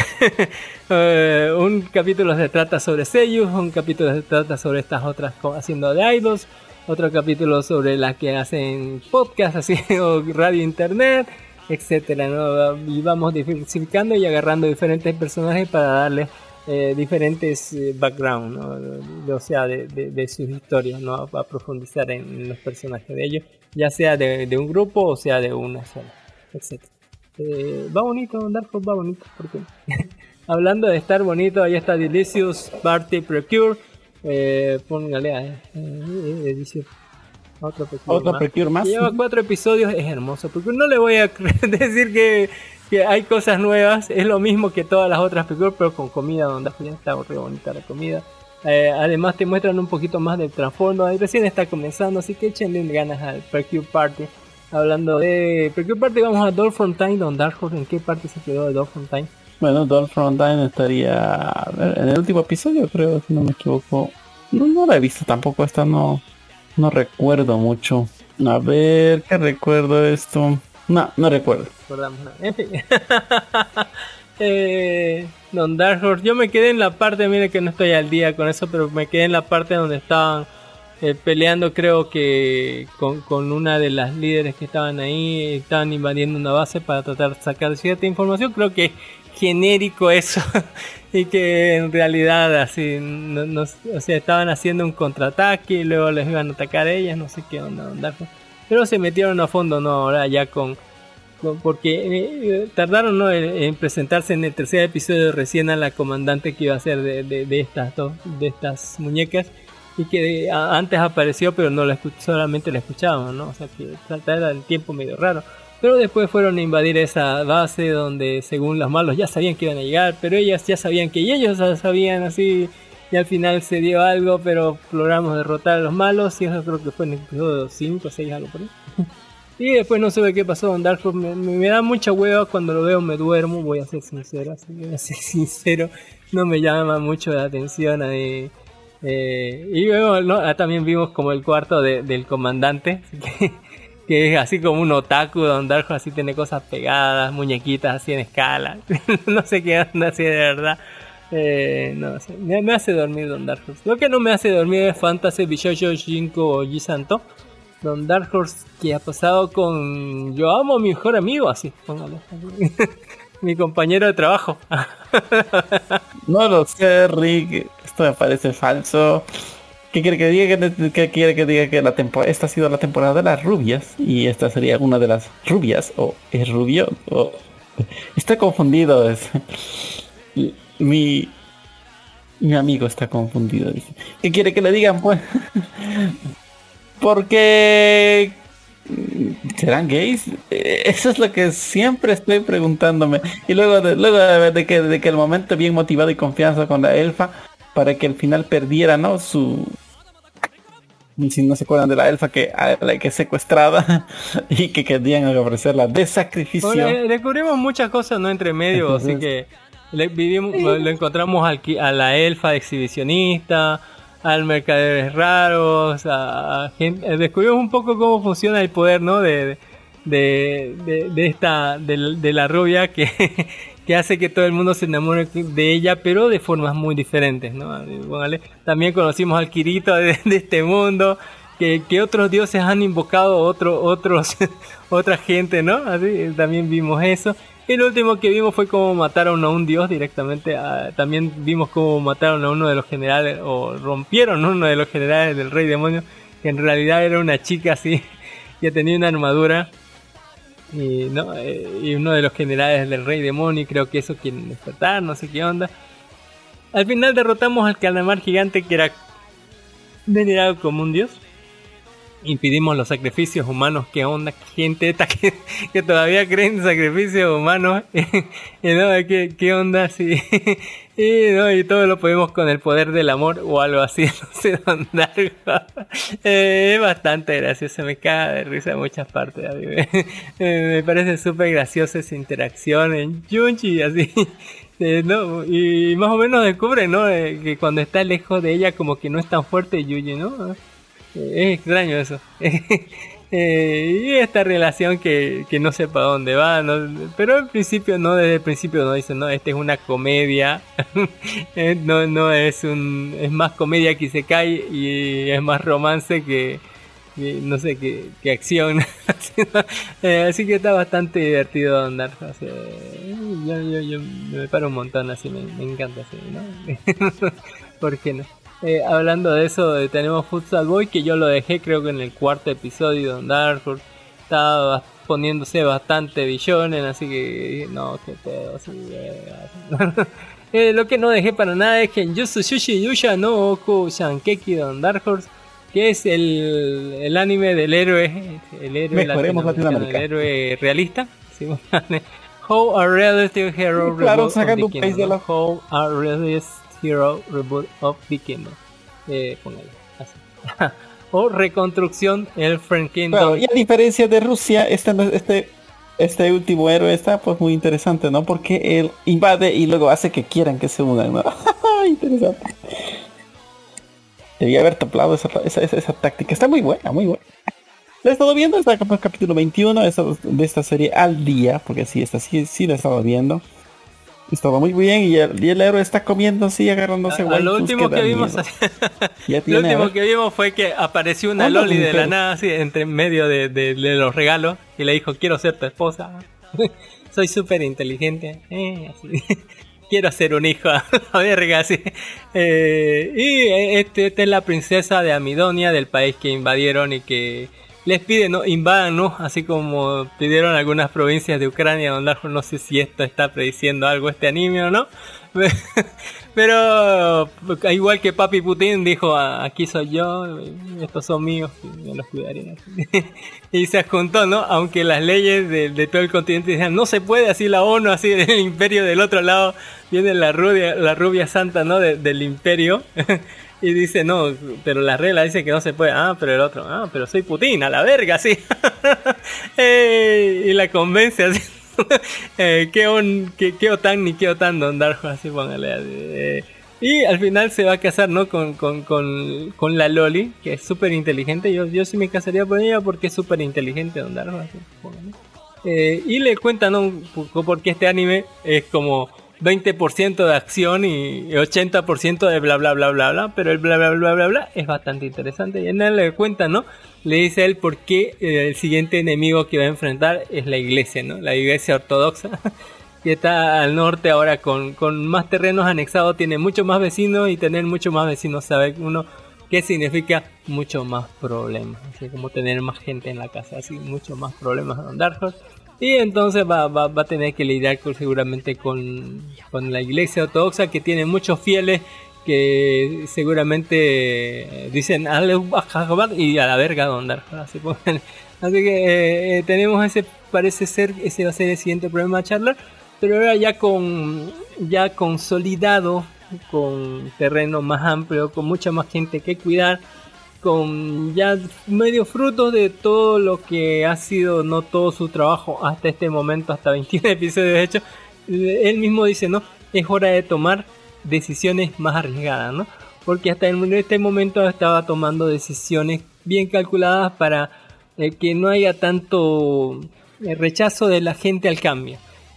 uh, un capítulo se trata sobre sellos, un capítulo se trata sobre estas otras haciendo de idols, otro capítulo sobre las que hacen podcast así o radio internet, etcétera, ¿no? Y vamos diversificando y agarrando diferentes personajes para darles eh, diferentes eh, background, ¿no? O sea, de, de, de sus historias, ¿no? A profundizar en los personajes de ellos, ya sea de, de un grupo o sea de una sola, etcétera. Eh, va bonito, Dark Horse va bonito, porque hablando de estar bonito, ahí está Delicious Party Precure, eh, póngale a eh, edición. Otro Precure Otro más. Precure más. Lleva cuatro episodios, es hermoso, porque no le voy a decir que, que hay cosas nuevas, es lo mismo que todas las otras Precure, pero con comida, donde está re bonita la comida. Eh, además te muestran un poquito más del trasfondo, ahí recién está comenzando, así que échenle ganas al Precure Party. Hablando de Precure Party, vamos a Doll Frontine, Don Dark Horse. ¿En qué parte se quedó de Doll Frontine? Bueno, Doll Frontine estaría a ver, en el último episodio, creo, si no me equivoco. No, no la he visto tampoco, esta no, no recuerdo mucho. A ver, ¿qué recuerdo esto? No, no recuerdo. Recordamos nada. En fin. eh, Don Dark Horse, yo me quedé en la parte, mire que no estoy al día con eso, pero me quedé en la parte donde estaban Eh, peleando, creo que con, con una de las líderes que estaban ahí, estaban invadiendo una base para tratar de sacar cierta información. Creo que es genérico eso y que en realidad así no, no, o sea, estaban haciendo un contraataque y luego les iban a atacar a ellas, no sé qué onda, onda. Pero se metieron a fondo, no, ahora ya con, con porque eh, tardaron, ¿no? en, en presentarse en el tercer episodio recién a la comandante que iba a ser de, de, de estas dos, de estas muñecas. Y que a, antes apareció, pero no la escuch- solamente la escuchábamos, ¿no? O sea que era el tiempo medio raro. Pero después fueron a invadir esa base donde, según los malos, ya sabían que iban a llegar, pero ellas ya sabían que y ellos ya sabían así. Y al final se dio algo, pero logramos derrotar a los malos. Y eso creo que fue en el episodio cinco o seis, algo por ahí. Y después no sé qué pasó con Dark Horse. Me, me, me da mucha hueva cuando lo veo, me duermo. Voy a ser sincero, así, voy a ser sincero. No me llama mucho la atención ahí. Eh, y luego, ¿no? Ah, también vimos como el cuarto de, del comandante, que, que es así como un otaku, donde Dark Horse así tiene cosas pegadas, muñequitas así en escala. No sé qué anda así de verdad. Eh, no sé, me, me hace dormir Don Dark Horse. Lo que no me hace dormir es Fantasy Bishojo Shinko o Jisanto. Don Dark Horse, que ha pasado con yo amo a mi mejor amigo, así, póngale. Mi compañero de trabajo. No lo sé, Rick. Esto me parece falso. ¿Qué quiere que diga? Que, que quiere que diga que la tempo- esta ha sido la temporada de las rubias y esta sería una de las rubias o es rubio o está confundido. Es... mi mi amigo está confundido. Dice. ¿Qué quiere que le digan? Pues porque ¿serán gays? Eso es lo que siempre estoy preguntándome. Y luego de, luego de, de, que, de que el momento bien motivado y confianza con la elfa, para que al final perdiera, ¿no? Su... Si no se acuerdan de la elfa que, a la que secuestrada y que querían ofrecerla de sacrificio. Bueno, descubrimos muchas cosas, ¿no? Entre medio, entonces, así que le, vivimos, sí. lo, lo encontramos al, a la elfa exhibicionista, al mercaderes raros, a, a gente, descubrimos un poco cómo funciona el poder, ¿no? De, de, de, de esta, de, de la rubia que, que hace que todo el mundo se enamore de ella, pero de formas muy diferentes, ¿no? ¿Vale? También conocimos al Kirito de, de este mundo, que, que otros dioses han invocado otro, otros, otra gente, ¿no? Así, también vimos eso. El último que vimos fue cómo mataron a un dios directamente. A, también vimos cómo mataron a uno de los generales, o rompieron uno de los generales del Rey Demonio, que en realidad era una chica así, que tenía una armadura. Y, ¿no? y uno de los generales del Rey Demonio, creo que eso quieren despertar, no sé qué onda. Al final derrotamos al calamar gigante, que era venerado como un dios. Impidimos los sacrificios humanos. ¿Qué onda? Gente esta que, que todavía creen en sacrificios humanos. ¿No? ¿Qué, qué onda? Sí. Y, ¿no? Y todo lo podemos con el poder del amor o algo así. No sé dónde. eh, es bastante gracioso. Me caga de risa en muchas partes. A mí me, me parece súper graciosa esa interacción en Junchi, así. Eh, no, y más o menos descubre, ¿no? Eh, que cuando está lejos de ella, como que no es tan fuerte Yuji, ¿no? Es extraño eso. eh, y esta relación que, que no sé para dónde va, ¿no? Pero en principio no, desde el principio no dicen, no, esta es una comedia. eh, no, no es un, es más comedia que se cae y es más romance que, que no sé, que, que acción. eh, así que está bastante divertido andar. O sea, yo, yo, yo me paro un montón así, me, me encanta así, ¿no? ¿Por qué no? Eh, hablando de eso, eh, tenemos Futsal Boy, que yo lo dejé creo que en el cuarto episodio de Dark Horse. Estaba poniéndose bastante billones, así que no, qué pedo, así, eh, eh, lo que no dejé para nada es que en Jutsu Shushi Yusha no Oku Shankeki de Dark Horse, que es el, el anime del héroe, el héroe Mejoremos Latinoamérica, el héroe realista, ¿sí? How a Realistic Hero Claro, Reboot sacando of the un país de Kingdom, la... ¿no? How a Realistic Hero Reboot of the Kingdom. Eh, póngale, así. O Reconstrucción el Friend Kingdom. Claro, y a diferencia de Rusia, este, este, este último héroe está pues muy interesante, ¿no? Porque él invade y luego hace que quieran que se unan, ¿no? Interesante. Debía haber toplado esa, esa, esa, esa táctica. Está muy buena, muy buena. La he estado viendo, está en el capítulo veintiuno de esta, de esta serie al día, porque sí, esta sí, sí la he estado viendo. Estaba muy bien y el, y el héroe está comiendo así, agarrándose a, a lo último que vimos lo último que vimos fue que apareció una loli de la nada así entre medio de, de, de los regalos y le dijo, quiero ser tu esposa. Soy súper inteligente, eh, así. Quiero ser un hijo a la verga, así. Eh, y este, esta es la princesa de Amidonia, del país que invadieron y que les piden, ¿no? Invadan, ¿no? Así como pidieron algunas provincias de Ucrania, donde no sé si esto está prediciendo algo este anime o no. Pero igual que Papi Putin dijo, aquí soy yo, estos son míos, y me los cuidaré. Y se juntó, ¿no? Aunque las leyes de, de todo el continente decían, no se puede, así la ONU, así del imperio del otro lado, viene la rubia, la rubia santa, ¿no? De, del imperio. Y dice, no, pero la regla dice que no se puede. Ah, pero el otro, ah, pero soy Putin, a la verga, sí. eh, y la convence así. eh, ¿qué, on, qué, qué OTAN ni qué OTAN, Don Darjo, así póngale. Eh, y al final se va a casar, ¿no? Con, con, con, con la Loli, que es súper inteligente. Yo, yo sí me casaría por ella porque es súper inteligente, Don Darjo, así póngale. Eh, y le cuentan, ¿no? Porque este anime es como veinte por ciento de acción y ochenta por ciento de bla bla bla bla bla, pero el bla bla bla bla bla es bastante interesante. Y en él le cuenta, ¿no? Le dice a él por qué el siguiente enemigo que va a enfrentar es la iglesia, ¿no? La iglesia ortodoxa, que está al norte ahora con, con más terrenos anexados, tiene mucho más vecinos, y tener mucho más vecinos sabe uno qué significa mucho más problemas, así como tener más gente en la casa, así mucho más problemas en Dark Horse. Y entonces va, va, va a tener que lidiar con, seguramente con, con la iglesia ortodoxa, que tiene muchos fieles que seguramente dicen y a la verga Don así, así que eh, tenemos ese, parece ser, ese va a ser el siguiente problema a charlar, pero ahora ya con ya consolidado, con terreno más amplio, con mucha más gente que cuidar, con ya medio frutos de todo lo que ha sido, no todo su trabajo hasta este momento, hasta veintiún episodios de hecho, él mismo dice, no, es hora de tomar decisiones más arriesgadas, ¿no? Porque hasta en este momento estaba tomando decisiones bien calculadas para eh, que no haya tanto eh, rechazo de la gente al cambio.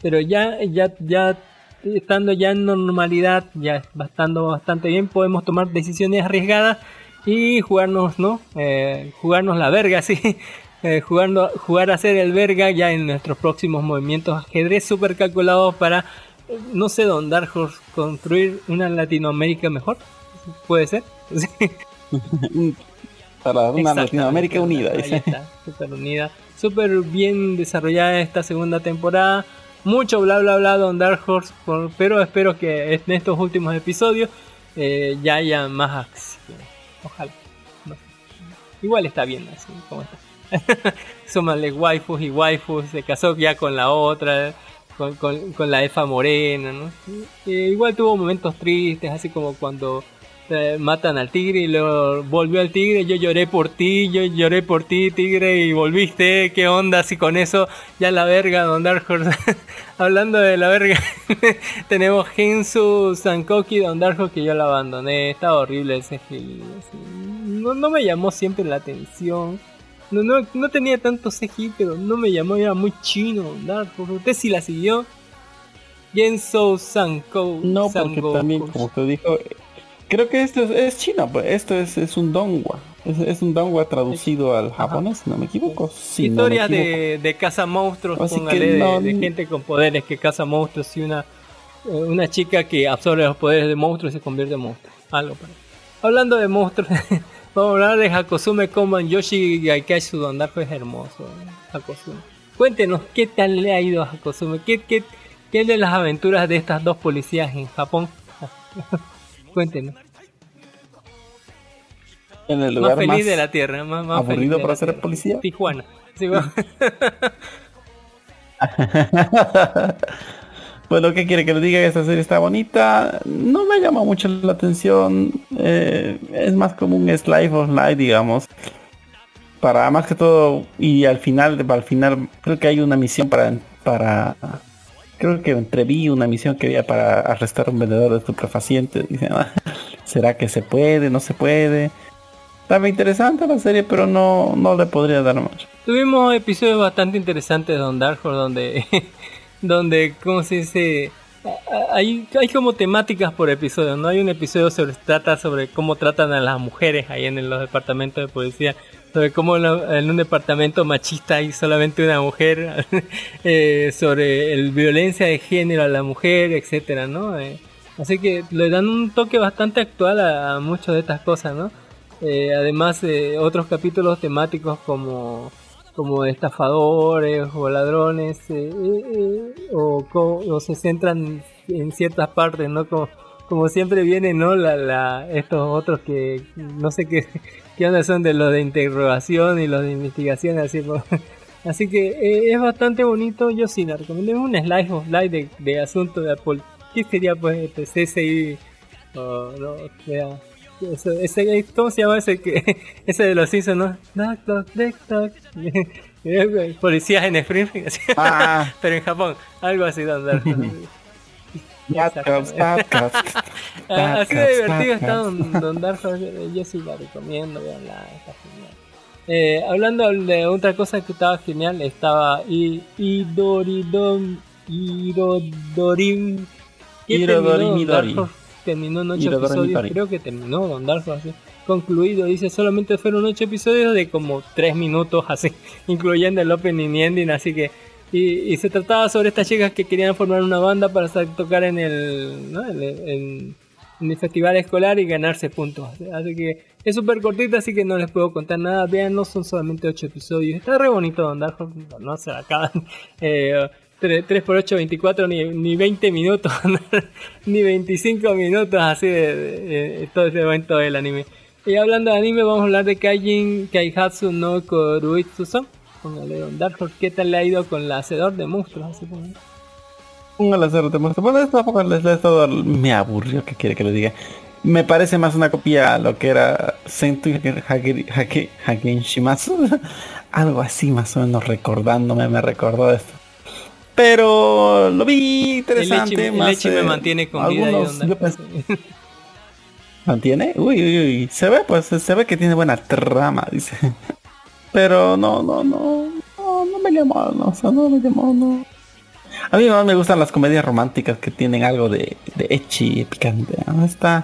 pero ya, ya, ya estando ya en normalidad, ya estando bastante bien, podemos tomar decisiones arriesgadas y jugarnos, ¿no? Eh, jugarnos la verga, sí. Eh, jugando, jugar a ser el verga ya en nuestros próximos movimientos ajedrez super calculados para, eh, no sé, Don Dark Horse, construir una Latinoamérica mejor. ¿Puede ser? Para una Exacto, Latinoamérica unida. Ahí Dice. está, super unida. Súper bien desarrollada esta segunda temporada. Mucho bla bla bla Don Dark Horse, por, pero espero que en estos últimos episodios eh, ya haya más acción. Ojalá. No sé. Igual está bien así como está. Súmale waifus y waifus, se casó ya con la otra, con, con, con la Efa Morena, ¿no? Eh, igual tuvo momentos tristes, así como cuando eh, matan al tigre y luego volvió al tigre, yo lloré por ti, yo lloré por ti, tigre, y volviste, qué onda, así con eso, ya la verga, Don Dark Horse. Hablando de la verga, tenemos Gensu Sankoki, Don Dark Horse, que yo la abandoné, estaba horrible ese film, no, no me llamó siempre la atención. No, no, no tenía tanto C G I, pero no me llamó, era muy chino. Dark Horse. ¿Usted sí la siguió? Genso Sanko. No, porque Sango, también, como usted dijo, creo que esto es, es chino, pues esto es, es un donghua. Es, es un donghua traducido al japonés, si no me equivoco. Sí, Historias no me equivoco. de, de caza monstruos, Así póngale, que no- de, de gente con poderes que caza monstruos y una, eh, una chica que absorbe los poderes de monstruos y se convierte en monstruo. Algo para. Hablando de monstruos, vamos a hablar de Hakosume Koman Yoshi Gaikaishu, Don Dark Horse, es hermoso. Hakosume. Cuéntenos, ¿qué tal le ha ido a Hakosume? ¿Qué, qué, qué de las aventuras de estas dos policías en Japón? Cuéntenos. En el Más lugar feliz más de la tierra, más, más feliz aburrido de para la ser tierra. policía. Tijuana. Sí, bueno. Bueno, ¿qué quiere que le diga? Esta serie está bonita. No me llama mucho la atención. Eh, es más como un slice of life, digamos. Para más que todo, y al final, al final, creo que hay una misión para, para, creo que entreví una misión que había para arrestar a un vendedor de estupefacientes. Dice, ah, ¿será que se puede? ¿No se puede? Estaba interesante la serie, pero no, no le podría dar mucho. Tuvimos episodios bastante interesantes de Don Dark Horse donde, donde, ¿cómo se dice? A- Hay, hay como temáticas por episodio, ¿no? Hay un episodio sobre trata sobre cómo tratan a las mujeres ahí en los departamentos de policía, sobre cómo en, la- en un departamento machista hay solamente una mujer, eh, sobre el violencia de género a la mujer, etcétera, ¿no? Eh, así que le dan un toque bastante actual a, a muchas de estas cosas, ¿no? Eh, además, eh, otros capítulos temáticos como, como de estafadores o ladrones, eh, eh, eh, o, co- o se centran en ciertas partes, ¿no? Como, como siempre vienen, ¿no? La, la, estos otros que no sé qué, qué onda son de los de interrogación y los de investigación, así, por- así que eh, es bastante bonito. Yo sí la recomiendo. Es un slice of life de, de asunto de Apple. ¿Qué sería pues este C S I? O no, o sea, Eso, ese, ¿cómo se llama ese que ese de los Simpsons, no? Knock, knock, knock, knock. Policías en Springfield, así. Ah. Pero en Japón, algo así, Don Dark. Bad Cops, Bad Cops. Ah, así de Bad divertido Cops, está Bad Don, Don Dark Horse, yo sí la recomiendo, veanla, está genial. Eh, hablando de otra cosa que estaba genial, estaba I- Idoridom Irodorim que Irodori terminó Don Midori. Dark Horse, terminó en ocho Irodori episodios, Midori. creo que terminó Don Dark Horse, así, concluido, dice, solamente fueron ocho episodios de como tres minutos así, incluyendo el opening y ending, así que y, y se trataba sobre estas chicas que querían formar una banda para sa- tocar en el, ¿no? en, el- en- en el festival escolar y ganarse puntos. Así que es súper cortita, así que no les puedo contar nada. Vean, no son solamente ocho episodios. Está re bonito Don Dark Horse, no se acaban. Eh, tres por ocho, veinticuatro, ni, ni veinte minutos, ni veinticinco minutos así de, de- de todo ese momento del anime. Y hablando de anime, vamos a hablar de Kaijin Kaihatsu no Koruitsu-son. Póngale Don Dark Horse, ¿qué tal le ha ido con la hacedor de monstruos? Así como... Un al hacer de muestra. Bueno, esto tampoco les les todo me aburrió, que quiere que le diga. Me parece más una copia a lo que era Sentu Hage- Hage- Hagenshimasu. Algo así más o menos recordándome, me recordó esto. Pero lo vi interesante. El Echi, el más, Echi me eh, mantiene con vida. y algunos- Don yo Dark pens- Horse. ¿Mantiene? Uy, uy, uy. Se ve, pues, se ve que tiene buena trama, dice. Pero no, no, no. No, no me llamó, no, o sea, no me llamó, no. A mí más me gustan las comedias románticas que tienen algo de, de ecchi, picante. ¿No? Está...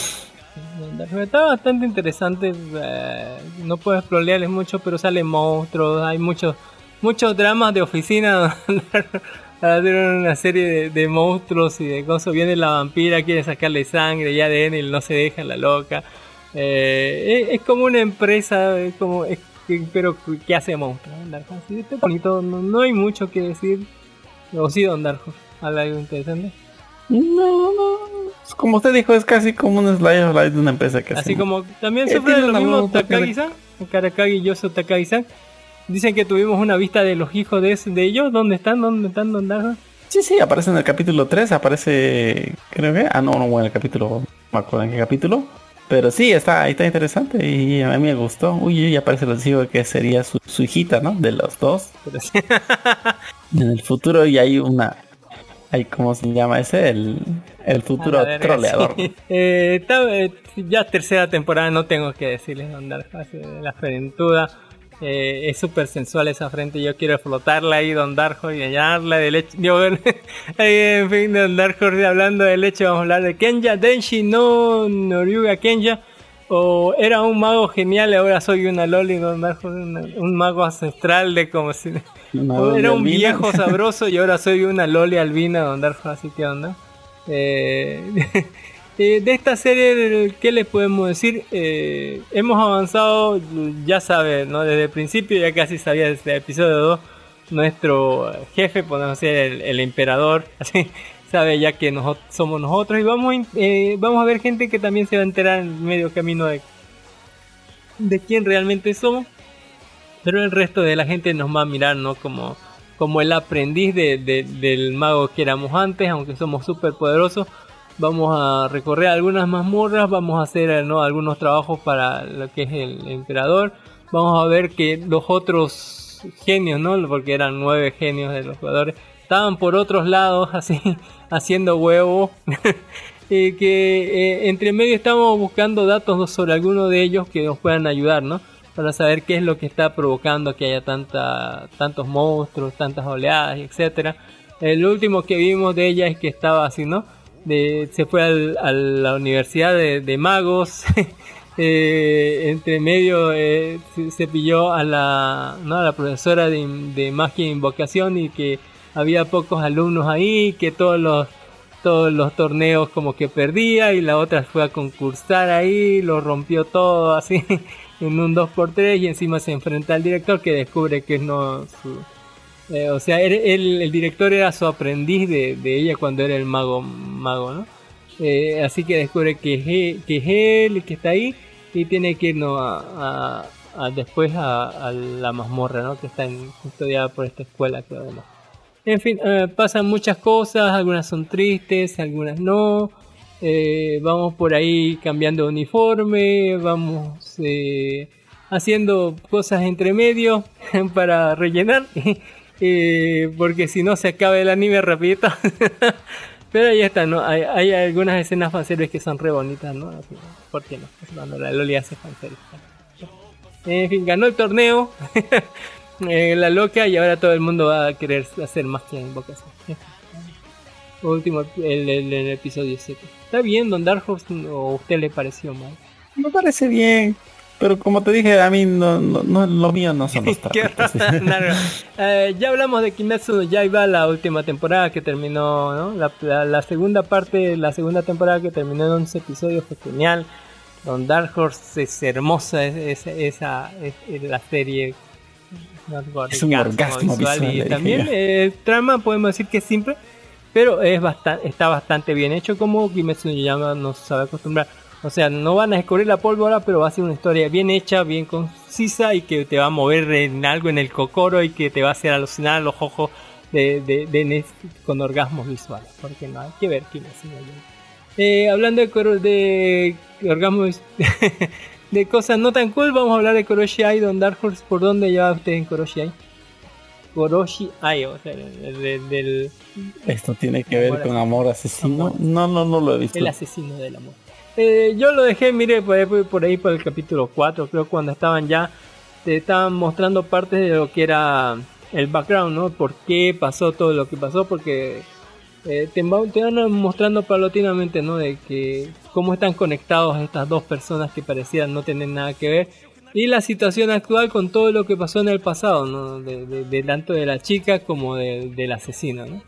Está bastante interesante. Eh, no puedo explorearles mucho, pero salen monstruos. Hay muchos muchos dramas de oficina. Para hacer una serie de, de monstruos y de cosas. Viene la vampira, quiere sacarle sangre y A D N y no se deja la loca. Eh, es, es como una empresa, es como, es, pero que hace monstruos. Sí, está bonito, no, no hay mucho que decir. O sí, Don Darjo, algo interesante. No, no. Como usted dijo, es casi como un slide of life de una empresa que así hace. como también sufre de lo mismo Takagi-san, Karakagi Yosu Takagi-san. Dicen que tuvimos una vista de los hijos de, de ellos. ¿Dónde están? ¿Dónde están? ¿Dónde están? Sí, sí, aparece en el capítulo tres. Aparece, creo que... Ah, no, no, bueno, en el capítulo... No me acuerdo en qué capítulo. Pero sí, está, está interesante y a mí me gustó. Uy, y aparece el hijo que sería su, su hijita, ¿no? De los dos. Sí. En el futuro y hay una... Hay, ¿cómo se llama ese? El, el futuro verga, troleador. Sí. Eh, está, eh, ya tercera temporada, no tengo que decirles dónde la frentuda. Eh, es súper sensual esa frente, yo quiero flotarla ahí, Don Darjo, y llenarla de leche. Yo, en fin, Don Darjo, hablando de leche, vamos a hablar de Kenja Denshi no Noryuga Kenja. O era un mago genial y ahora soy una loli, Don Darjo, una, un mago ancestral de como si... O era un albina. Viejo sabroso y ahora soy una loli albina, Don Darjo, así que onda. Eh... De esta serie, ¿qué les podemos decir? Eh, hemos avanzado, ya saben, ¿no? Desde el principio, ya casi sabía desde el episodio dos, nuestro jefe, podemos decir, el, el emperador, así, sabe ya que nosotros, somos nosotros, y vamos, eh, vamos a ver gente que también se va a enterar en medio camino de, de quién realmente somos, pero el resto de la gente nos va a mirar, ¿no? Como, como el aprendiz de, de, del mago que éramos antes, aunque somos súper poderosos. Vamos a recorrer algunas mazmorras, vamos a hacer, ¿no? algunos trabajos para lo que es el emperador. Vamos a ver que los otros genios, ¿no? Porque eran nueve genios de los jugadores, estaban por otros lados, así, haciendo huevo. Y que eh, entre medio estamos buscando datos sobre alguno de ellos que nos puedan ayudar, ¿no? Para saber qué es lo que está provocando que haya tanta, tantos monstruos, tantas oleadas, etcétera. El último que vimos de ella es que estaba así, ¿no? De, se fue al, a la universidad de, de magos. eh, entre medio eh, se, se pilló a la, ¿no? a la profesora de, de magia e invocación y que había pocos alumnos ahí, que todos los todos los torneos como que perdía y la otra fue a concursar ahí, lo rompió todo así en un dos por tres y encima se enfrenta al director que descubre que no su Eh, o sea, el, el, el director era su aprendiz de, de ella cuando era el mago, mago ¿no? Eh, así que descubre que es, él, que es él, que está ahí y tiene que irnos a, a, a después a, a la mazmorra, ¿no? Que está en, custodiada por esta escuela, creo, además. En fin, eh, pasan muchas cosas, algunas son tristes, algunas no. Eh, vamos por ahí cambiando de uniforme, vamos eh, haciendo cosas entre medio para rellenar. Eh, porque si no se acaba el anime rapidito. Pero ahí está, ¿no? Hay, hay algunas escenas fanservice que son re bonitas, ¿no? Así, ¿por qué no? Cuando la Loli hace fanservice. En fin, ganó el torneo. eh, la loca y ahora todo el mundo va a querer hacer más que invocación. Último, el, el, el episodio siete. ¿Está bien, Don Darjo? ¿O a usted le pareció mal? Me parece bien. Pero como te dije, a mí no, no, no lo mío no son los tráficos. eh, ya hablamos de Kimetsu no Yaiba, la última temporada que terminó, ¿no? La, la, la segunda parte, la segunda temporada que terminó en once episodios fue genial. Don Dark Horse es hermosa, es, es, esa es, es la serie. Es un orgasmo visual, visual y también eh, el trama podemos decir que es simple, pero es bastante, está bastante bien hecho como Kimetsu no Yaiba nos sabe acostumbrar. O sea, no van a descubrir la pólvora, pero va a ser una historia bien hecha, bien concisa y que te va a mover en algo en el cocoro y que te va a hacer alucinar a los ojos de, de, de, de con orgasmos visuales. Porque no hay que ver quién es. Eh, hablando de, de, de orgasmos de cosas no tan cool, vamos a hablar de Koroshi Ai, Don Dark Horse. ¿Por dónde lleva usted en Koroshi Ai? Koroshi Ai, o sea, del... del Esto tiene que ver con amor asesino. Amor. No, no, no lo he visto. El asesino del amor. Eh, yo lo dejé, mire, por ahí, por ahí por el capítulo cuatro, creo, cuando estaban ya, te estaban mostrando partes de lo que era el background, ¿no? Por qué pasó todo lo que pasó, porque eh, te, te van mostrando paulatinamente, ¿no? De que cómo están conectados estas dos personas que parecían no tener nada que ver. Y la situación actual con todo lo que pasó en el pasado, ¿no? De, de, de tanto de la chica como de, del asesino, ¿no?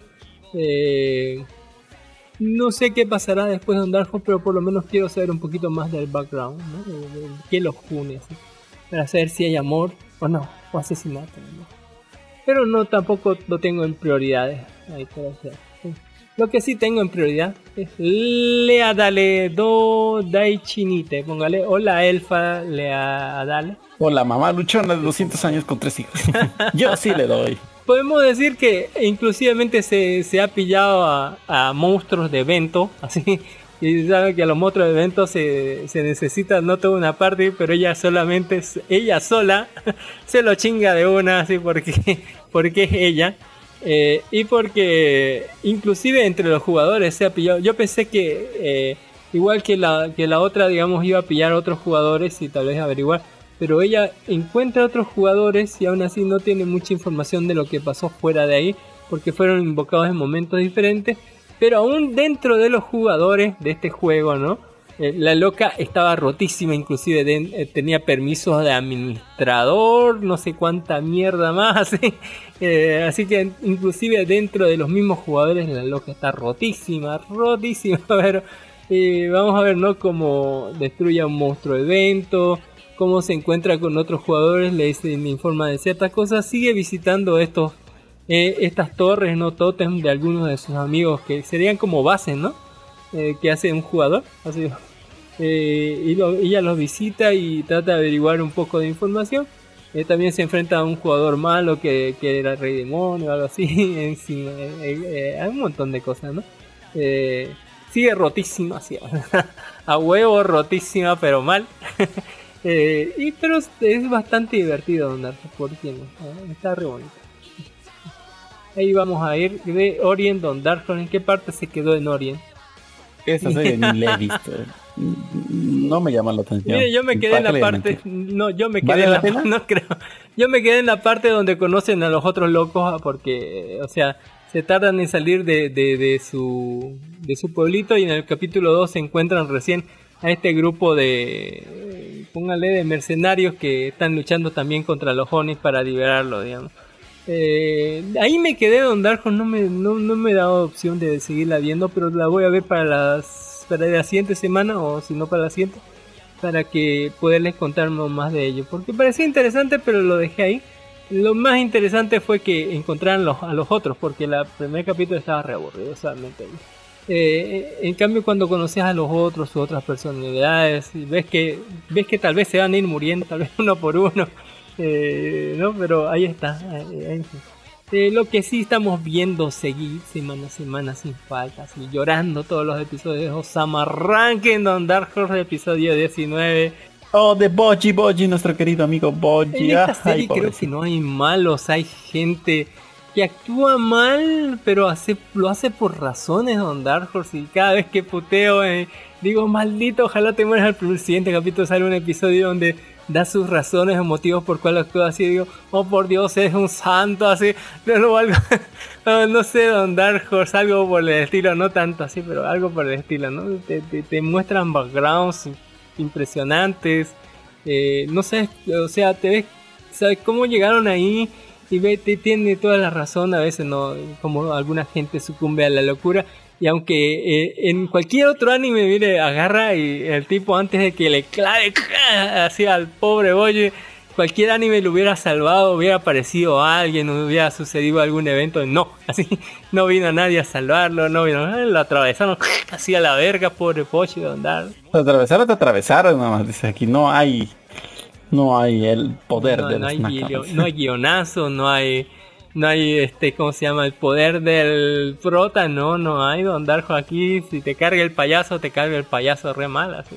Eh, no sé qué pasará después de Dark Horse, pero por lo menos quiero saber un poquito más del background, ¿no? De, de, de qué los une, ¿sí? Para saber si hay amor o no, o asesinato, ¿no? Pero no, tampoco lo tengo en prioridades. Ahí puede ser. ¿Sí? Lo que sí tengo en prioridad es Lea Dale Do Daichinite. Póngale, hola elfa Lea Dale. Hola mamá luchona de doscientos años con tres hijos. Yo sí le doy. Podemos decir que inclusivamente se, se ha pillado a, a monstruos de evento, así, y sabe que a los monstruos de evento se, se necesita no toda una parte, pero ella solamente, ella sola, se lo chinga de una, así, porque, porque es ella, eh, y porque inclusive entre los jugadores se ha pillado. Yo pensé que eh, igual que la, que la otra, digamos, iba a pillar a otros jugadores y tal vez averiguar, pero ella encuentra a otros jugadores y aún así no tiene mucha información de lo que pasó fuera de ahí, porque fueron invocados en momentos diferentes. Pero aún dentro de los jugadores de este juego, ¿no? Eh, la loca estaba rotísima, inclusive de, eh, tenía permisos de administrador, no sé cuánta mierda más. ¿sí? Eh, así que inclusive dentro de los mismos jugadores la loca está rotísima, rotísima. Pero eh, vamos a ver, ¿no? Cómo destruye a un monstruo evento, cómo se encuentra con otros jugadores, le, dice, le informa de ciertas cosas, sigue visitando estos eh, estas torres, no tótem de algunos de sus amigos que serían como bases, ¿no? Eh, que hace un jugador, así, eh, y lo, ella los visita y trata de averiguar un poco de información. Eh, también se enfrenta a un jugador malo que, que era el rey demonio o algo así, encima, eh, eh, hay un montón de cosas, ¿no? Eh, sigue rotísima, así, a huevo rotísima, pero mal. Eh, y, pero es bastante divertido andar por tiempo, ¿no? Está re bonito. Ahí vamos a ir de Orient Don Dark Horse. ¿En qué parte se quedó en Orient? Esa serie ni la he visto. No me llama la atención. Mire, yo me quedé en la parte, no, yo me quedé en la, la no creo. Yo me quedé en la parte donde conocen a los otros locos, porque, o sea, se tardan en salir de, de, de su de su pueblito y en el capítulo dos se encuentran recién a este grupo de, póngale, de mercenarios que están luchando también contra los Onis para liberarlo, digamos. Eh, ahí me quedé, Don Dark Horse, no me, no, no me he dado opción de seguirla viendo, pero la voy a ver para, las, para la siguiente semana, o si no para la siguiente, para que poderles contar más de ello, porque parecía interesante, pero lo dejé ahí. Lo más interesante fue que encontraran los, a los otros, porque el primer capítulo estaba re aburrido, solamente. Eh, en cambio, cuando conoces a los otros u otras personalidades, y ves que ves que tal vez se van a ir muriendo, tal vez uno por uno, eh, no, pero ahí está. Eh, ahí está. Eh, lo que sí estamos viendo seguir semana a semana sin faltas y llorando todos los episodios de Osama Rankin Don Dark Horse, episodio diecinueve. Oh, de Boji, Boji, nuestro querido amigo Boji. En esta serie creo que no hay malos, hay gente que actúa mal, pero hace, lo hace por razones, Don Dark Horse, y cada vez que puteo, eh, digo, maldito, ojalá te mueras. Al siguiente capítulo sale un episodio donde da sus razones o motivos por cuál actúa así, digo, oh por Dios, es un santo, así, no, algo, no, no sé, Don Dark Horse, algo por el estilo, no tanto así, pero algo por el estilo, ¿no? Te, te, te muestran backgrounds impresionantes, eh, no sé, o sea, te ves, sabes cómo llegaron ahí y ve, te tiene toda la razón. A veces no, como alguna gente sucumbe a la locura, y aunque eh, en cualquier otro anime, mire, agarra y el tipo antes de que le clave así al pobre Boji, cualquier anime lo hubiera salvado, hubiera aparecido a alguien, hubiera sucedido algún evento, no, así no vino nadie a salvarlo, no vino, lo atravesaron así a la verga, pobre Boji, de andar. Te atravesaron, te atravesaron, nada más, dice aquí, no hay, no hay el poder no, de no los hay Nakamas. guio, no hay guionazo, no hay, no hay este, ¿cómo se llama? El poder del prota, no, no hay, Don Dark Horse aquí, si te carga el payaso, te carga el payaso re mal, así.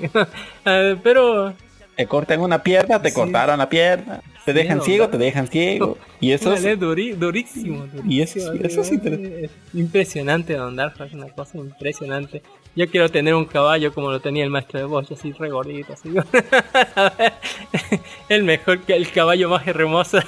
Pero te cortan una pierna, te sí. cortaron la pierna, te sí, dejan no, ciego, no. te dejan ciego. Y eso es duri, durísimo, durísimo. Y eso, eso es interesante. Impresionante, Don Dark Horse, una cosa impresionante. Yo quiero tener un caballo como lo tenía el maestro de Bosch, así re gordito, así. El mejor, el caballo más hermoso.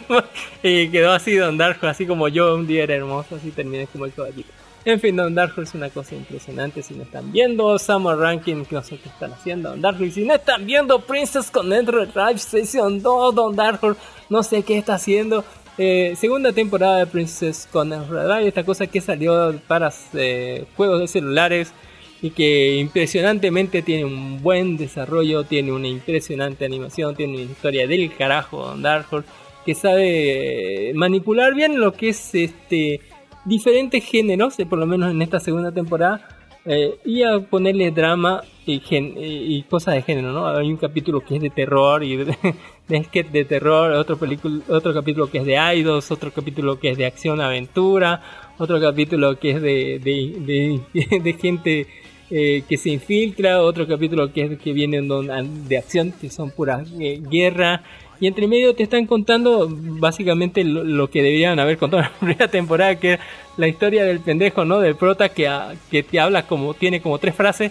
Y quedó así Don Darjo, así como yo un día era hermoso, así terminé como el caballito. En fin, Don Darjo es una cosa impresionante. Si no están viendo Summer Ranking, no sé qué están haciendo Don Darjo. Y si no están viendo Princess Conundrum Drive Session dos, Don Darjo, no sé qué está haciendo. Eh, segunda temporada de Princess Conundrum Drive, esta cosa que salió para eh, juegos de celulares y que impresionantemente tiene un buen desarrollo, tiene una impresionante animación, tiene una historia del carajo, Don Darjo, que sabe manipular bien lo que es este diferentes géneros, por lo menos en esta segunda temporada, eh, y a ponerle drama y, gen y cosas de género, ¿no? Hay un capítulo que es de terror y de, de sketch de terror, otro, otro capítulo que es de idols, otro capítulo que es de acción aventura, otro capítulo que es de, de, de, de gente eh, que se infiltra, otro capítulo que es que viene de acción, que son pura eh, guerra. Y entre medio te están contando básicamente lo, lo que debían haber contado en la primera temporada, que es la historia del pendejo, ¿no? Del prota que, a, que te habla como, tiene como tres frases,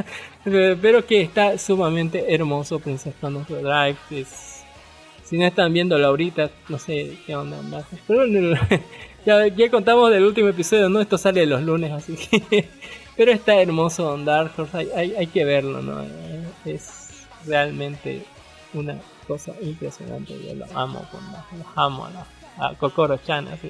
pero que está sumamente hermoso. Princess Conundrum Drive, es, si no están viéndolo ahorita, no sé qué onda más. Pero ya, ya contamos del último episodio, ¿no? Esto sale los lunes, así que... Pero está hermoso Don Dark Horse, hay, hay, hay que verlo, ¿no? Es realmente una cosa impresionante. Yo lo amo, con la, lo amo a, la, a Kokoro-chan, así.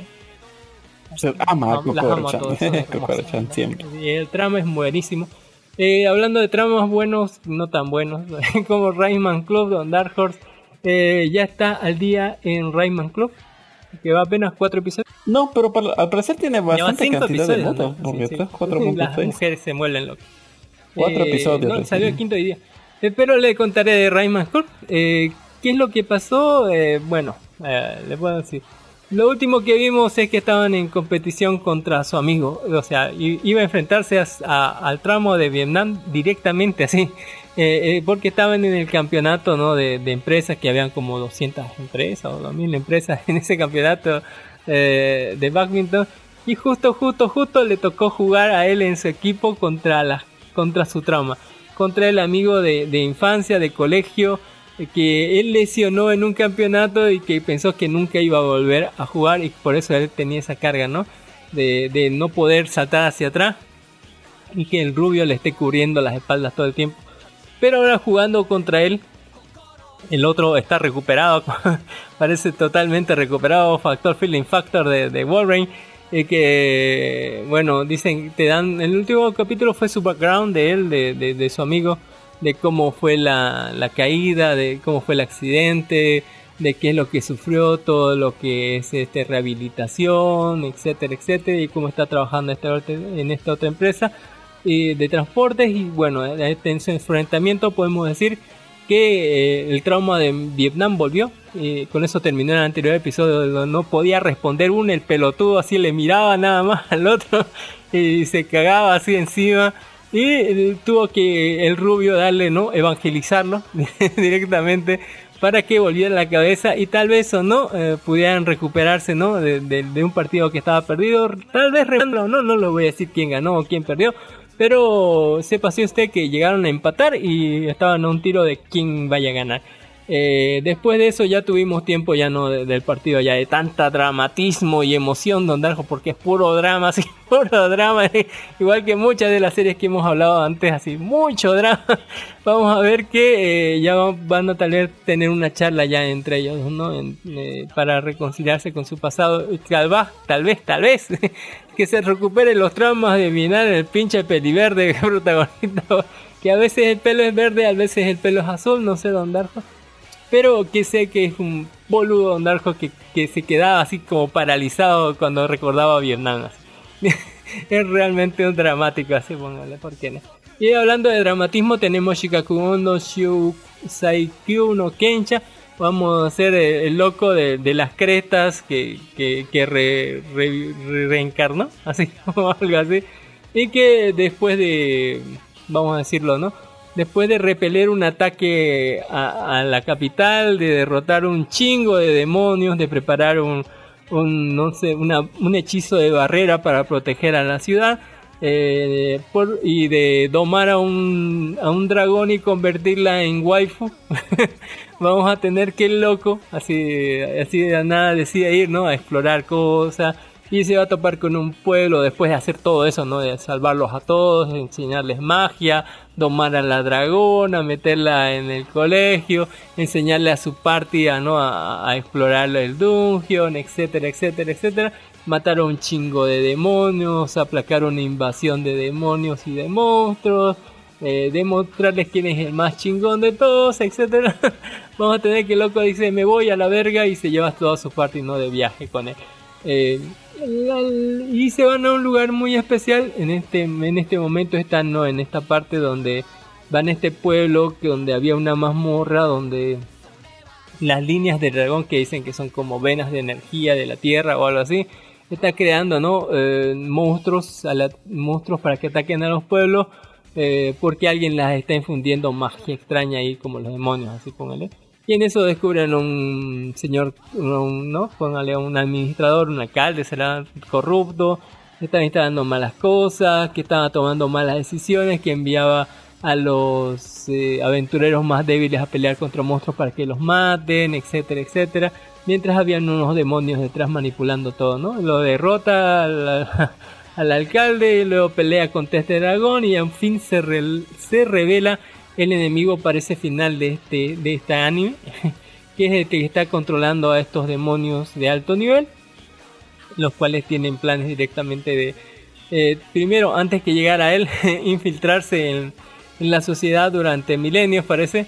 Se ama a Kokoro-chan, Kokoro-chan siempre. Y el trama es buenísimo. Eh, hablando de tramas buenos, no tan buenos, como Rayman Club, Don Dark Horse eh, ya está al día en Rayman Club, que va apenas cuatro episodios. No, pero para, al parecer tiene bastante cantidad de votos, ¿no? porque sí, está sí. cuatro punto seis. Las mujeres se muelen locas. Cuatro eh, episodios. No, salió el quinto día. Eh, pero le contaré de Rayman Club. Eh, ¿Qué es lo que pasó? Eh, bueno, eh, le puedo decir. Lo último que vimos es que estaban en competición contra su amigo. O sea, iba a enfrentarse a, a, al tramo de Vietnam directamente así. Eh, eh, porque estaban en el campeonato, ¿no? de, de empresas, que habían como doscientas empresas o dos mil empresas en ese campeonato eh, de badminton. Y justo, justo, justo le tocó jugar a él en su equipo contra, la, contra su trauma. Contra el amigo de, de infancia, de colegio, que él lesionó en un campeonato y que pensó que nunca iba a volver a jugar, y por eso él tenía esa carga, ¿no? De, de no poder saltar hacia atrás y que el rubio le esté cubriendo las espaldas todo el tiempo. Pero ahora jugando contra él, el otro está recuperado, parece totalmente recuperado, factor feeling factor de, de Wolverine. Y que, bueno, dicen, te dan, el último capítulo fue su background de él, de, de, de su amigo, de cómo fue la, la caída, de cómo fue el accidente, de qué es lo que sufrió, todo lo que es este rehabilitación, etcétera, etcétera, y cómo está trabajando esta, en esta otra empresa eh, de transportes. Y bueno, en ese enfrentamiento podemos decir que eh, el trauma de Vietnam volvió. Y con eso terminó el anterior episodio. No podía responder uno, el pelotudo así le miraba nada más al otro y se cagaba así encima. Y eh, tuvo que el rubio darle, ¿no? Evangelizarlo directamente para que volviera la cabeza y tal vez o no eh, pudieran recuperarse, ¿no? De, de, de un partido que estaba perdido. Tal vez no, no, no lo voy a decir quién ganó o quién perdió. Pero sepa si usted que llegaron a empatar y estaban a un tiro de quién vaya a ganar. Eh, después de eso ya tuvimos tiempo ya no de, del partido, ya de tanta dramatismo y emoción, Don Darjo, porque es puro drama, así, puro drama, eh, igual que muchas de las series que hemos hablado antes, así, mucho drama. Vamos a ver que eh, ya van a tal vez tener una charla ya entre ellos, ¿no? En, eh, para reconciliarse con su pasado, tal vez, tal vez, tal vez, que se recuperen los traumas de Vietnam, el pinche peliverde protagonista, que a veces el pelo es verde, a veces el pelo es azul, no sé, Don Darjo. Pero que sé que es un boludo Don Darjo que, que se quedaba así como paralizado cuando recordaba a Vietnam. Es realmente un dramático, así póngale, ¿por qué no? Y hablando de dramatismo, tenemos Shikakugon no Shusaikyu no Kensha. Vamos a hacer el, el loco de, de las crestas que, que, que re, re, re, reencarnó, así como algo así. Y que después de, vamos a decirlo, ¿no? Después de repeler un ataque a, a la capital, de derrotar un chingo de demonios, de preparar un, un no sé, una, un hechizo de barrera para proteger a la ciudad, eh, por, y de domar a un, a un dragón y convertirla en waifu. Vamos a tener que el loco, así, así de la nada, decide ir, ¿no? A explorar cosas. Y se va a topar con un pueblo después de hacer todo eso, ¿no? De salvarlos a todos, enseñarles magia, domar a la dragona, meterla en el colegio, enseñarle a su party a, ¿no? a, a explorar el dungeon, etcétera, etcétera, etcétera. Matar a un chingo de demonios, aplacar una invasión de demonios y de monstruos, eh, demostrarles quién es el más chingón de todos, etcétera. Vamos a tener que el loco dice, me voy a la verga, y se lleva toda su party, ¿no? De viaje con él. Eh, y se van a un lugar muy especial. En este en este momento están, ¿no? En esta parte donde van a este pueblo que donde había una mazmorra donde las líneas del dragón, que dicen que son como venas de energía de la tierra o algo así, está creando, ¿no? Eh, monstruos a la, monstruos para que ataquen a los pueblos, eh, porque alguien las está infundiendo magia extraña ahí, como los demonios, así póngale. Y en eso descubren un señor, un, ¿no? Póngale un administrador, un alcalde, será corrupto, que estaba instalando malas cosas, que estaba tomando malas decisiones, que enviaba a los eh, aventureros más débiles a pelear contra monstruos para que los maten, etcétera, etcétera. Mientras habían unos demonios detrás manipulando todo, ¿no? Lo derrota al, al alcalde, y luego pelea contra este dragón y en fin se, re, se revela el enemigo para ese final de este, de este anime, que es el que está controlando a estos demonios de alto nivel, los cuales tienen planes directamente de, eh, primero, antes que llegara a él, infiltrarse en, en la sociedad durante milenios, parece,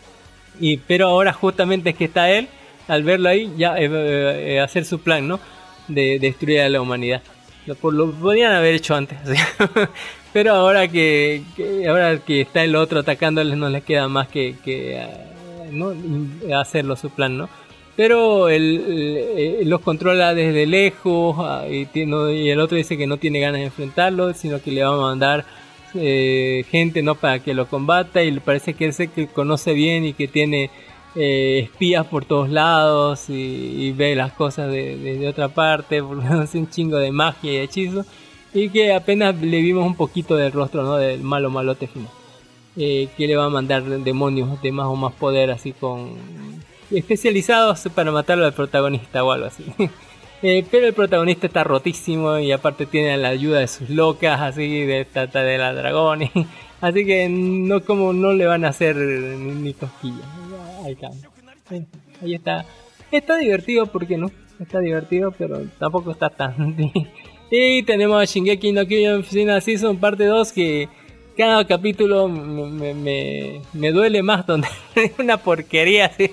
y pero ahora justamente es que está él, al verlo ahí, ya eh, eh, hacer su plan, ¿no? De, de destruir a la humanidad. Lo, lo podrían haber hecho antes, ¿sí? Pero ahora que, que ahora que está el otro atacándoles, no les queda más que, que uh, ¿no? hacerlo su plan, ¿no? Pero él, él los controla desde lejos, uh, y, tiene, y el otro dice que no tiene ganas de enfrentarlo, sino que le va a mandar eh, gente, ¿no? Para que lo combata, y le parece que él se que conoce bien y que tiene eh, espías por todos lados y, y ve las cosas de, de, de otra parte, porque hace un chingo de magia y hechizos. Y que apenas le vimos un poquito del rostro, ¿no? Del malo malote final. Eh, que le va a mandar demonios de más o más poder, así con especializados para matarlo al protagonista o algo así. eh, pero el protagonista está rotísimo y aparte tiene la ayuda de sus locas, así de tata de la dragón. Así que no como no le van a hacer ni, ni cosquillas. Ahí está. Ahí está. Está divertido, ¿por qué no? Está divertido, pero tampoco está tan... Y tenemos a Shingeki no Kyojin Final Season parte dos, que cada capítulo me, me, me duele más, donde es una porquería así.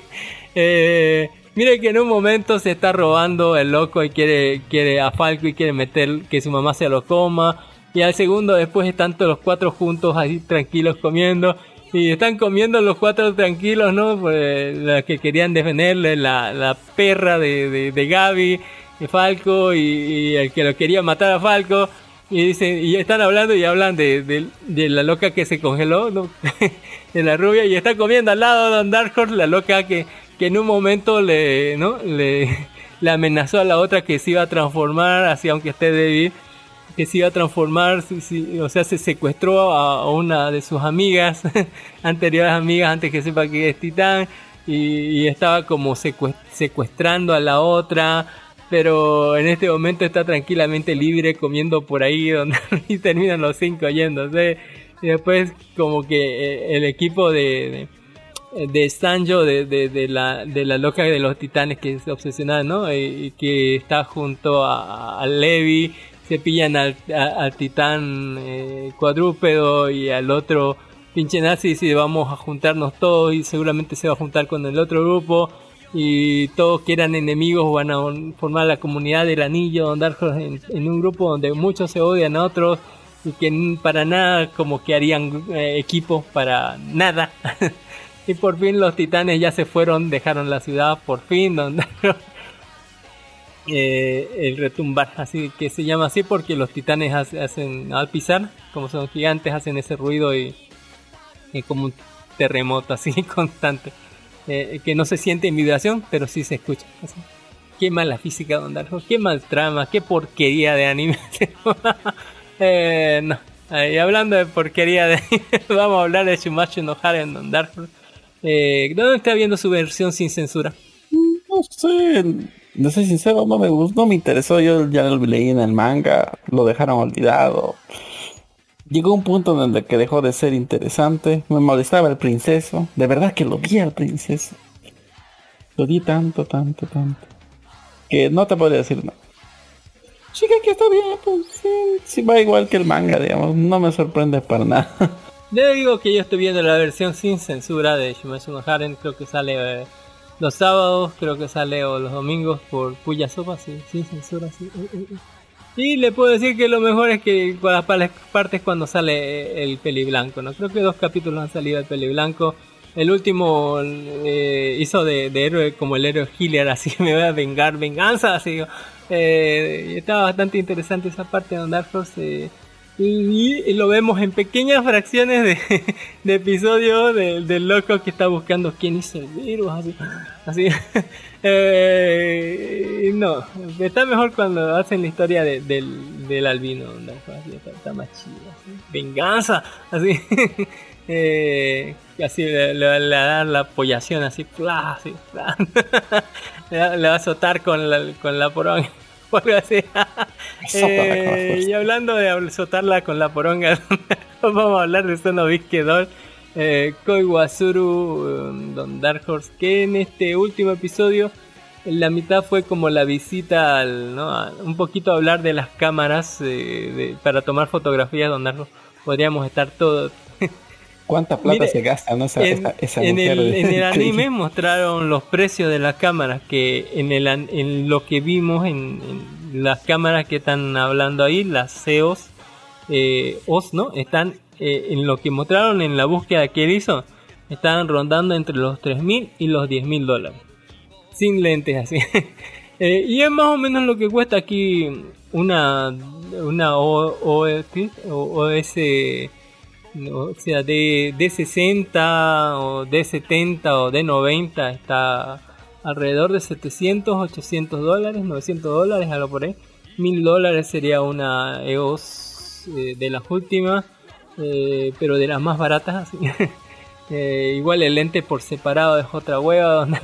Eh, mire que en un momento se está robando el loco y quiere, quiere a Falco y quiere meter que su mamá se lo coma. Y al segundo después están todos los cuatro juntos así tranquilos comiendo. Y están comiendo los cuatro tranquilos, ¿no? Pues, la que querían defenderle, la, la perra de, de, de Gaby, de Falco, y, y el que lo quería matar a Falco. Y dicen, y están hablando y hablan de, de, de la loca que se congeló, ¿no? De la rubia, y está comiendo al lado de Don Dark Horse, la loca que, que en un momento le, ¿no? le, le amenazó a la otra que se iba a transformar, así aunque esté débil, que se iba a transformar, sí, sí, o sea, se secuestró a, a una de sus amigas, anteriores amigas, antes que sepa que es Titán, y, y estaba como secuestrando a la otra. Pero en este momento está tranquilamente libre comiendo por ahí donde y terminan los cinco yéndose. Y después como que el equipo de de, de Sanjo, de, de, de, la, de la loca de los titanes que es obsesionada, ¿no? Y, y que está junto a, a Levi, se pillan al, a, al titán eh, cuadrúpedo y al otro pinche nazi, y dice, vamos a juntarnos todos, y seguramente se va a juntar con el otro grupo. Y todos que eran enemigos van a formar la comunidad del anillo, Don Dark Horse, en, en un grupo donde muchos se odian a otros y que para nada como que harían eh, equipo para nada. Y por fin los titanes ya se fueron, dejaron la ciudad, por fin Don Dark Horse, eh, el retumbar, así que se llama así porque los titanes hace, hacen al pisar, como son gigantes, hacen ese ruido y, y como un terremoto así constante. Eh, que no se siente en vibración, pero sí se escucha. Así. Qué mala física, Don Darjo, qué mal trama, qué porquería de anime. eh, no. Y hablando de porquería, de vamos a hablar de Shumatsu no Haren no Dark Horse. Eh, ¿Dónde está viendo su versión sin censura? No sé, de ser sincero, no me gustó, no me interesó. Yo ya lo leí en el manga, lo dejaron olvidado. Llegó un punto en el que dejó de ser interesante. Me molestaba el princeso. De verdad que lo vi al princeso. Lo di tanto, tanto, tanto, que no te podría decir no. Chica, que está bien, pues sí, sí va igual que el manga, digamos. No me sorprende para nada. Le digo que yo estoy viendo la versión sin censura de Shumatsu no Haren. Creo que sale eh, los sábados, creo que sale o los domingos por Puya Sopa, sí, sin censura, sí. Uh, uh, uh. Y le puedo decir que lo mejor es que con las partes cuando sale el peli blanco, ¿no? Creo que dos capítulos han salido el peli blanco. El último eh, hizo de, de héroe como el héroe Hilliard, así me voy a vengar, venganza, así. Eh, estaba bastante interesante esa parte de Dark Horse. Eh, y, y lo vemos en pequeñas fracciones de, de episodios del de loco que está buscando quién hizo el virus, así. así. eh, no, está mejor cuando hacen la historia de, del, del albino. Dark Horse, está, está más chido, así. Venganza, así. Eh, así le, le, le va a dar la apoyación así, ¡plá! Así ¡plá! le, le va a azotar con la, con la poronga o algo así. eh, y hablando de azotarla con la poronga, vamos a hablar de Sonobisque dos, eh, Koi Wasuru um, Don Dark Horse, que en este último episodio la mitad fue como la visita al, ¿no? a, un poquito a hablar de las cámaras eh, de, para tomar fotografías. Don Dark Horse, podríamos estar todos. ¿Cuánta plata Mire, se gasta, no? Esa, en, esa, esa en, mujer el, de... en el anime mostraron los precios de las cámaras, que en, el, en lo que vimos en, en las cámaras que están hablando ahí, las C E Os, eh, Os, ¿no? Están eh, en lo que mostraron en la búsqueda que él hizo, estaban rondando entre los tres mil y los diez mil dólares, sin lentes así. eh, y es más o menos lo que cuesta aquí una, una O, o, o, o ese... O sea, de, de sesenta o de setenta o de noventa está alrededor de setecientos, ochocientos dólares, novecientos dólares, algo por ahí. mil dólares sería una E O S eh, de las últimas, eh, pero de las más baratas. Así. eh, igual el lente por separado es otra hueva. Donde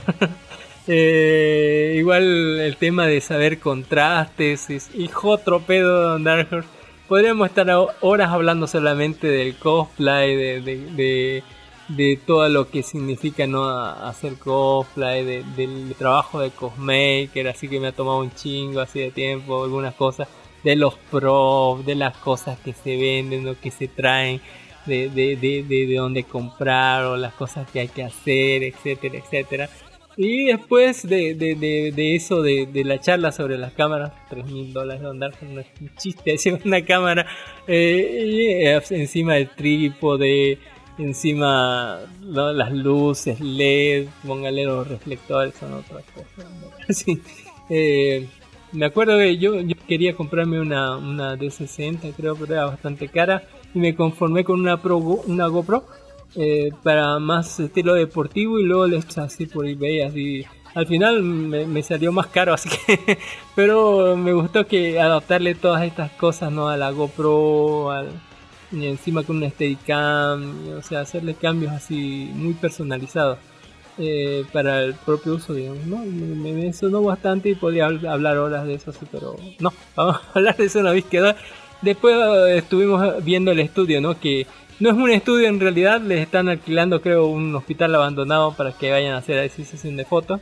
eh, igual el tema de saber contrastes es, es otro pedo. Dark Horse. Podríamos estar horas hablando solamente del cosplay, de, de, de, de todo lo que significa no hacer cosplay, de, del trabajo de cosmaker, así que me ha tomado un chingo así de tiempo, algunas cosas, de los props, de las cosas que se venden o que se traen, de, de, de, de, de dónde comprar o las cosas que hay que hacer, etcétera, etcétera. Y después de, de, de, de eso, de, de la charla sobre las cámaras, tres mil dólares de andar con un chiste, hacer una cámara, eh, y, eh, encima del trípode, encima, ¿no? Las luces L E D, póngale los reflectores, son otras cosas, ¿no? Sí. eh, me acuerdo que yo, yo quería comprarme una, una D sesenta, creo, pero era bastante cara, y me conformé con una, Pro, una GoPro. Eh, para más estilo deportivo, y luego les así por eBay, así al final me, me salió más caro, así que pero me gustó que adaptarle todas estas cosas, no, a la GoPro, al, y encima con una Steadicam, o sea, hacerle cambios así muy personalizados eh, para el propio uso, digamos, ¿no? Me, me sonó bastante y podría hablar horas de eso, así, pero no, vamos a hablar de eso una vez que da. Después eh, estuvimos viendo el estudio, ¿no? Que no es un estudio en realidad, les están alquilando creo un hospital abandonado para que vayan a hacer así sesión de fotos.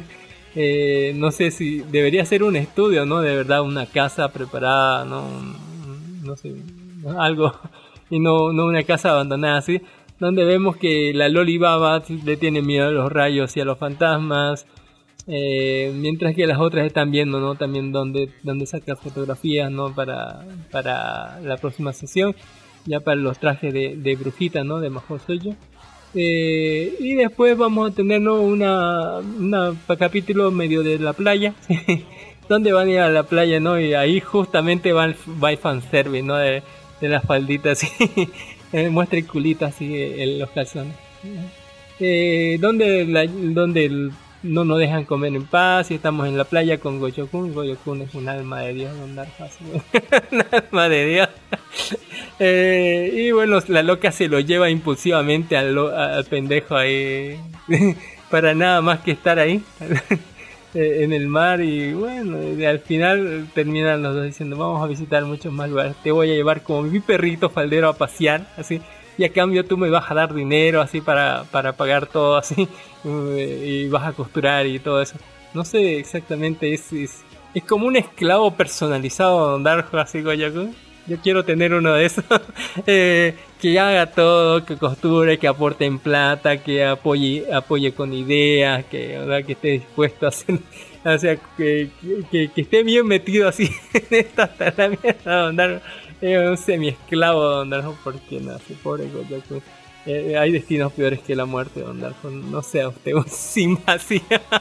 eh, no sé si debería ser un estudio, ¿no? De verdad, una casa preparada, no, no sé, algo, y no, no una casa abandonada así, donde vemos que la Loli Baba le tiene miedo a los rayos y a los fantasmas. Eh, mientras que las otras están viendo, ¿no? También donde, donde sacar fotografías, ¿no? Para, para la próxima sesión, ya para los trajes de, de brujita, ¿no? De Mahou Shoujo. Eh, y después vamos a tener, ¿no? una, una capítulo medio de la playa, donde van a ir a la playa, ¿no? Y ahí justamente va el, va el fanservice, ¿no? De, de las falditas, ¿sí? Muestra el culito así en los calzones. Eh, donde, la, donde el no nos dejan comer en paz y estamos en la playa con Goyokun. Goyokun es un alma de Dios, Don Darjo, un alma de Dios. eh, y bueno, la loca se lo lleva impulsivamente al, lo, al pendejo ahí para nada más que estar ahí en el mar. Y bueno, al final terminan los dos diciendo: vamos a visitar muchos más lugares, te voy a llevar como mi perrito faldero a pasear, así, y a cambio tú me vas a dar dinero así para, para pagar todo así, y vas a costurar y todo eso. No sé exactamente, es, es, es como un esclavo personalizado, Don Darjo, así Goyaku. Yo quiero tener uno de esos, eh, que haga todo, que costure, que aporte en plata, que apoye apoye con ideas, que, ¿verdad? Que esté dispuesto a hacer, o sea, que, que, que esté bien metido así en esta hasta la mierda, Don Darjo. Es un semi-esclavo, Don Darjo, porque no, sí, pobre Goyaku. Eh, hay destinos peores que la muerte, Don Darjo. No sea usted un simba así.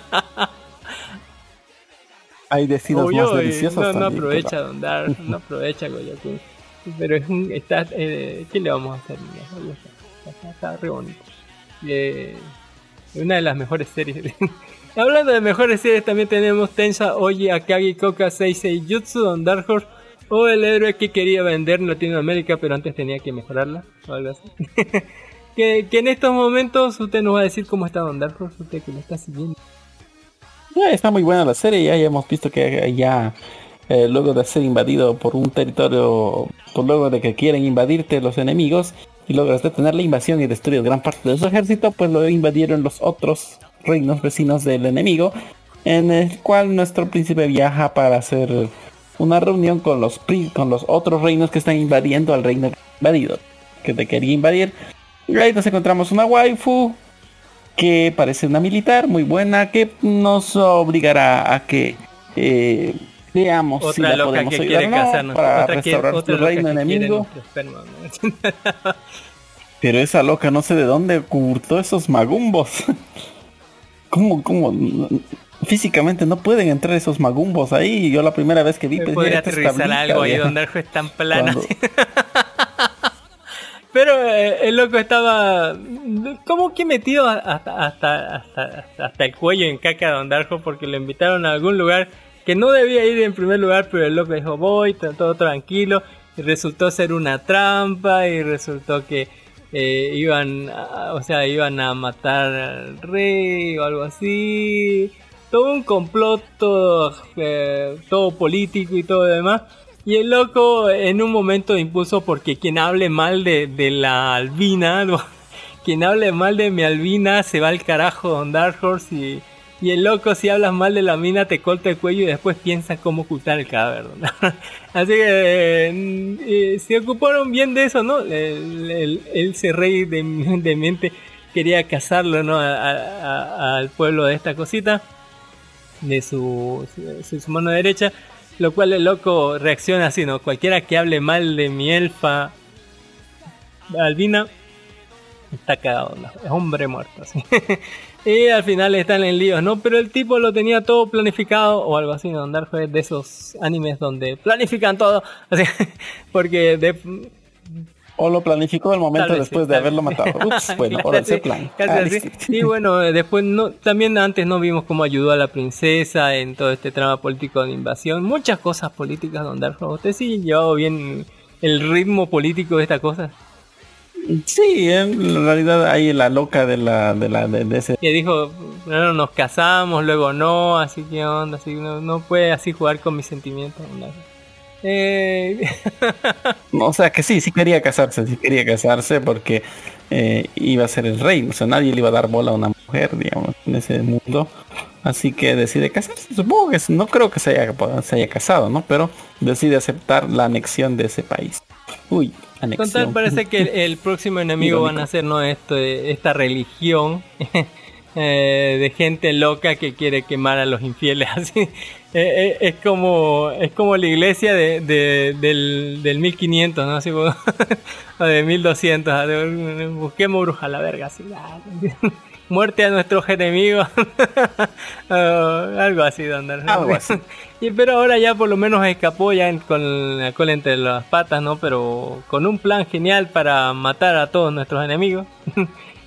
Hay destinos Obvio, más deliciosos no, no también, aprovecha, pero... Don Darjo, no aprovecha Goyaku. Pero es un... Está, eh, ¿qué le vamos a hacer? Está, está, está re bonito. Eh, una de las mejores series. Hablando de mejores series, también tenemos Tensa Oji Akagi Koka Seisei Jutsu, Don Darjo, o el héroe que quería vender en Latinoamérica, pero antes tenía que mejorarla, o algo así. que, que en estos momentos usted nos va a decir cómo está Don Darjo, usted que lo está siguiendo. Ya está muy buena la serie, ya, ya hemos visto que ya eh, luego de ser invadido por un territorio, por luego de que quieren invadirte los enemigos y logras detener la invasión y destruir gran parte de su ejército, pues lo invadieron los otros reinos vecinos del enemigo, en el cual nuestro príncipe viaja para hacer una reunión con los pri con los otros reinos que están invadiendo al reino invadido, que te quería invadir. Y ahí nos encontramos una waifu que parece una militar muy buena, que nos obligará a que eh, veamos otra si la loca podemos que ayudar quiere o no casarnos, para otra que, restaurar otra su loca reino que enemigo. Esperma, ¿no? Pero esa loca no sé de dónde ocultó esos magumbos. ¿Cómo, cómo? Físicamente no pueden entrar esos magumbos ahí. Yo la primera vez que vi pensé, podría aterrizar algo ahí donde el juez es tan plana. Cuando... Pero eh, el loco estaba como que metido hasta, hasta, hasta, hasta el cuello en caca de Don Darjo, porque lo invitaron a algún lugar que no debía ir en primer lugar, pero el loco dijo voy, todo tranquilo, y resultó ser una trampa, y resultó que eh, iban, a, o sea, iban a matar al rey o algo así, todo un complot, todo, eh, todo político y todo demás. Y el loco en un momento de impulso, porque quien hable mal de, de la albina, quien hable mal de mi albina se va al carajo, Don Dark Horse, y, y el loco si hablas mal de la mina te corta el cuello y después piensa cómo ocultar el cadáver. Así que eh, eh, se ocuparon bien de eso, ¿no? El, el, ese rey de, de mente quería cazarlo, ¿no? A, a, a, al pueblo de esta cosita, de su, de su mano derecha. Lo cual el loco reacciona así, ¿no? Cualquiera que hable mal de mi elfa albina está cagado, ¿no? Es hombre muerto, así. Y al final están en líos, ¿no? Pero el tipo lo tenía todo planificado o algo así, ¿no? Don Darjo es de esos animes donde planifican todo, así, porque de... O lo planificó al momento vez, después sí, de haberlo matado. Ups, bueno, ahora ese plan. Ah, y bueno, después no, también antes no vimos cómo ayudó a la princesa en todo este trama político de invasión. Muchas cosas políticas, Don Darjo. ¿Usted sí llevado bien el ritmo político de esta cosa? Sí, en realidad hay la loca de la de la de, de ese que dijo, bueno, nos casamos, luego no, así que onda, así no, no puede así jugar con mis sentimientos. Don Darjo. Eh... o sea que sí, sí quería casarse, sí quería casarse porque eh, iba a ser el rey, o sea, nadie le iba a dar bola a una mujer, digamos, en ese mundo, así que decide casarse. Supongo que no creo que se haya, se haya casado, ¿no? Pero decide aceptar la anexión de ese país. Uy, anexión. Total, parece que el, el próximo enemigo van a ser, ¿no? Esto, esta religión eh, de gente loca que quiere quemar a los infieles, así. Eh, eh, es como es como la iglesia de, de del, del mil quinientos, ¿no? Así, o de mil doscientos. Busquemos bruja a la verga, así. Muerte a nuestros enemigos. uh, algo así, Don Darjo. Algo así. Y pero ahora ya por lo menos escapó ya con la cola entre las patas, ¿no? Pero con un plan genial para matar a todos nuestros enemigos.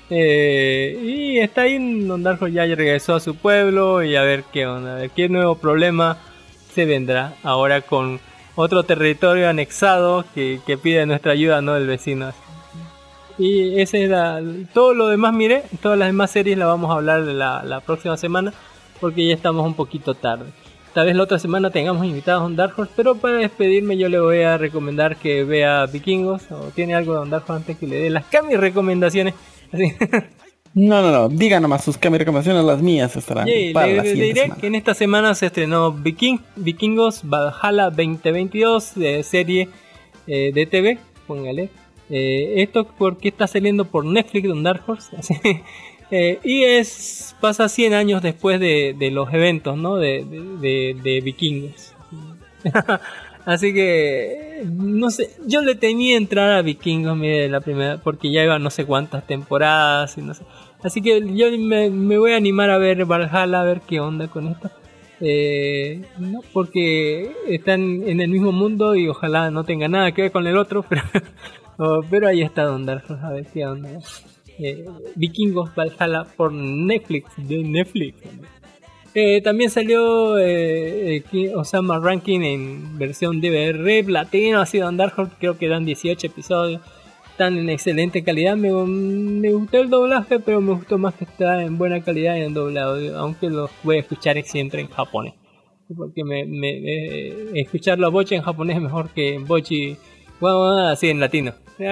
Eh, y está ahí, Don Darjo ya regresó a su pueblo y a ver qué onda, a ver qué nuevo problema se vendrá ahora con otro territorio anexado que, que pide nuestra ayuda, ¿no? El vecino. Y ese era todo lo demás. Miré, todas las demás series las vamos a hablar de la, la próxima semana porque ya estamos un poquito tarde. Tal vez la otra semana tengamos invitados a Don Darjo, pero para despedirme yo le voy a recomendar que vea Vikingos. ¿O tiene algo de Don Darjo antes que le dé las Cami recomendaciones? Así. No, no, no, diga nomás sus Cami recomendaciones, las mías estarán Sí, para le, la le siguiente diré semana. que en esta semana se estrenó Viking, Vikingos Valhalla veinte veintidós, de serie eh, de T V, póngale. Eh, esto porque está saliendo por Netflix, Don Dark Horse. Así, eh, y es pasa cien años después de, de los eventos, ¿no? De, de, de, de Vikingos. Así que no sé, yo le tenía entrar a Vikingos, mire, la primera, porque ya iba no sé cuántas temporadas y no sé. Así que yo me, me voy a animar a ver Valhalla, a ver qué onda con esto. Eh, no, porque están en el mismo mundo y ojalá no tenga nada que ver con el otro, pero, oh, pero ahí está Don Darjo, a ver qué onda. Eh, Vikingos Valhalla por Netflix, de Netflix. Eh, también salió eh, eh, Osama Ranking en versión D V R platino, así Don Darjo, creo que eran dieciocho episodios. Están en excelente calidad. Me, me gustó el doblaje, pero me gustó más que está en buena calidad y en doblado, aunque los voy a escuchar siempre en japonés, porque me, me, me escuchar la voz en japonés es mejor que en bochi, bueno, así en latino.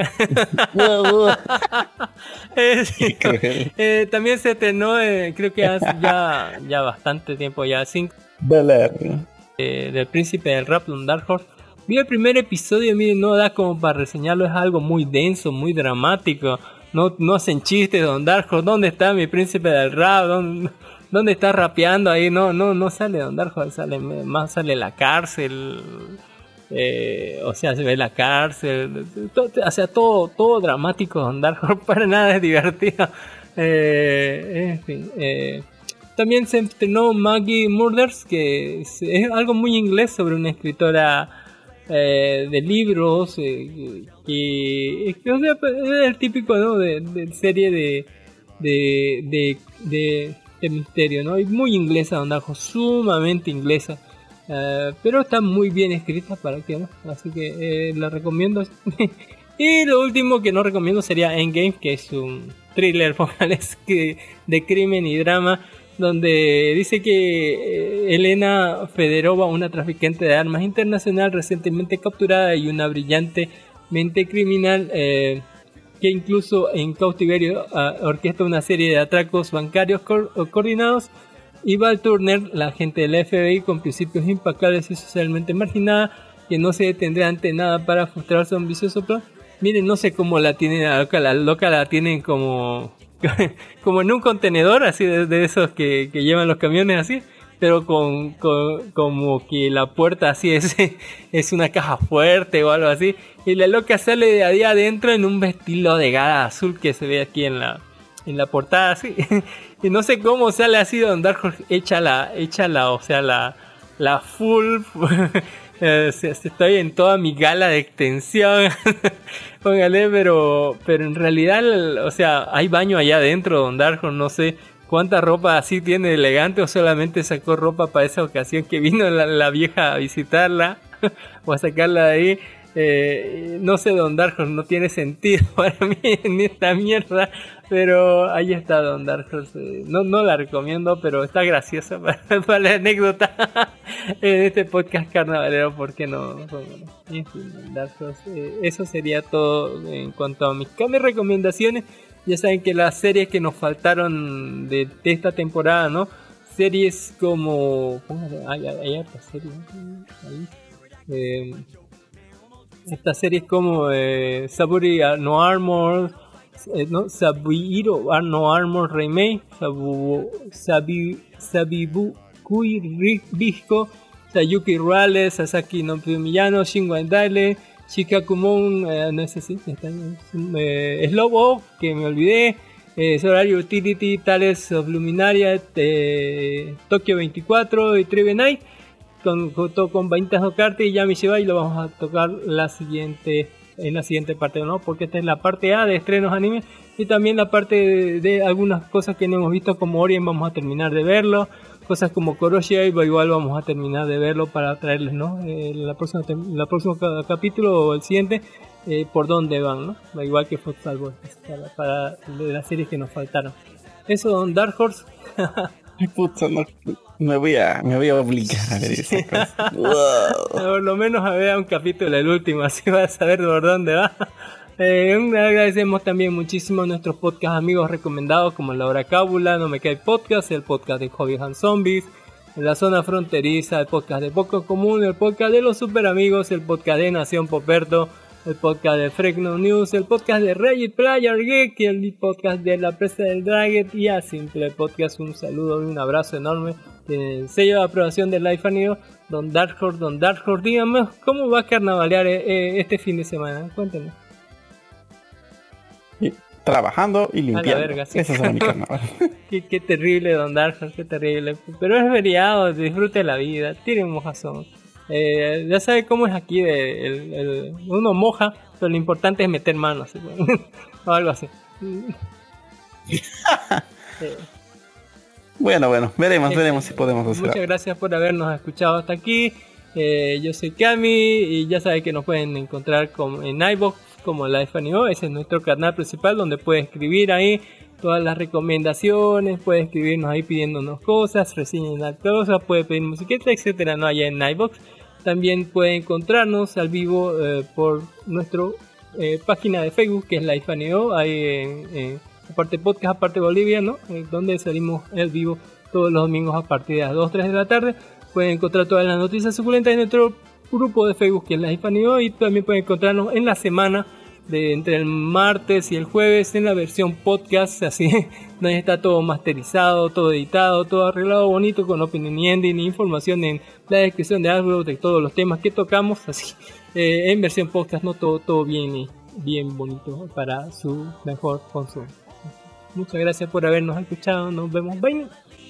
eh, sí, eh, también se estrenó, eh, creo que hace ya, ya bastante tiempo, ya cinco, Bel Air, eh, del Príncipe del Rap, Don Dark Horse. Vi el primer episodio, miren, no da como para reseñarlo, es algo muy denso, muy dramático. No, no hacen chistes, Don Dark Horse. ¿Dónde está mi príncipe del rap? ¿Dónde, dónde está rapeando ahí? No, no, no sale Don Dark Horse, sale más, sale la cárcel. Eh, o sea, se ve la cárcel. Todo, o sea, todo, todo dramático, Don Dark Horse. Para nada es divertido. Eh, en fin. Eh, también se estrenó Maggie Murders, que es, es algo muy inglés sobre una escritora. Eh, de libros eh, que, que o sea, es el típico, ¿no? de, de serie de de, de de de misterio, ¿no? Y muy inglesa, Don Darjo, sumamente inglesa, uh, pero está muy bien escrita, para que no, así que eh, la recomiendo. Y lo último que no recomiendo sería Endgame, que es un thriller que de crimen y drama, donde dice que eh, Elena Federova, una traficante de armas internacional recientemente capturada y una brillante mente criminal eh, que incluso en cautiverio uh, orquesta una serie de atracos bancarios co- coordinados, y Val Turner, la agente del F B I con principios implacables y socialmente marginada, que no se detendrá ante nada para frustrar su ambicioso plan. Miren, no sé cómo la tienen, la loca, la loca la tienen como... como en un contenedor así de, de esos que, que llevan los camiones así, pero con, con como que la puerta así es, es una caja fuerte o algo así, y la loca sale de ahí adentro en un vestido de gala azul que se ve aquí en la en la portada así, y no sé cómo sale así Don Dark Horse, echa la echa la o sea la la full Eh, estoy en toda mi gala de extensión. Póngale, pero pero en realidad, o sea, hay baño allá adentro, Don Darjo, no sé cuánta ropa así tiene elegante, o solamente sacó ropa para esa ocasión que vino la, la vieja a visitarla o a sacarla de ahí. Eh, no sé, Don Darjo, no tiene sentido para mí en esta mierda, pero ahí está Don Darjo. Eh, no, no la recomiendo, pero está graciosa para, para la anécdota en este podcast carnavalero, ¿por qué no? Bueno, en fin, Don Darjo, eh, eso sería todo en cuanto a mis, a mis recomendaciones. Ya saben que las series que nos faltaron de, de esta temporada, ¿no? Series como... Hay, hay, hay hartas series, ¿no? Ahí. Eh, Estas series como eh, Saburi no Armor, eh, no, Sabuiro no Armor Remake, Sabu, Sabi, Sabibu Kui Bisco, Sayuki Ruales, Sasaki no Miyano, Shingo Endale, Shikakumon, eh, no sé si está eh, Slobo, que me olvidé, eh, Sorari Utility, Tales of Luminaria, eh, Tokyo veinticuatro y Tribe Night. Con, junto con Vanitas no Carte y Yami Shiba, y lo vamos a tocar la siguiente en la siguiente parte, ¿no? Porque esta es la parte A de estrenos anime y también la parte de, de algunas cosas que no hemos visto, como Orien vamos a terminar de verlo, cosas como Koroshia igual vamos a terminar de verlo para traerles, ¿no? Eh, la próxima la próximo capítulo o el siguiente, eh, por dónde van, ¿no? Igual que Futsal Boys, para, para las series que nos faltaron. Eso, Don Dark Horse. Puta, no, me voy a me voy a obligar a ver esa cosa. Por lo menos a ver un capítulo, el último, así vas a saber por dónde va. Eh, agradecemos también muchísimo a nuestros podcast amigos recomendados como La Hora Cábula, No Me Cae Podcast, el podcast de Hobby and Zombies, La Zona Fronteriza, el podcast de Poco Común, el podcast de Los Super Amigos, el podcast de Nación Poperto, el podcast de Frekno News, el podcast de Reddit Player Geek y el podcast de La Presa del Dragon y a Simple Podcast. Un saludo y un abrazo enorme. El sello de aprobación de Life Anido, Don Dark Horse, Don Dark Horse, díganme cómo va a carnavalear eh, este fin de semana. Cuéntenme. Trabajando y limpiando. Verga, sí. Eso es mi carnaval. qué, qué terrible, Don Dark Horse, qué terrible. Pero es feriado, disfrute la vida, tire un mojazón. Eh, ya sabe cómo es aquí, de, el, el, uno moja, pero lo importante es meter manos, ¿sí? O algo así. eh. Bueno, bueno, veremos, eh, veremos si podemos hacer. Muchas gracias por habernos escuchado hasta aquí. Eh, yo soy Cami y ya saben que nos pueden encontrar como en iVoox como Life Anime. Ese es nuestro canal principal donde puede escribir ahí todas las recomendaciones, puede escribirnos ahí pidiéndonos cosas, reseñar cosas, puede pedir musiqueta, etcétera, no allá en iVoox. También puede encontrarnos al vivo eh, por nuestra eh, página de Facebook que es Life Anime, ahí en, en aparte podcast, aparte Bolivia, ¿no? Eh, donde salimos al vivo todos los domingos a partir de las dos, tres de la tarde. Pueden encontrar todas las noticias suculentas en nuestro grupo de Facebook que es Life Anime y también pueden encontrarnos en la semana de entre el martes y el jueves en la versión podcast, así donde está todo masterizado, todo editado, todo arreglado bonito con opinion y ending, información en la descripción de algo de todos los temas que tocamos, así eh, en versión podcast, no todo todo bien y bien bonito para su mejor consumo. Muchas gracias por habernos escuchado, nos vemos, bye.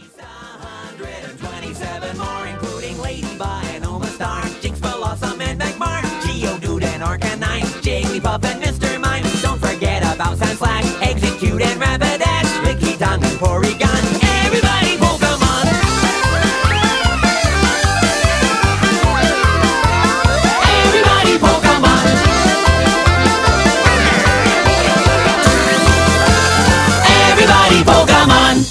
Jigglypuff and Mister Mime. Don't forget about Sandslash, Execute and Rapidash, Licky Tongue and Porygon. Everybody Pokemon! Everybody Pokemon! Everybody Pokemon!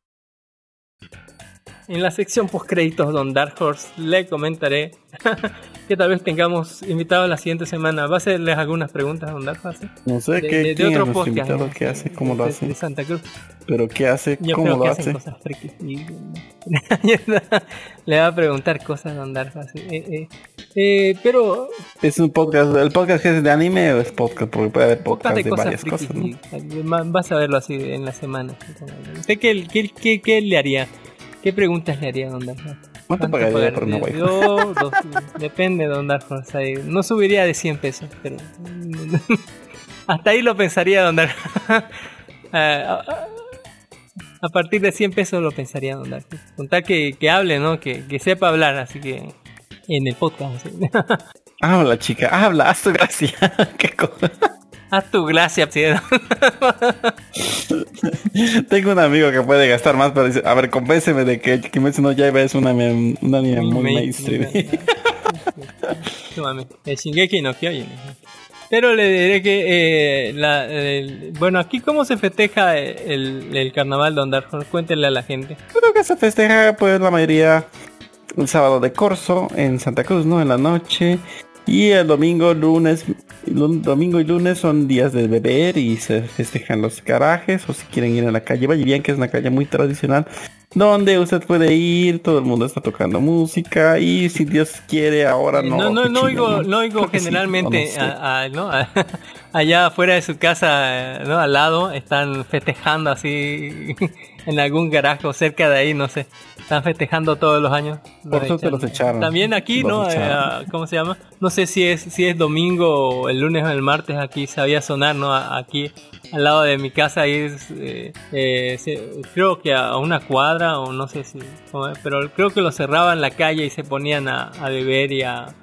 En la sección post créditos Don Dark Horse le comentaré que tal vez tengamos invitados la siguiente semana. ¿Va a hacerles algunas preguntas a Don Dark Horse? No sé de, qué de, de quién otro es nuestro podcast, invitado, qué hace, cómo lo de, hace. De Santa Cruz. Pero qué hace, Yo cómo creo lo que hace. hacen cosas frikis. Y... le va a preguntar cosas a Don Dark Horse. Eh, eh. Eh, pero es un podcast, el podcast que es de anime o es podcast, porque puede haber podcast, podcast de, de cosas varias frikis, cosas, ¿no? Y vas a verlo así en la semana. ¿Usted qué, qué, qué, qué le haría? ¿Qué preguntas le haría a Don Dark Horse? ¿Cuánto pagaría por una wifi? Yo, dos, depende de Don Dark Horse. No subiría de cien pesos, pero hasta ahí lo pensaría Don Dark Horse. a, a partir de cien pesos lo pensaría Don Dark Horse. Contar que, que hable, ¿no? Que, que sepa hablar, así que en el podcast. ¿Sí? Habla, chica, habla, haz tu gracia. ¿Qué cosa? Haz tu gracia, ¿sí? Tengo un amigo que puede gastar más, pero dice, a ver, convénceme de que Kimetsu no Yaiba es una, una anime muy Me- mainstream. Tómame, el Shingeki no Kyojin. Pero le diré que, eh, la, el- bueno, aquí cómo se festeja el, el carnaval Don Dark Horse, cuéntenle a la gente. Creo que se festeja, pues, la mayoría el sábado de corso en Santa Cruz, ¿no? En la noche. Y el domingo, lunes, lun- domingo y lunes son días de beber y se festejan los garajes. O si quieren ir a la calle Vallivian, que es una calle muy tradicional, donde usted puede ir, todo el mundo está tocando música y si Dios quiere ahora no. No, no, no cochino, oigo, no oigo Creo que sí, generalmente, no, no sé. a- a- ¿no? A- allá afuera de su casa, ¿no? Al lado, están festejando así en algún garaje o cerca de ahí, no sé. Están festejando todos los años. Por suerte los echaron. También aquí, Los ¿no? echaron. Eh, ¿Cómo se llama? No sé si es si es domingo o el lunes o el martes, aquí sabía sonar, ¿no? A- Aquí al lado de mi casa, ahí es, eh, eh, se- creo que a una cuadra o no sé si, cómo es, pero creo que lo cerraban la calle y se ponían a, a beber y a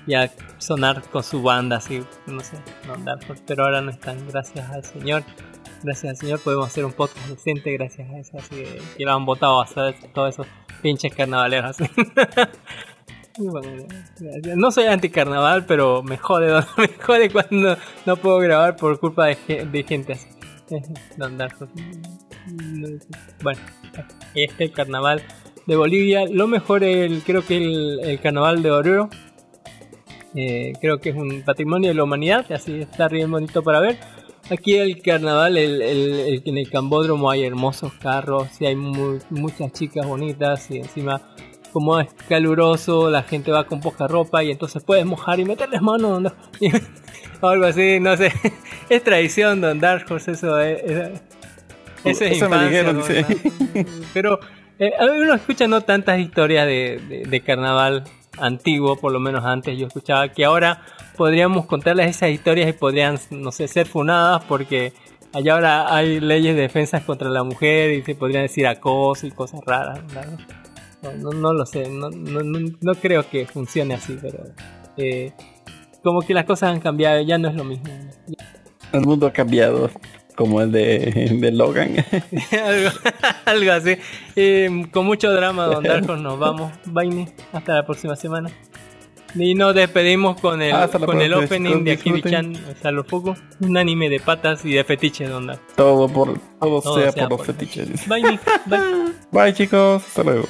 ya sonar con su banda, así, no sé, no andar, pero ahora no están, gracias al Señor. Gracias al Señor podemos hacer un podcast decente gracias a eso, así que, que lo han votado a hacer todos esos pinches carnavaleros así. Bueno, no soy anti-carnaval, pero me jode, me jode cuando no puedo grabar por culpa de, de gente así. Don Darko. Bueno, este es el carnaval de Bolivia. Lo mejor el, creo que el, el carnaval de Oruro. Eh, creo que es un patrimonio de la humanidad, así está bien bonito para ver. Aquí el carnaval, el, el, el, en el Cambódromo hay hermosos carros y hay muy, muchas chicas bonitas y encima como es caluroso la gente va con poca ropa y entonces puedes mojar y meterles mano ¿no? o algo así, no sé, es tradición Don Dark Horse, eso es, es, eso es eso infancia, me dijeron, ¿no? Sí. Pero eh, uno escucha no tantas historias de, de, de carnaval antiguo, por lo menos antes yo escuchaba que ahora podríamos contarles esas historias y podrían, no sé, ser funadas porque allá ahora hay leyes de defensa contra la mujer y se podrían decir acoso y cosas raras, ¿no? No, no, no lo sé, no, no, no, no creo que funcione así, pero eh, como que las cosas han cambiado, ya no es lo mismo. El mundo ha cambiado, como el de, de Logan. algo, algo así. Eh, con mucho drama, Don Darko, nos vamos. Vaine, hasta la próxima semana. Y nos despedimos con el, ah, con el próxima, opening de Akiri-chan, Salofuku, un anime de patas y de fetiches, Don Darko. Todo, por, todo, todo sea, sea por los por fetiches. Bye, bye. Bye, chicos. Hasta luego.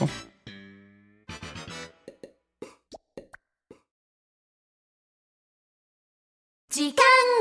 時間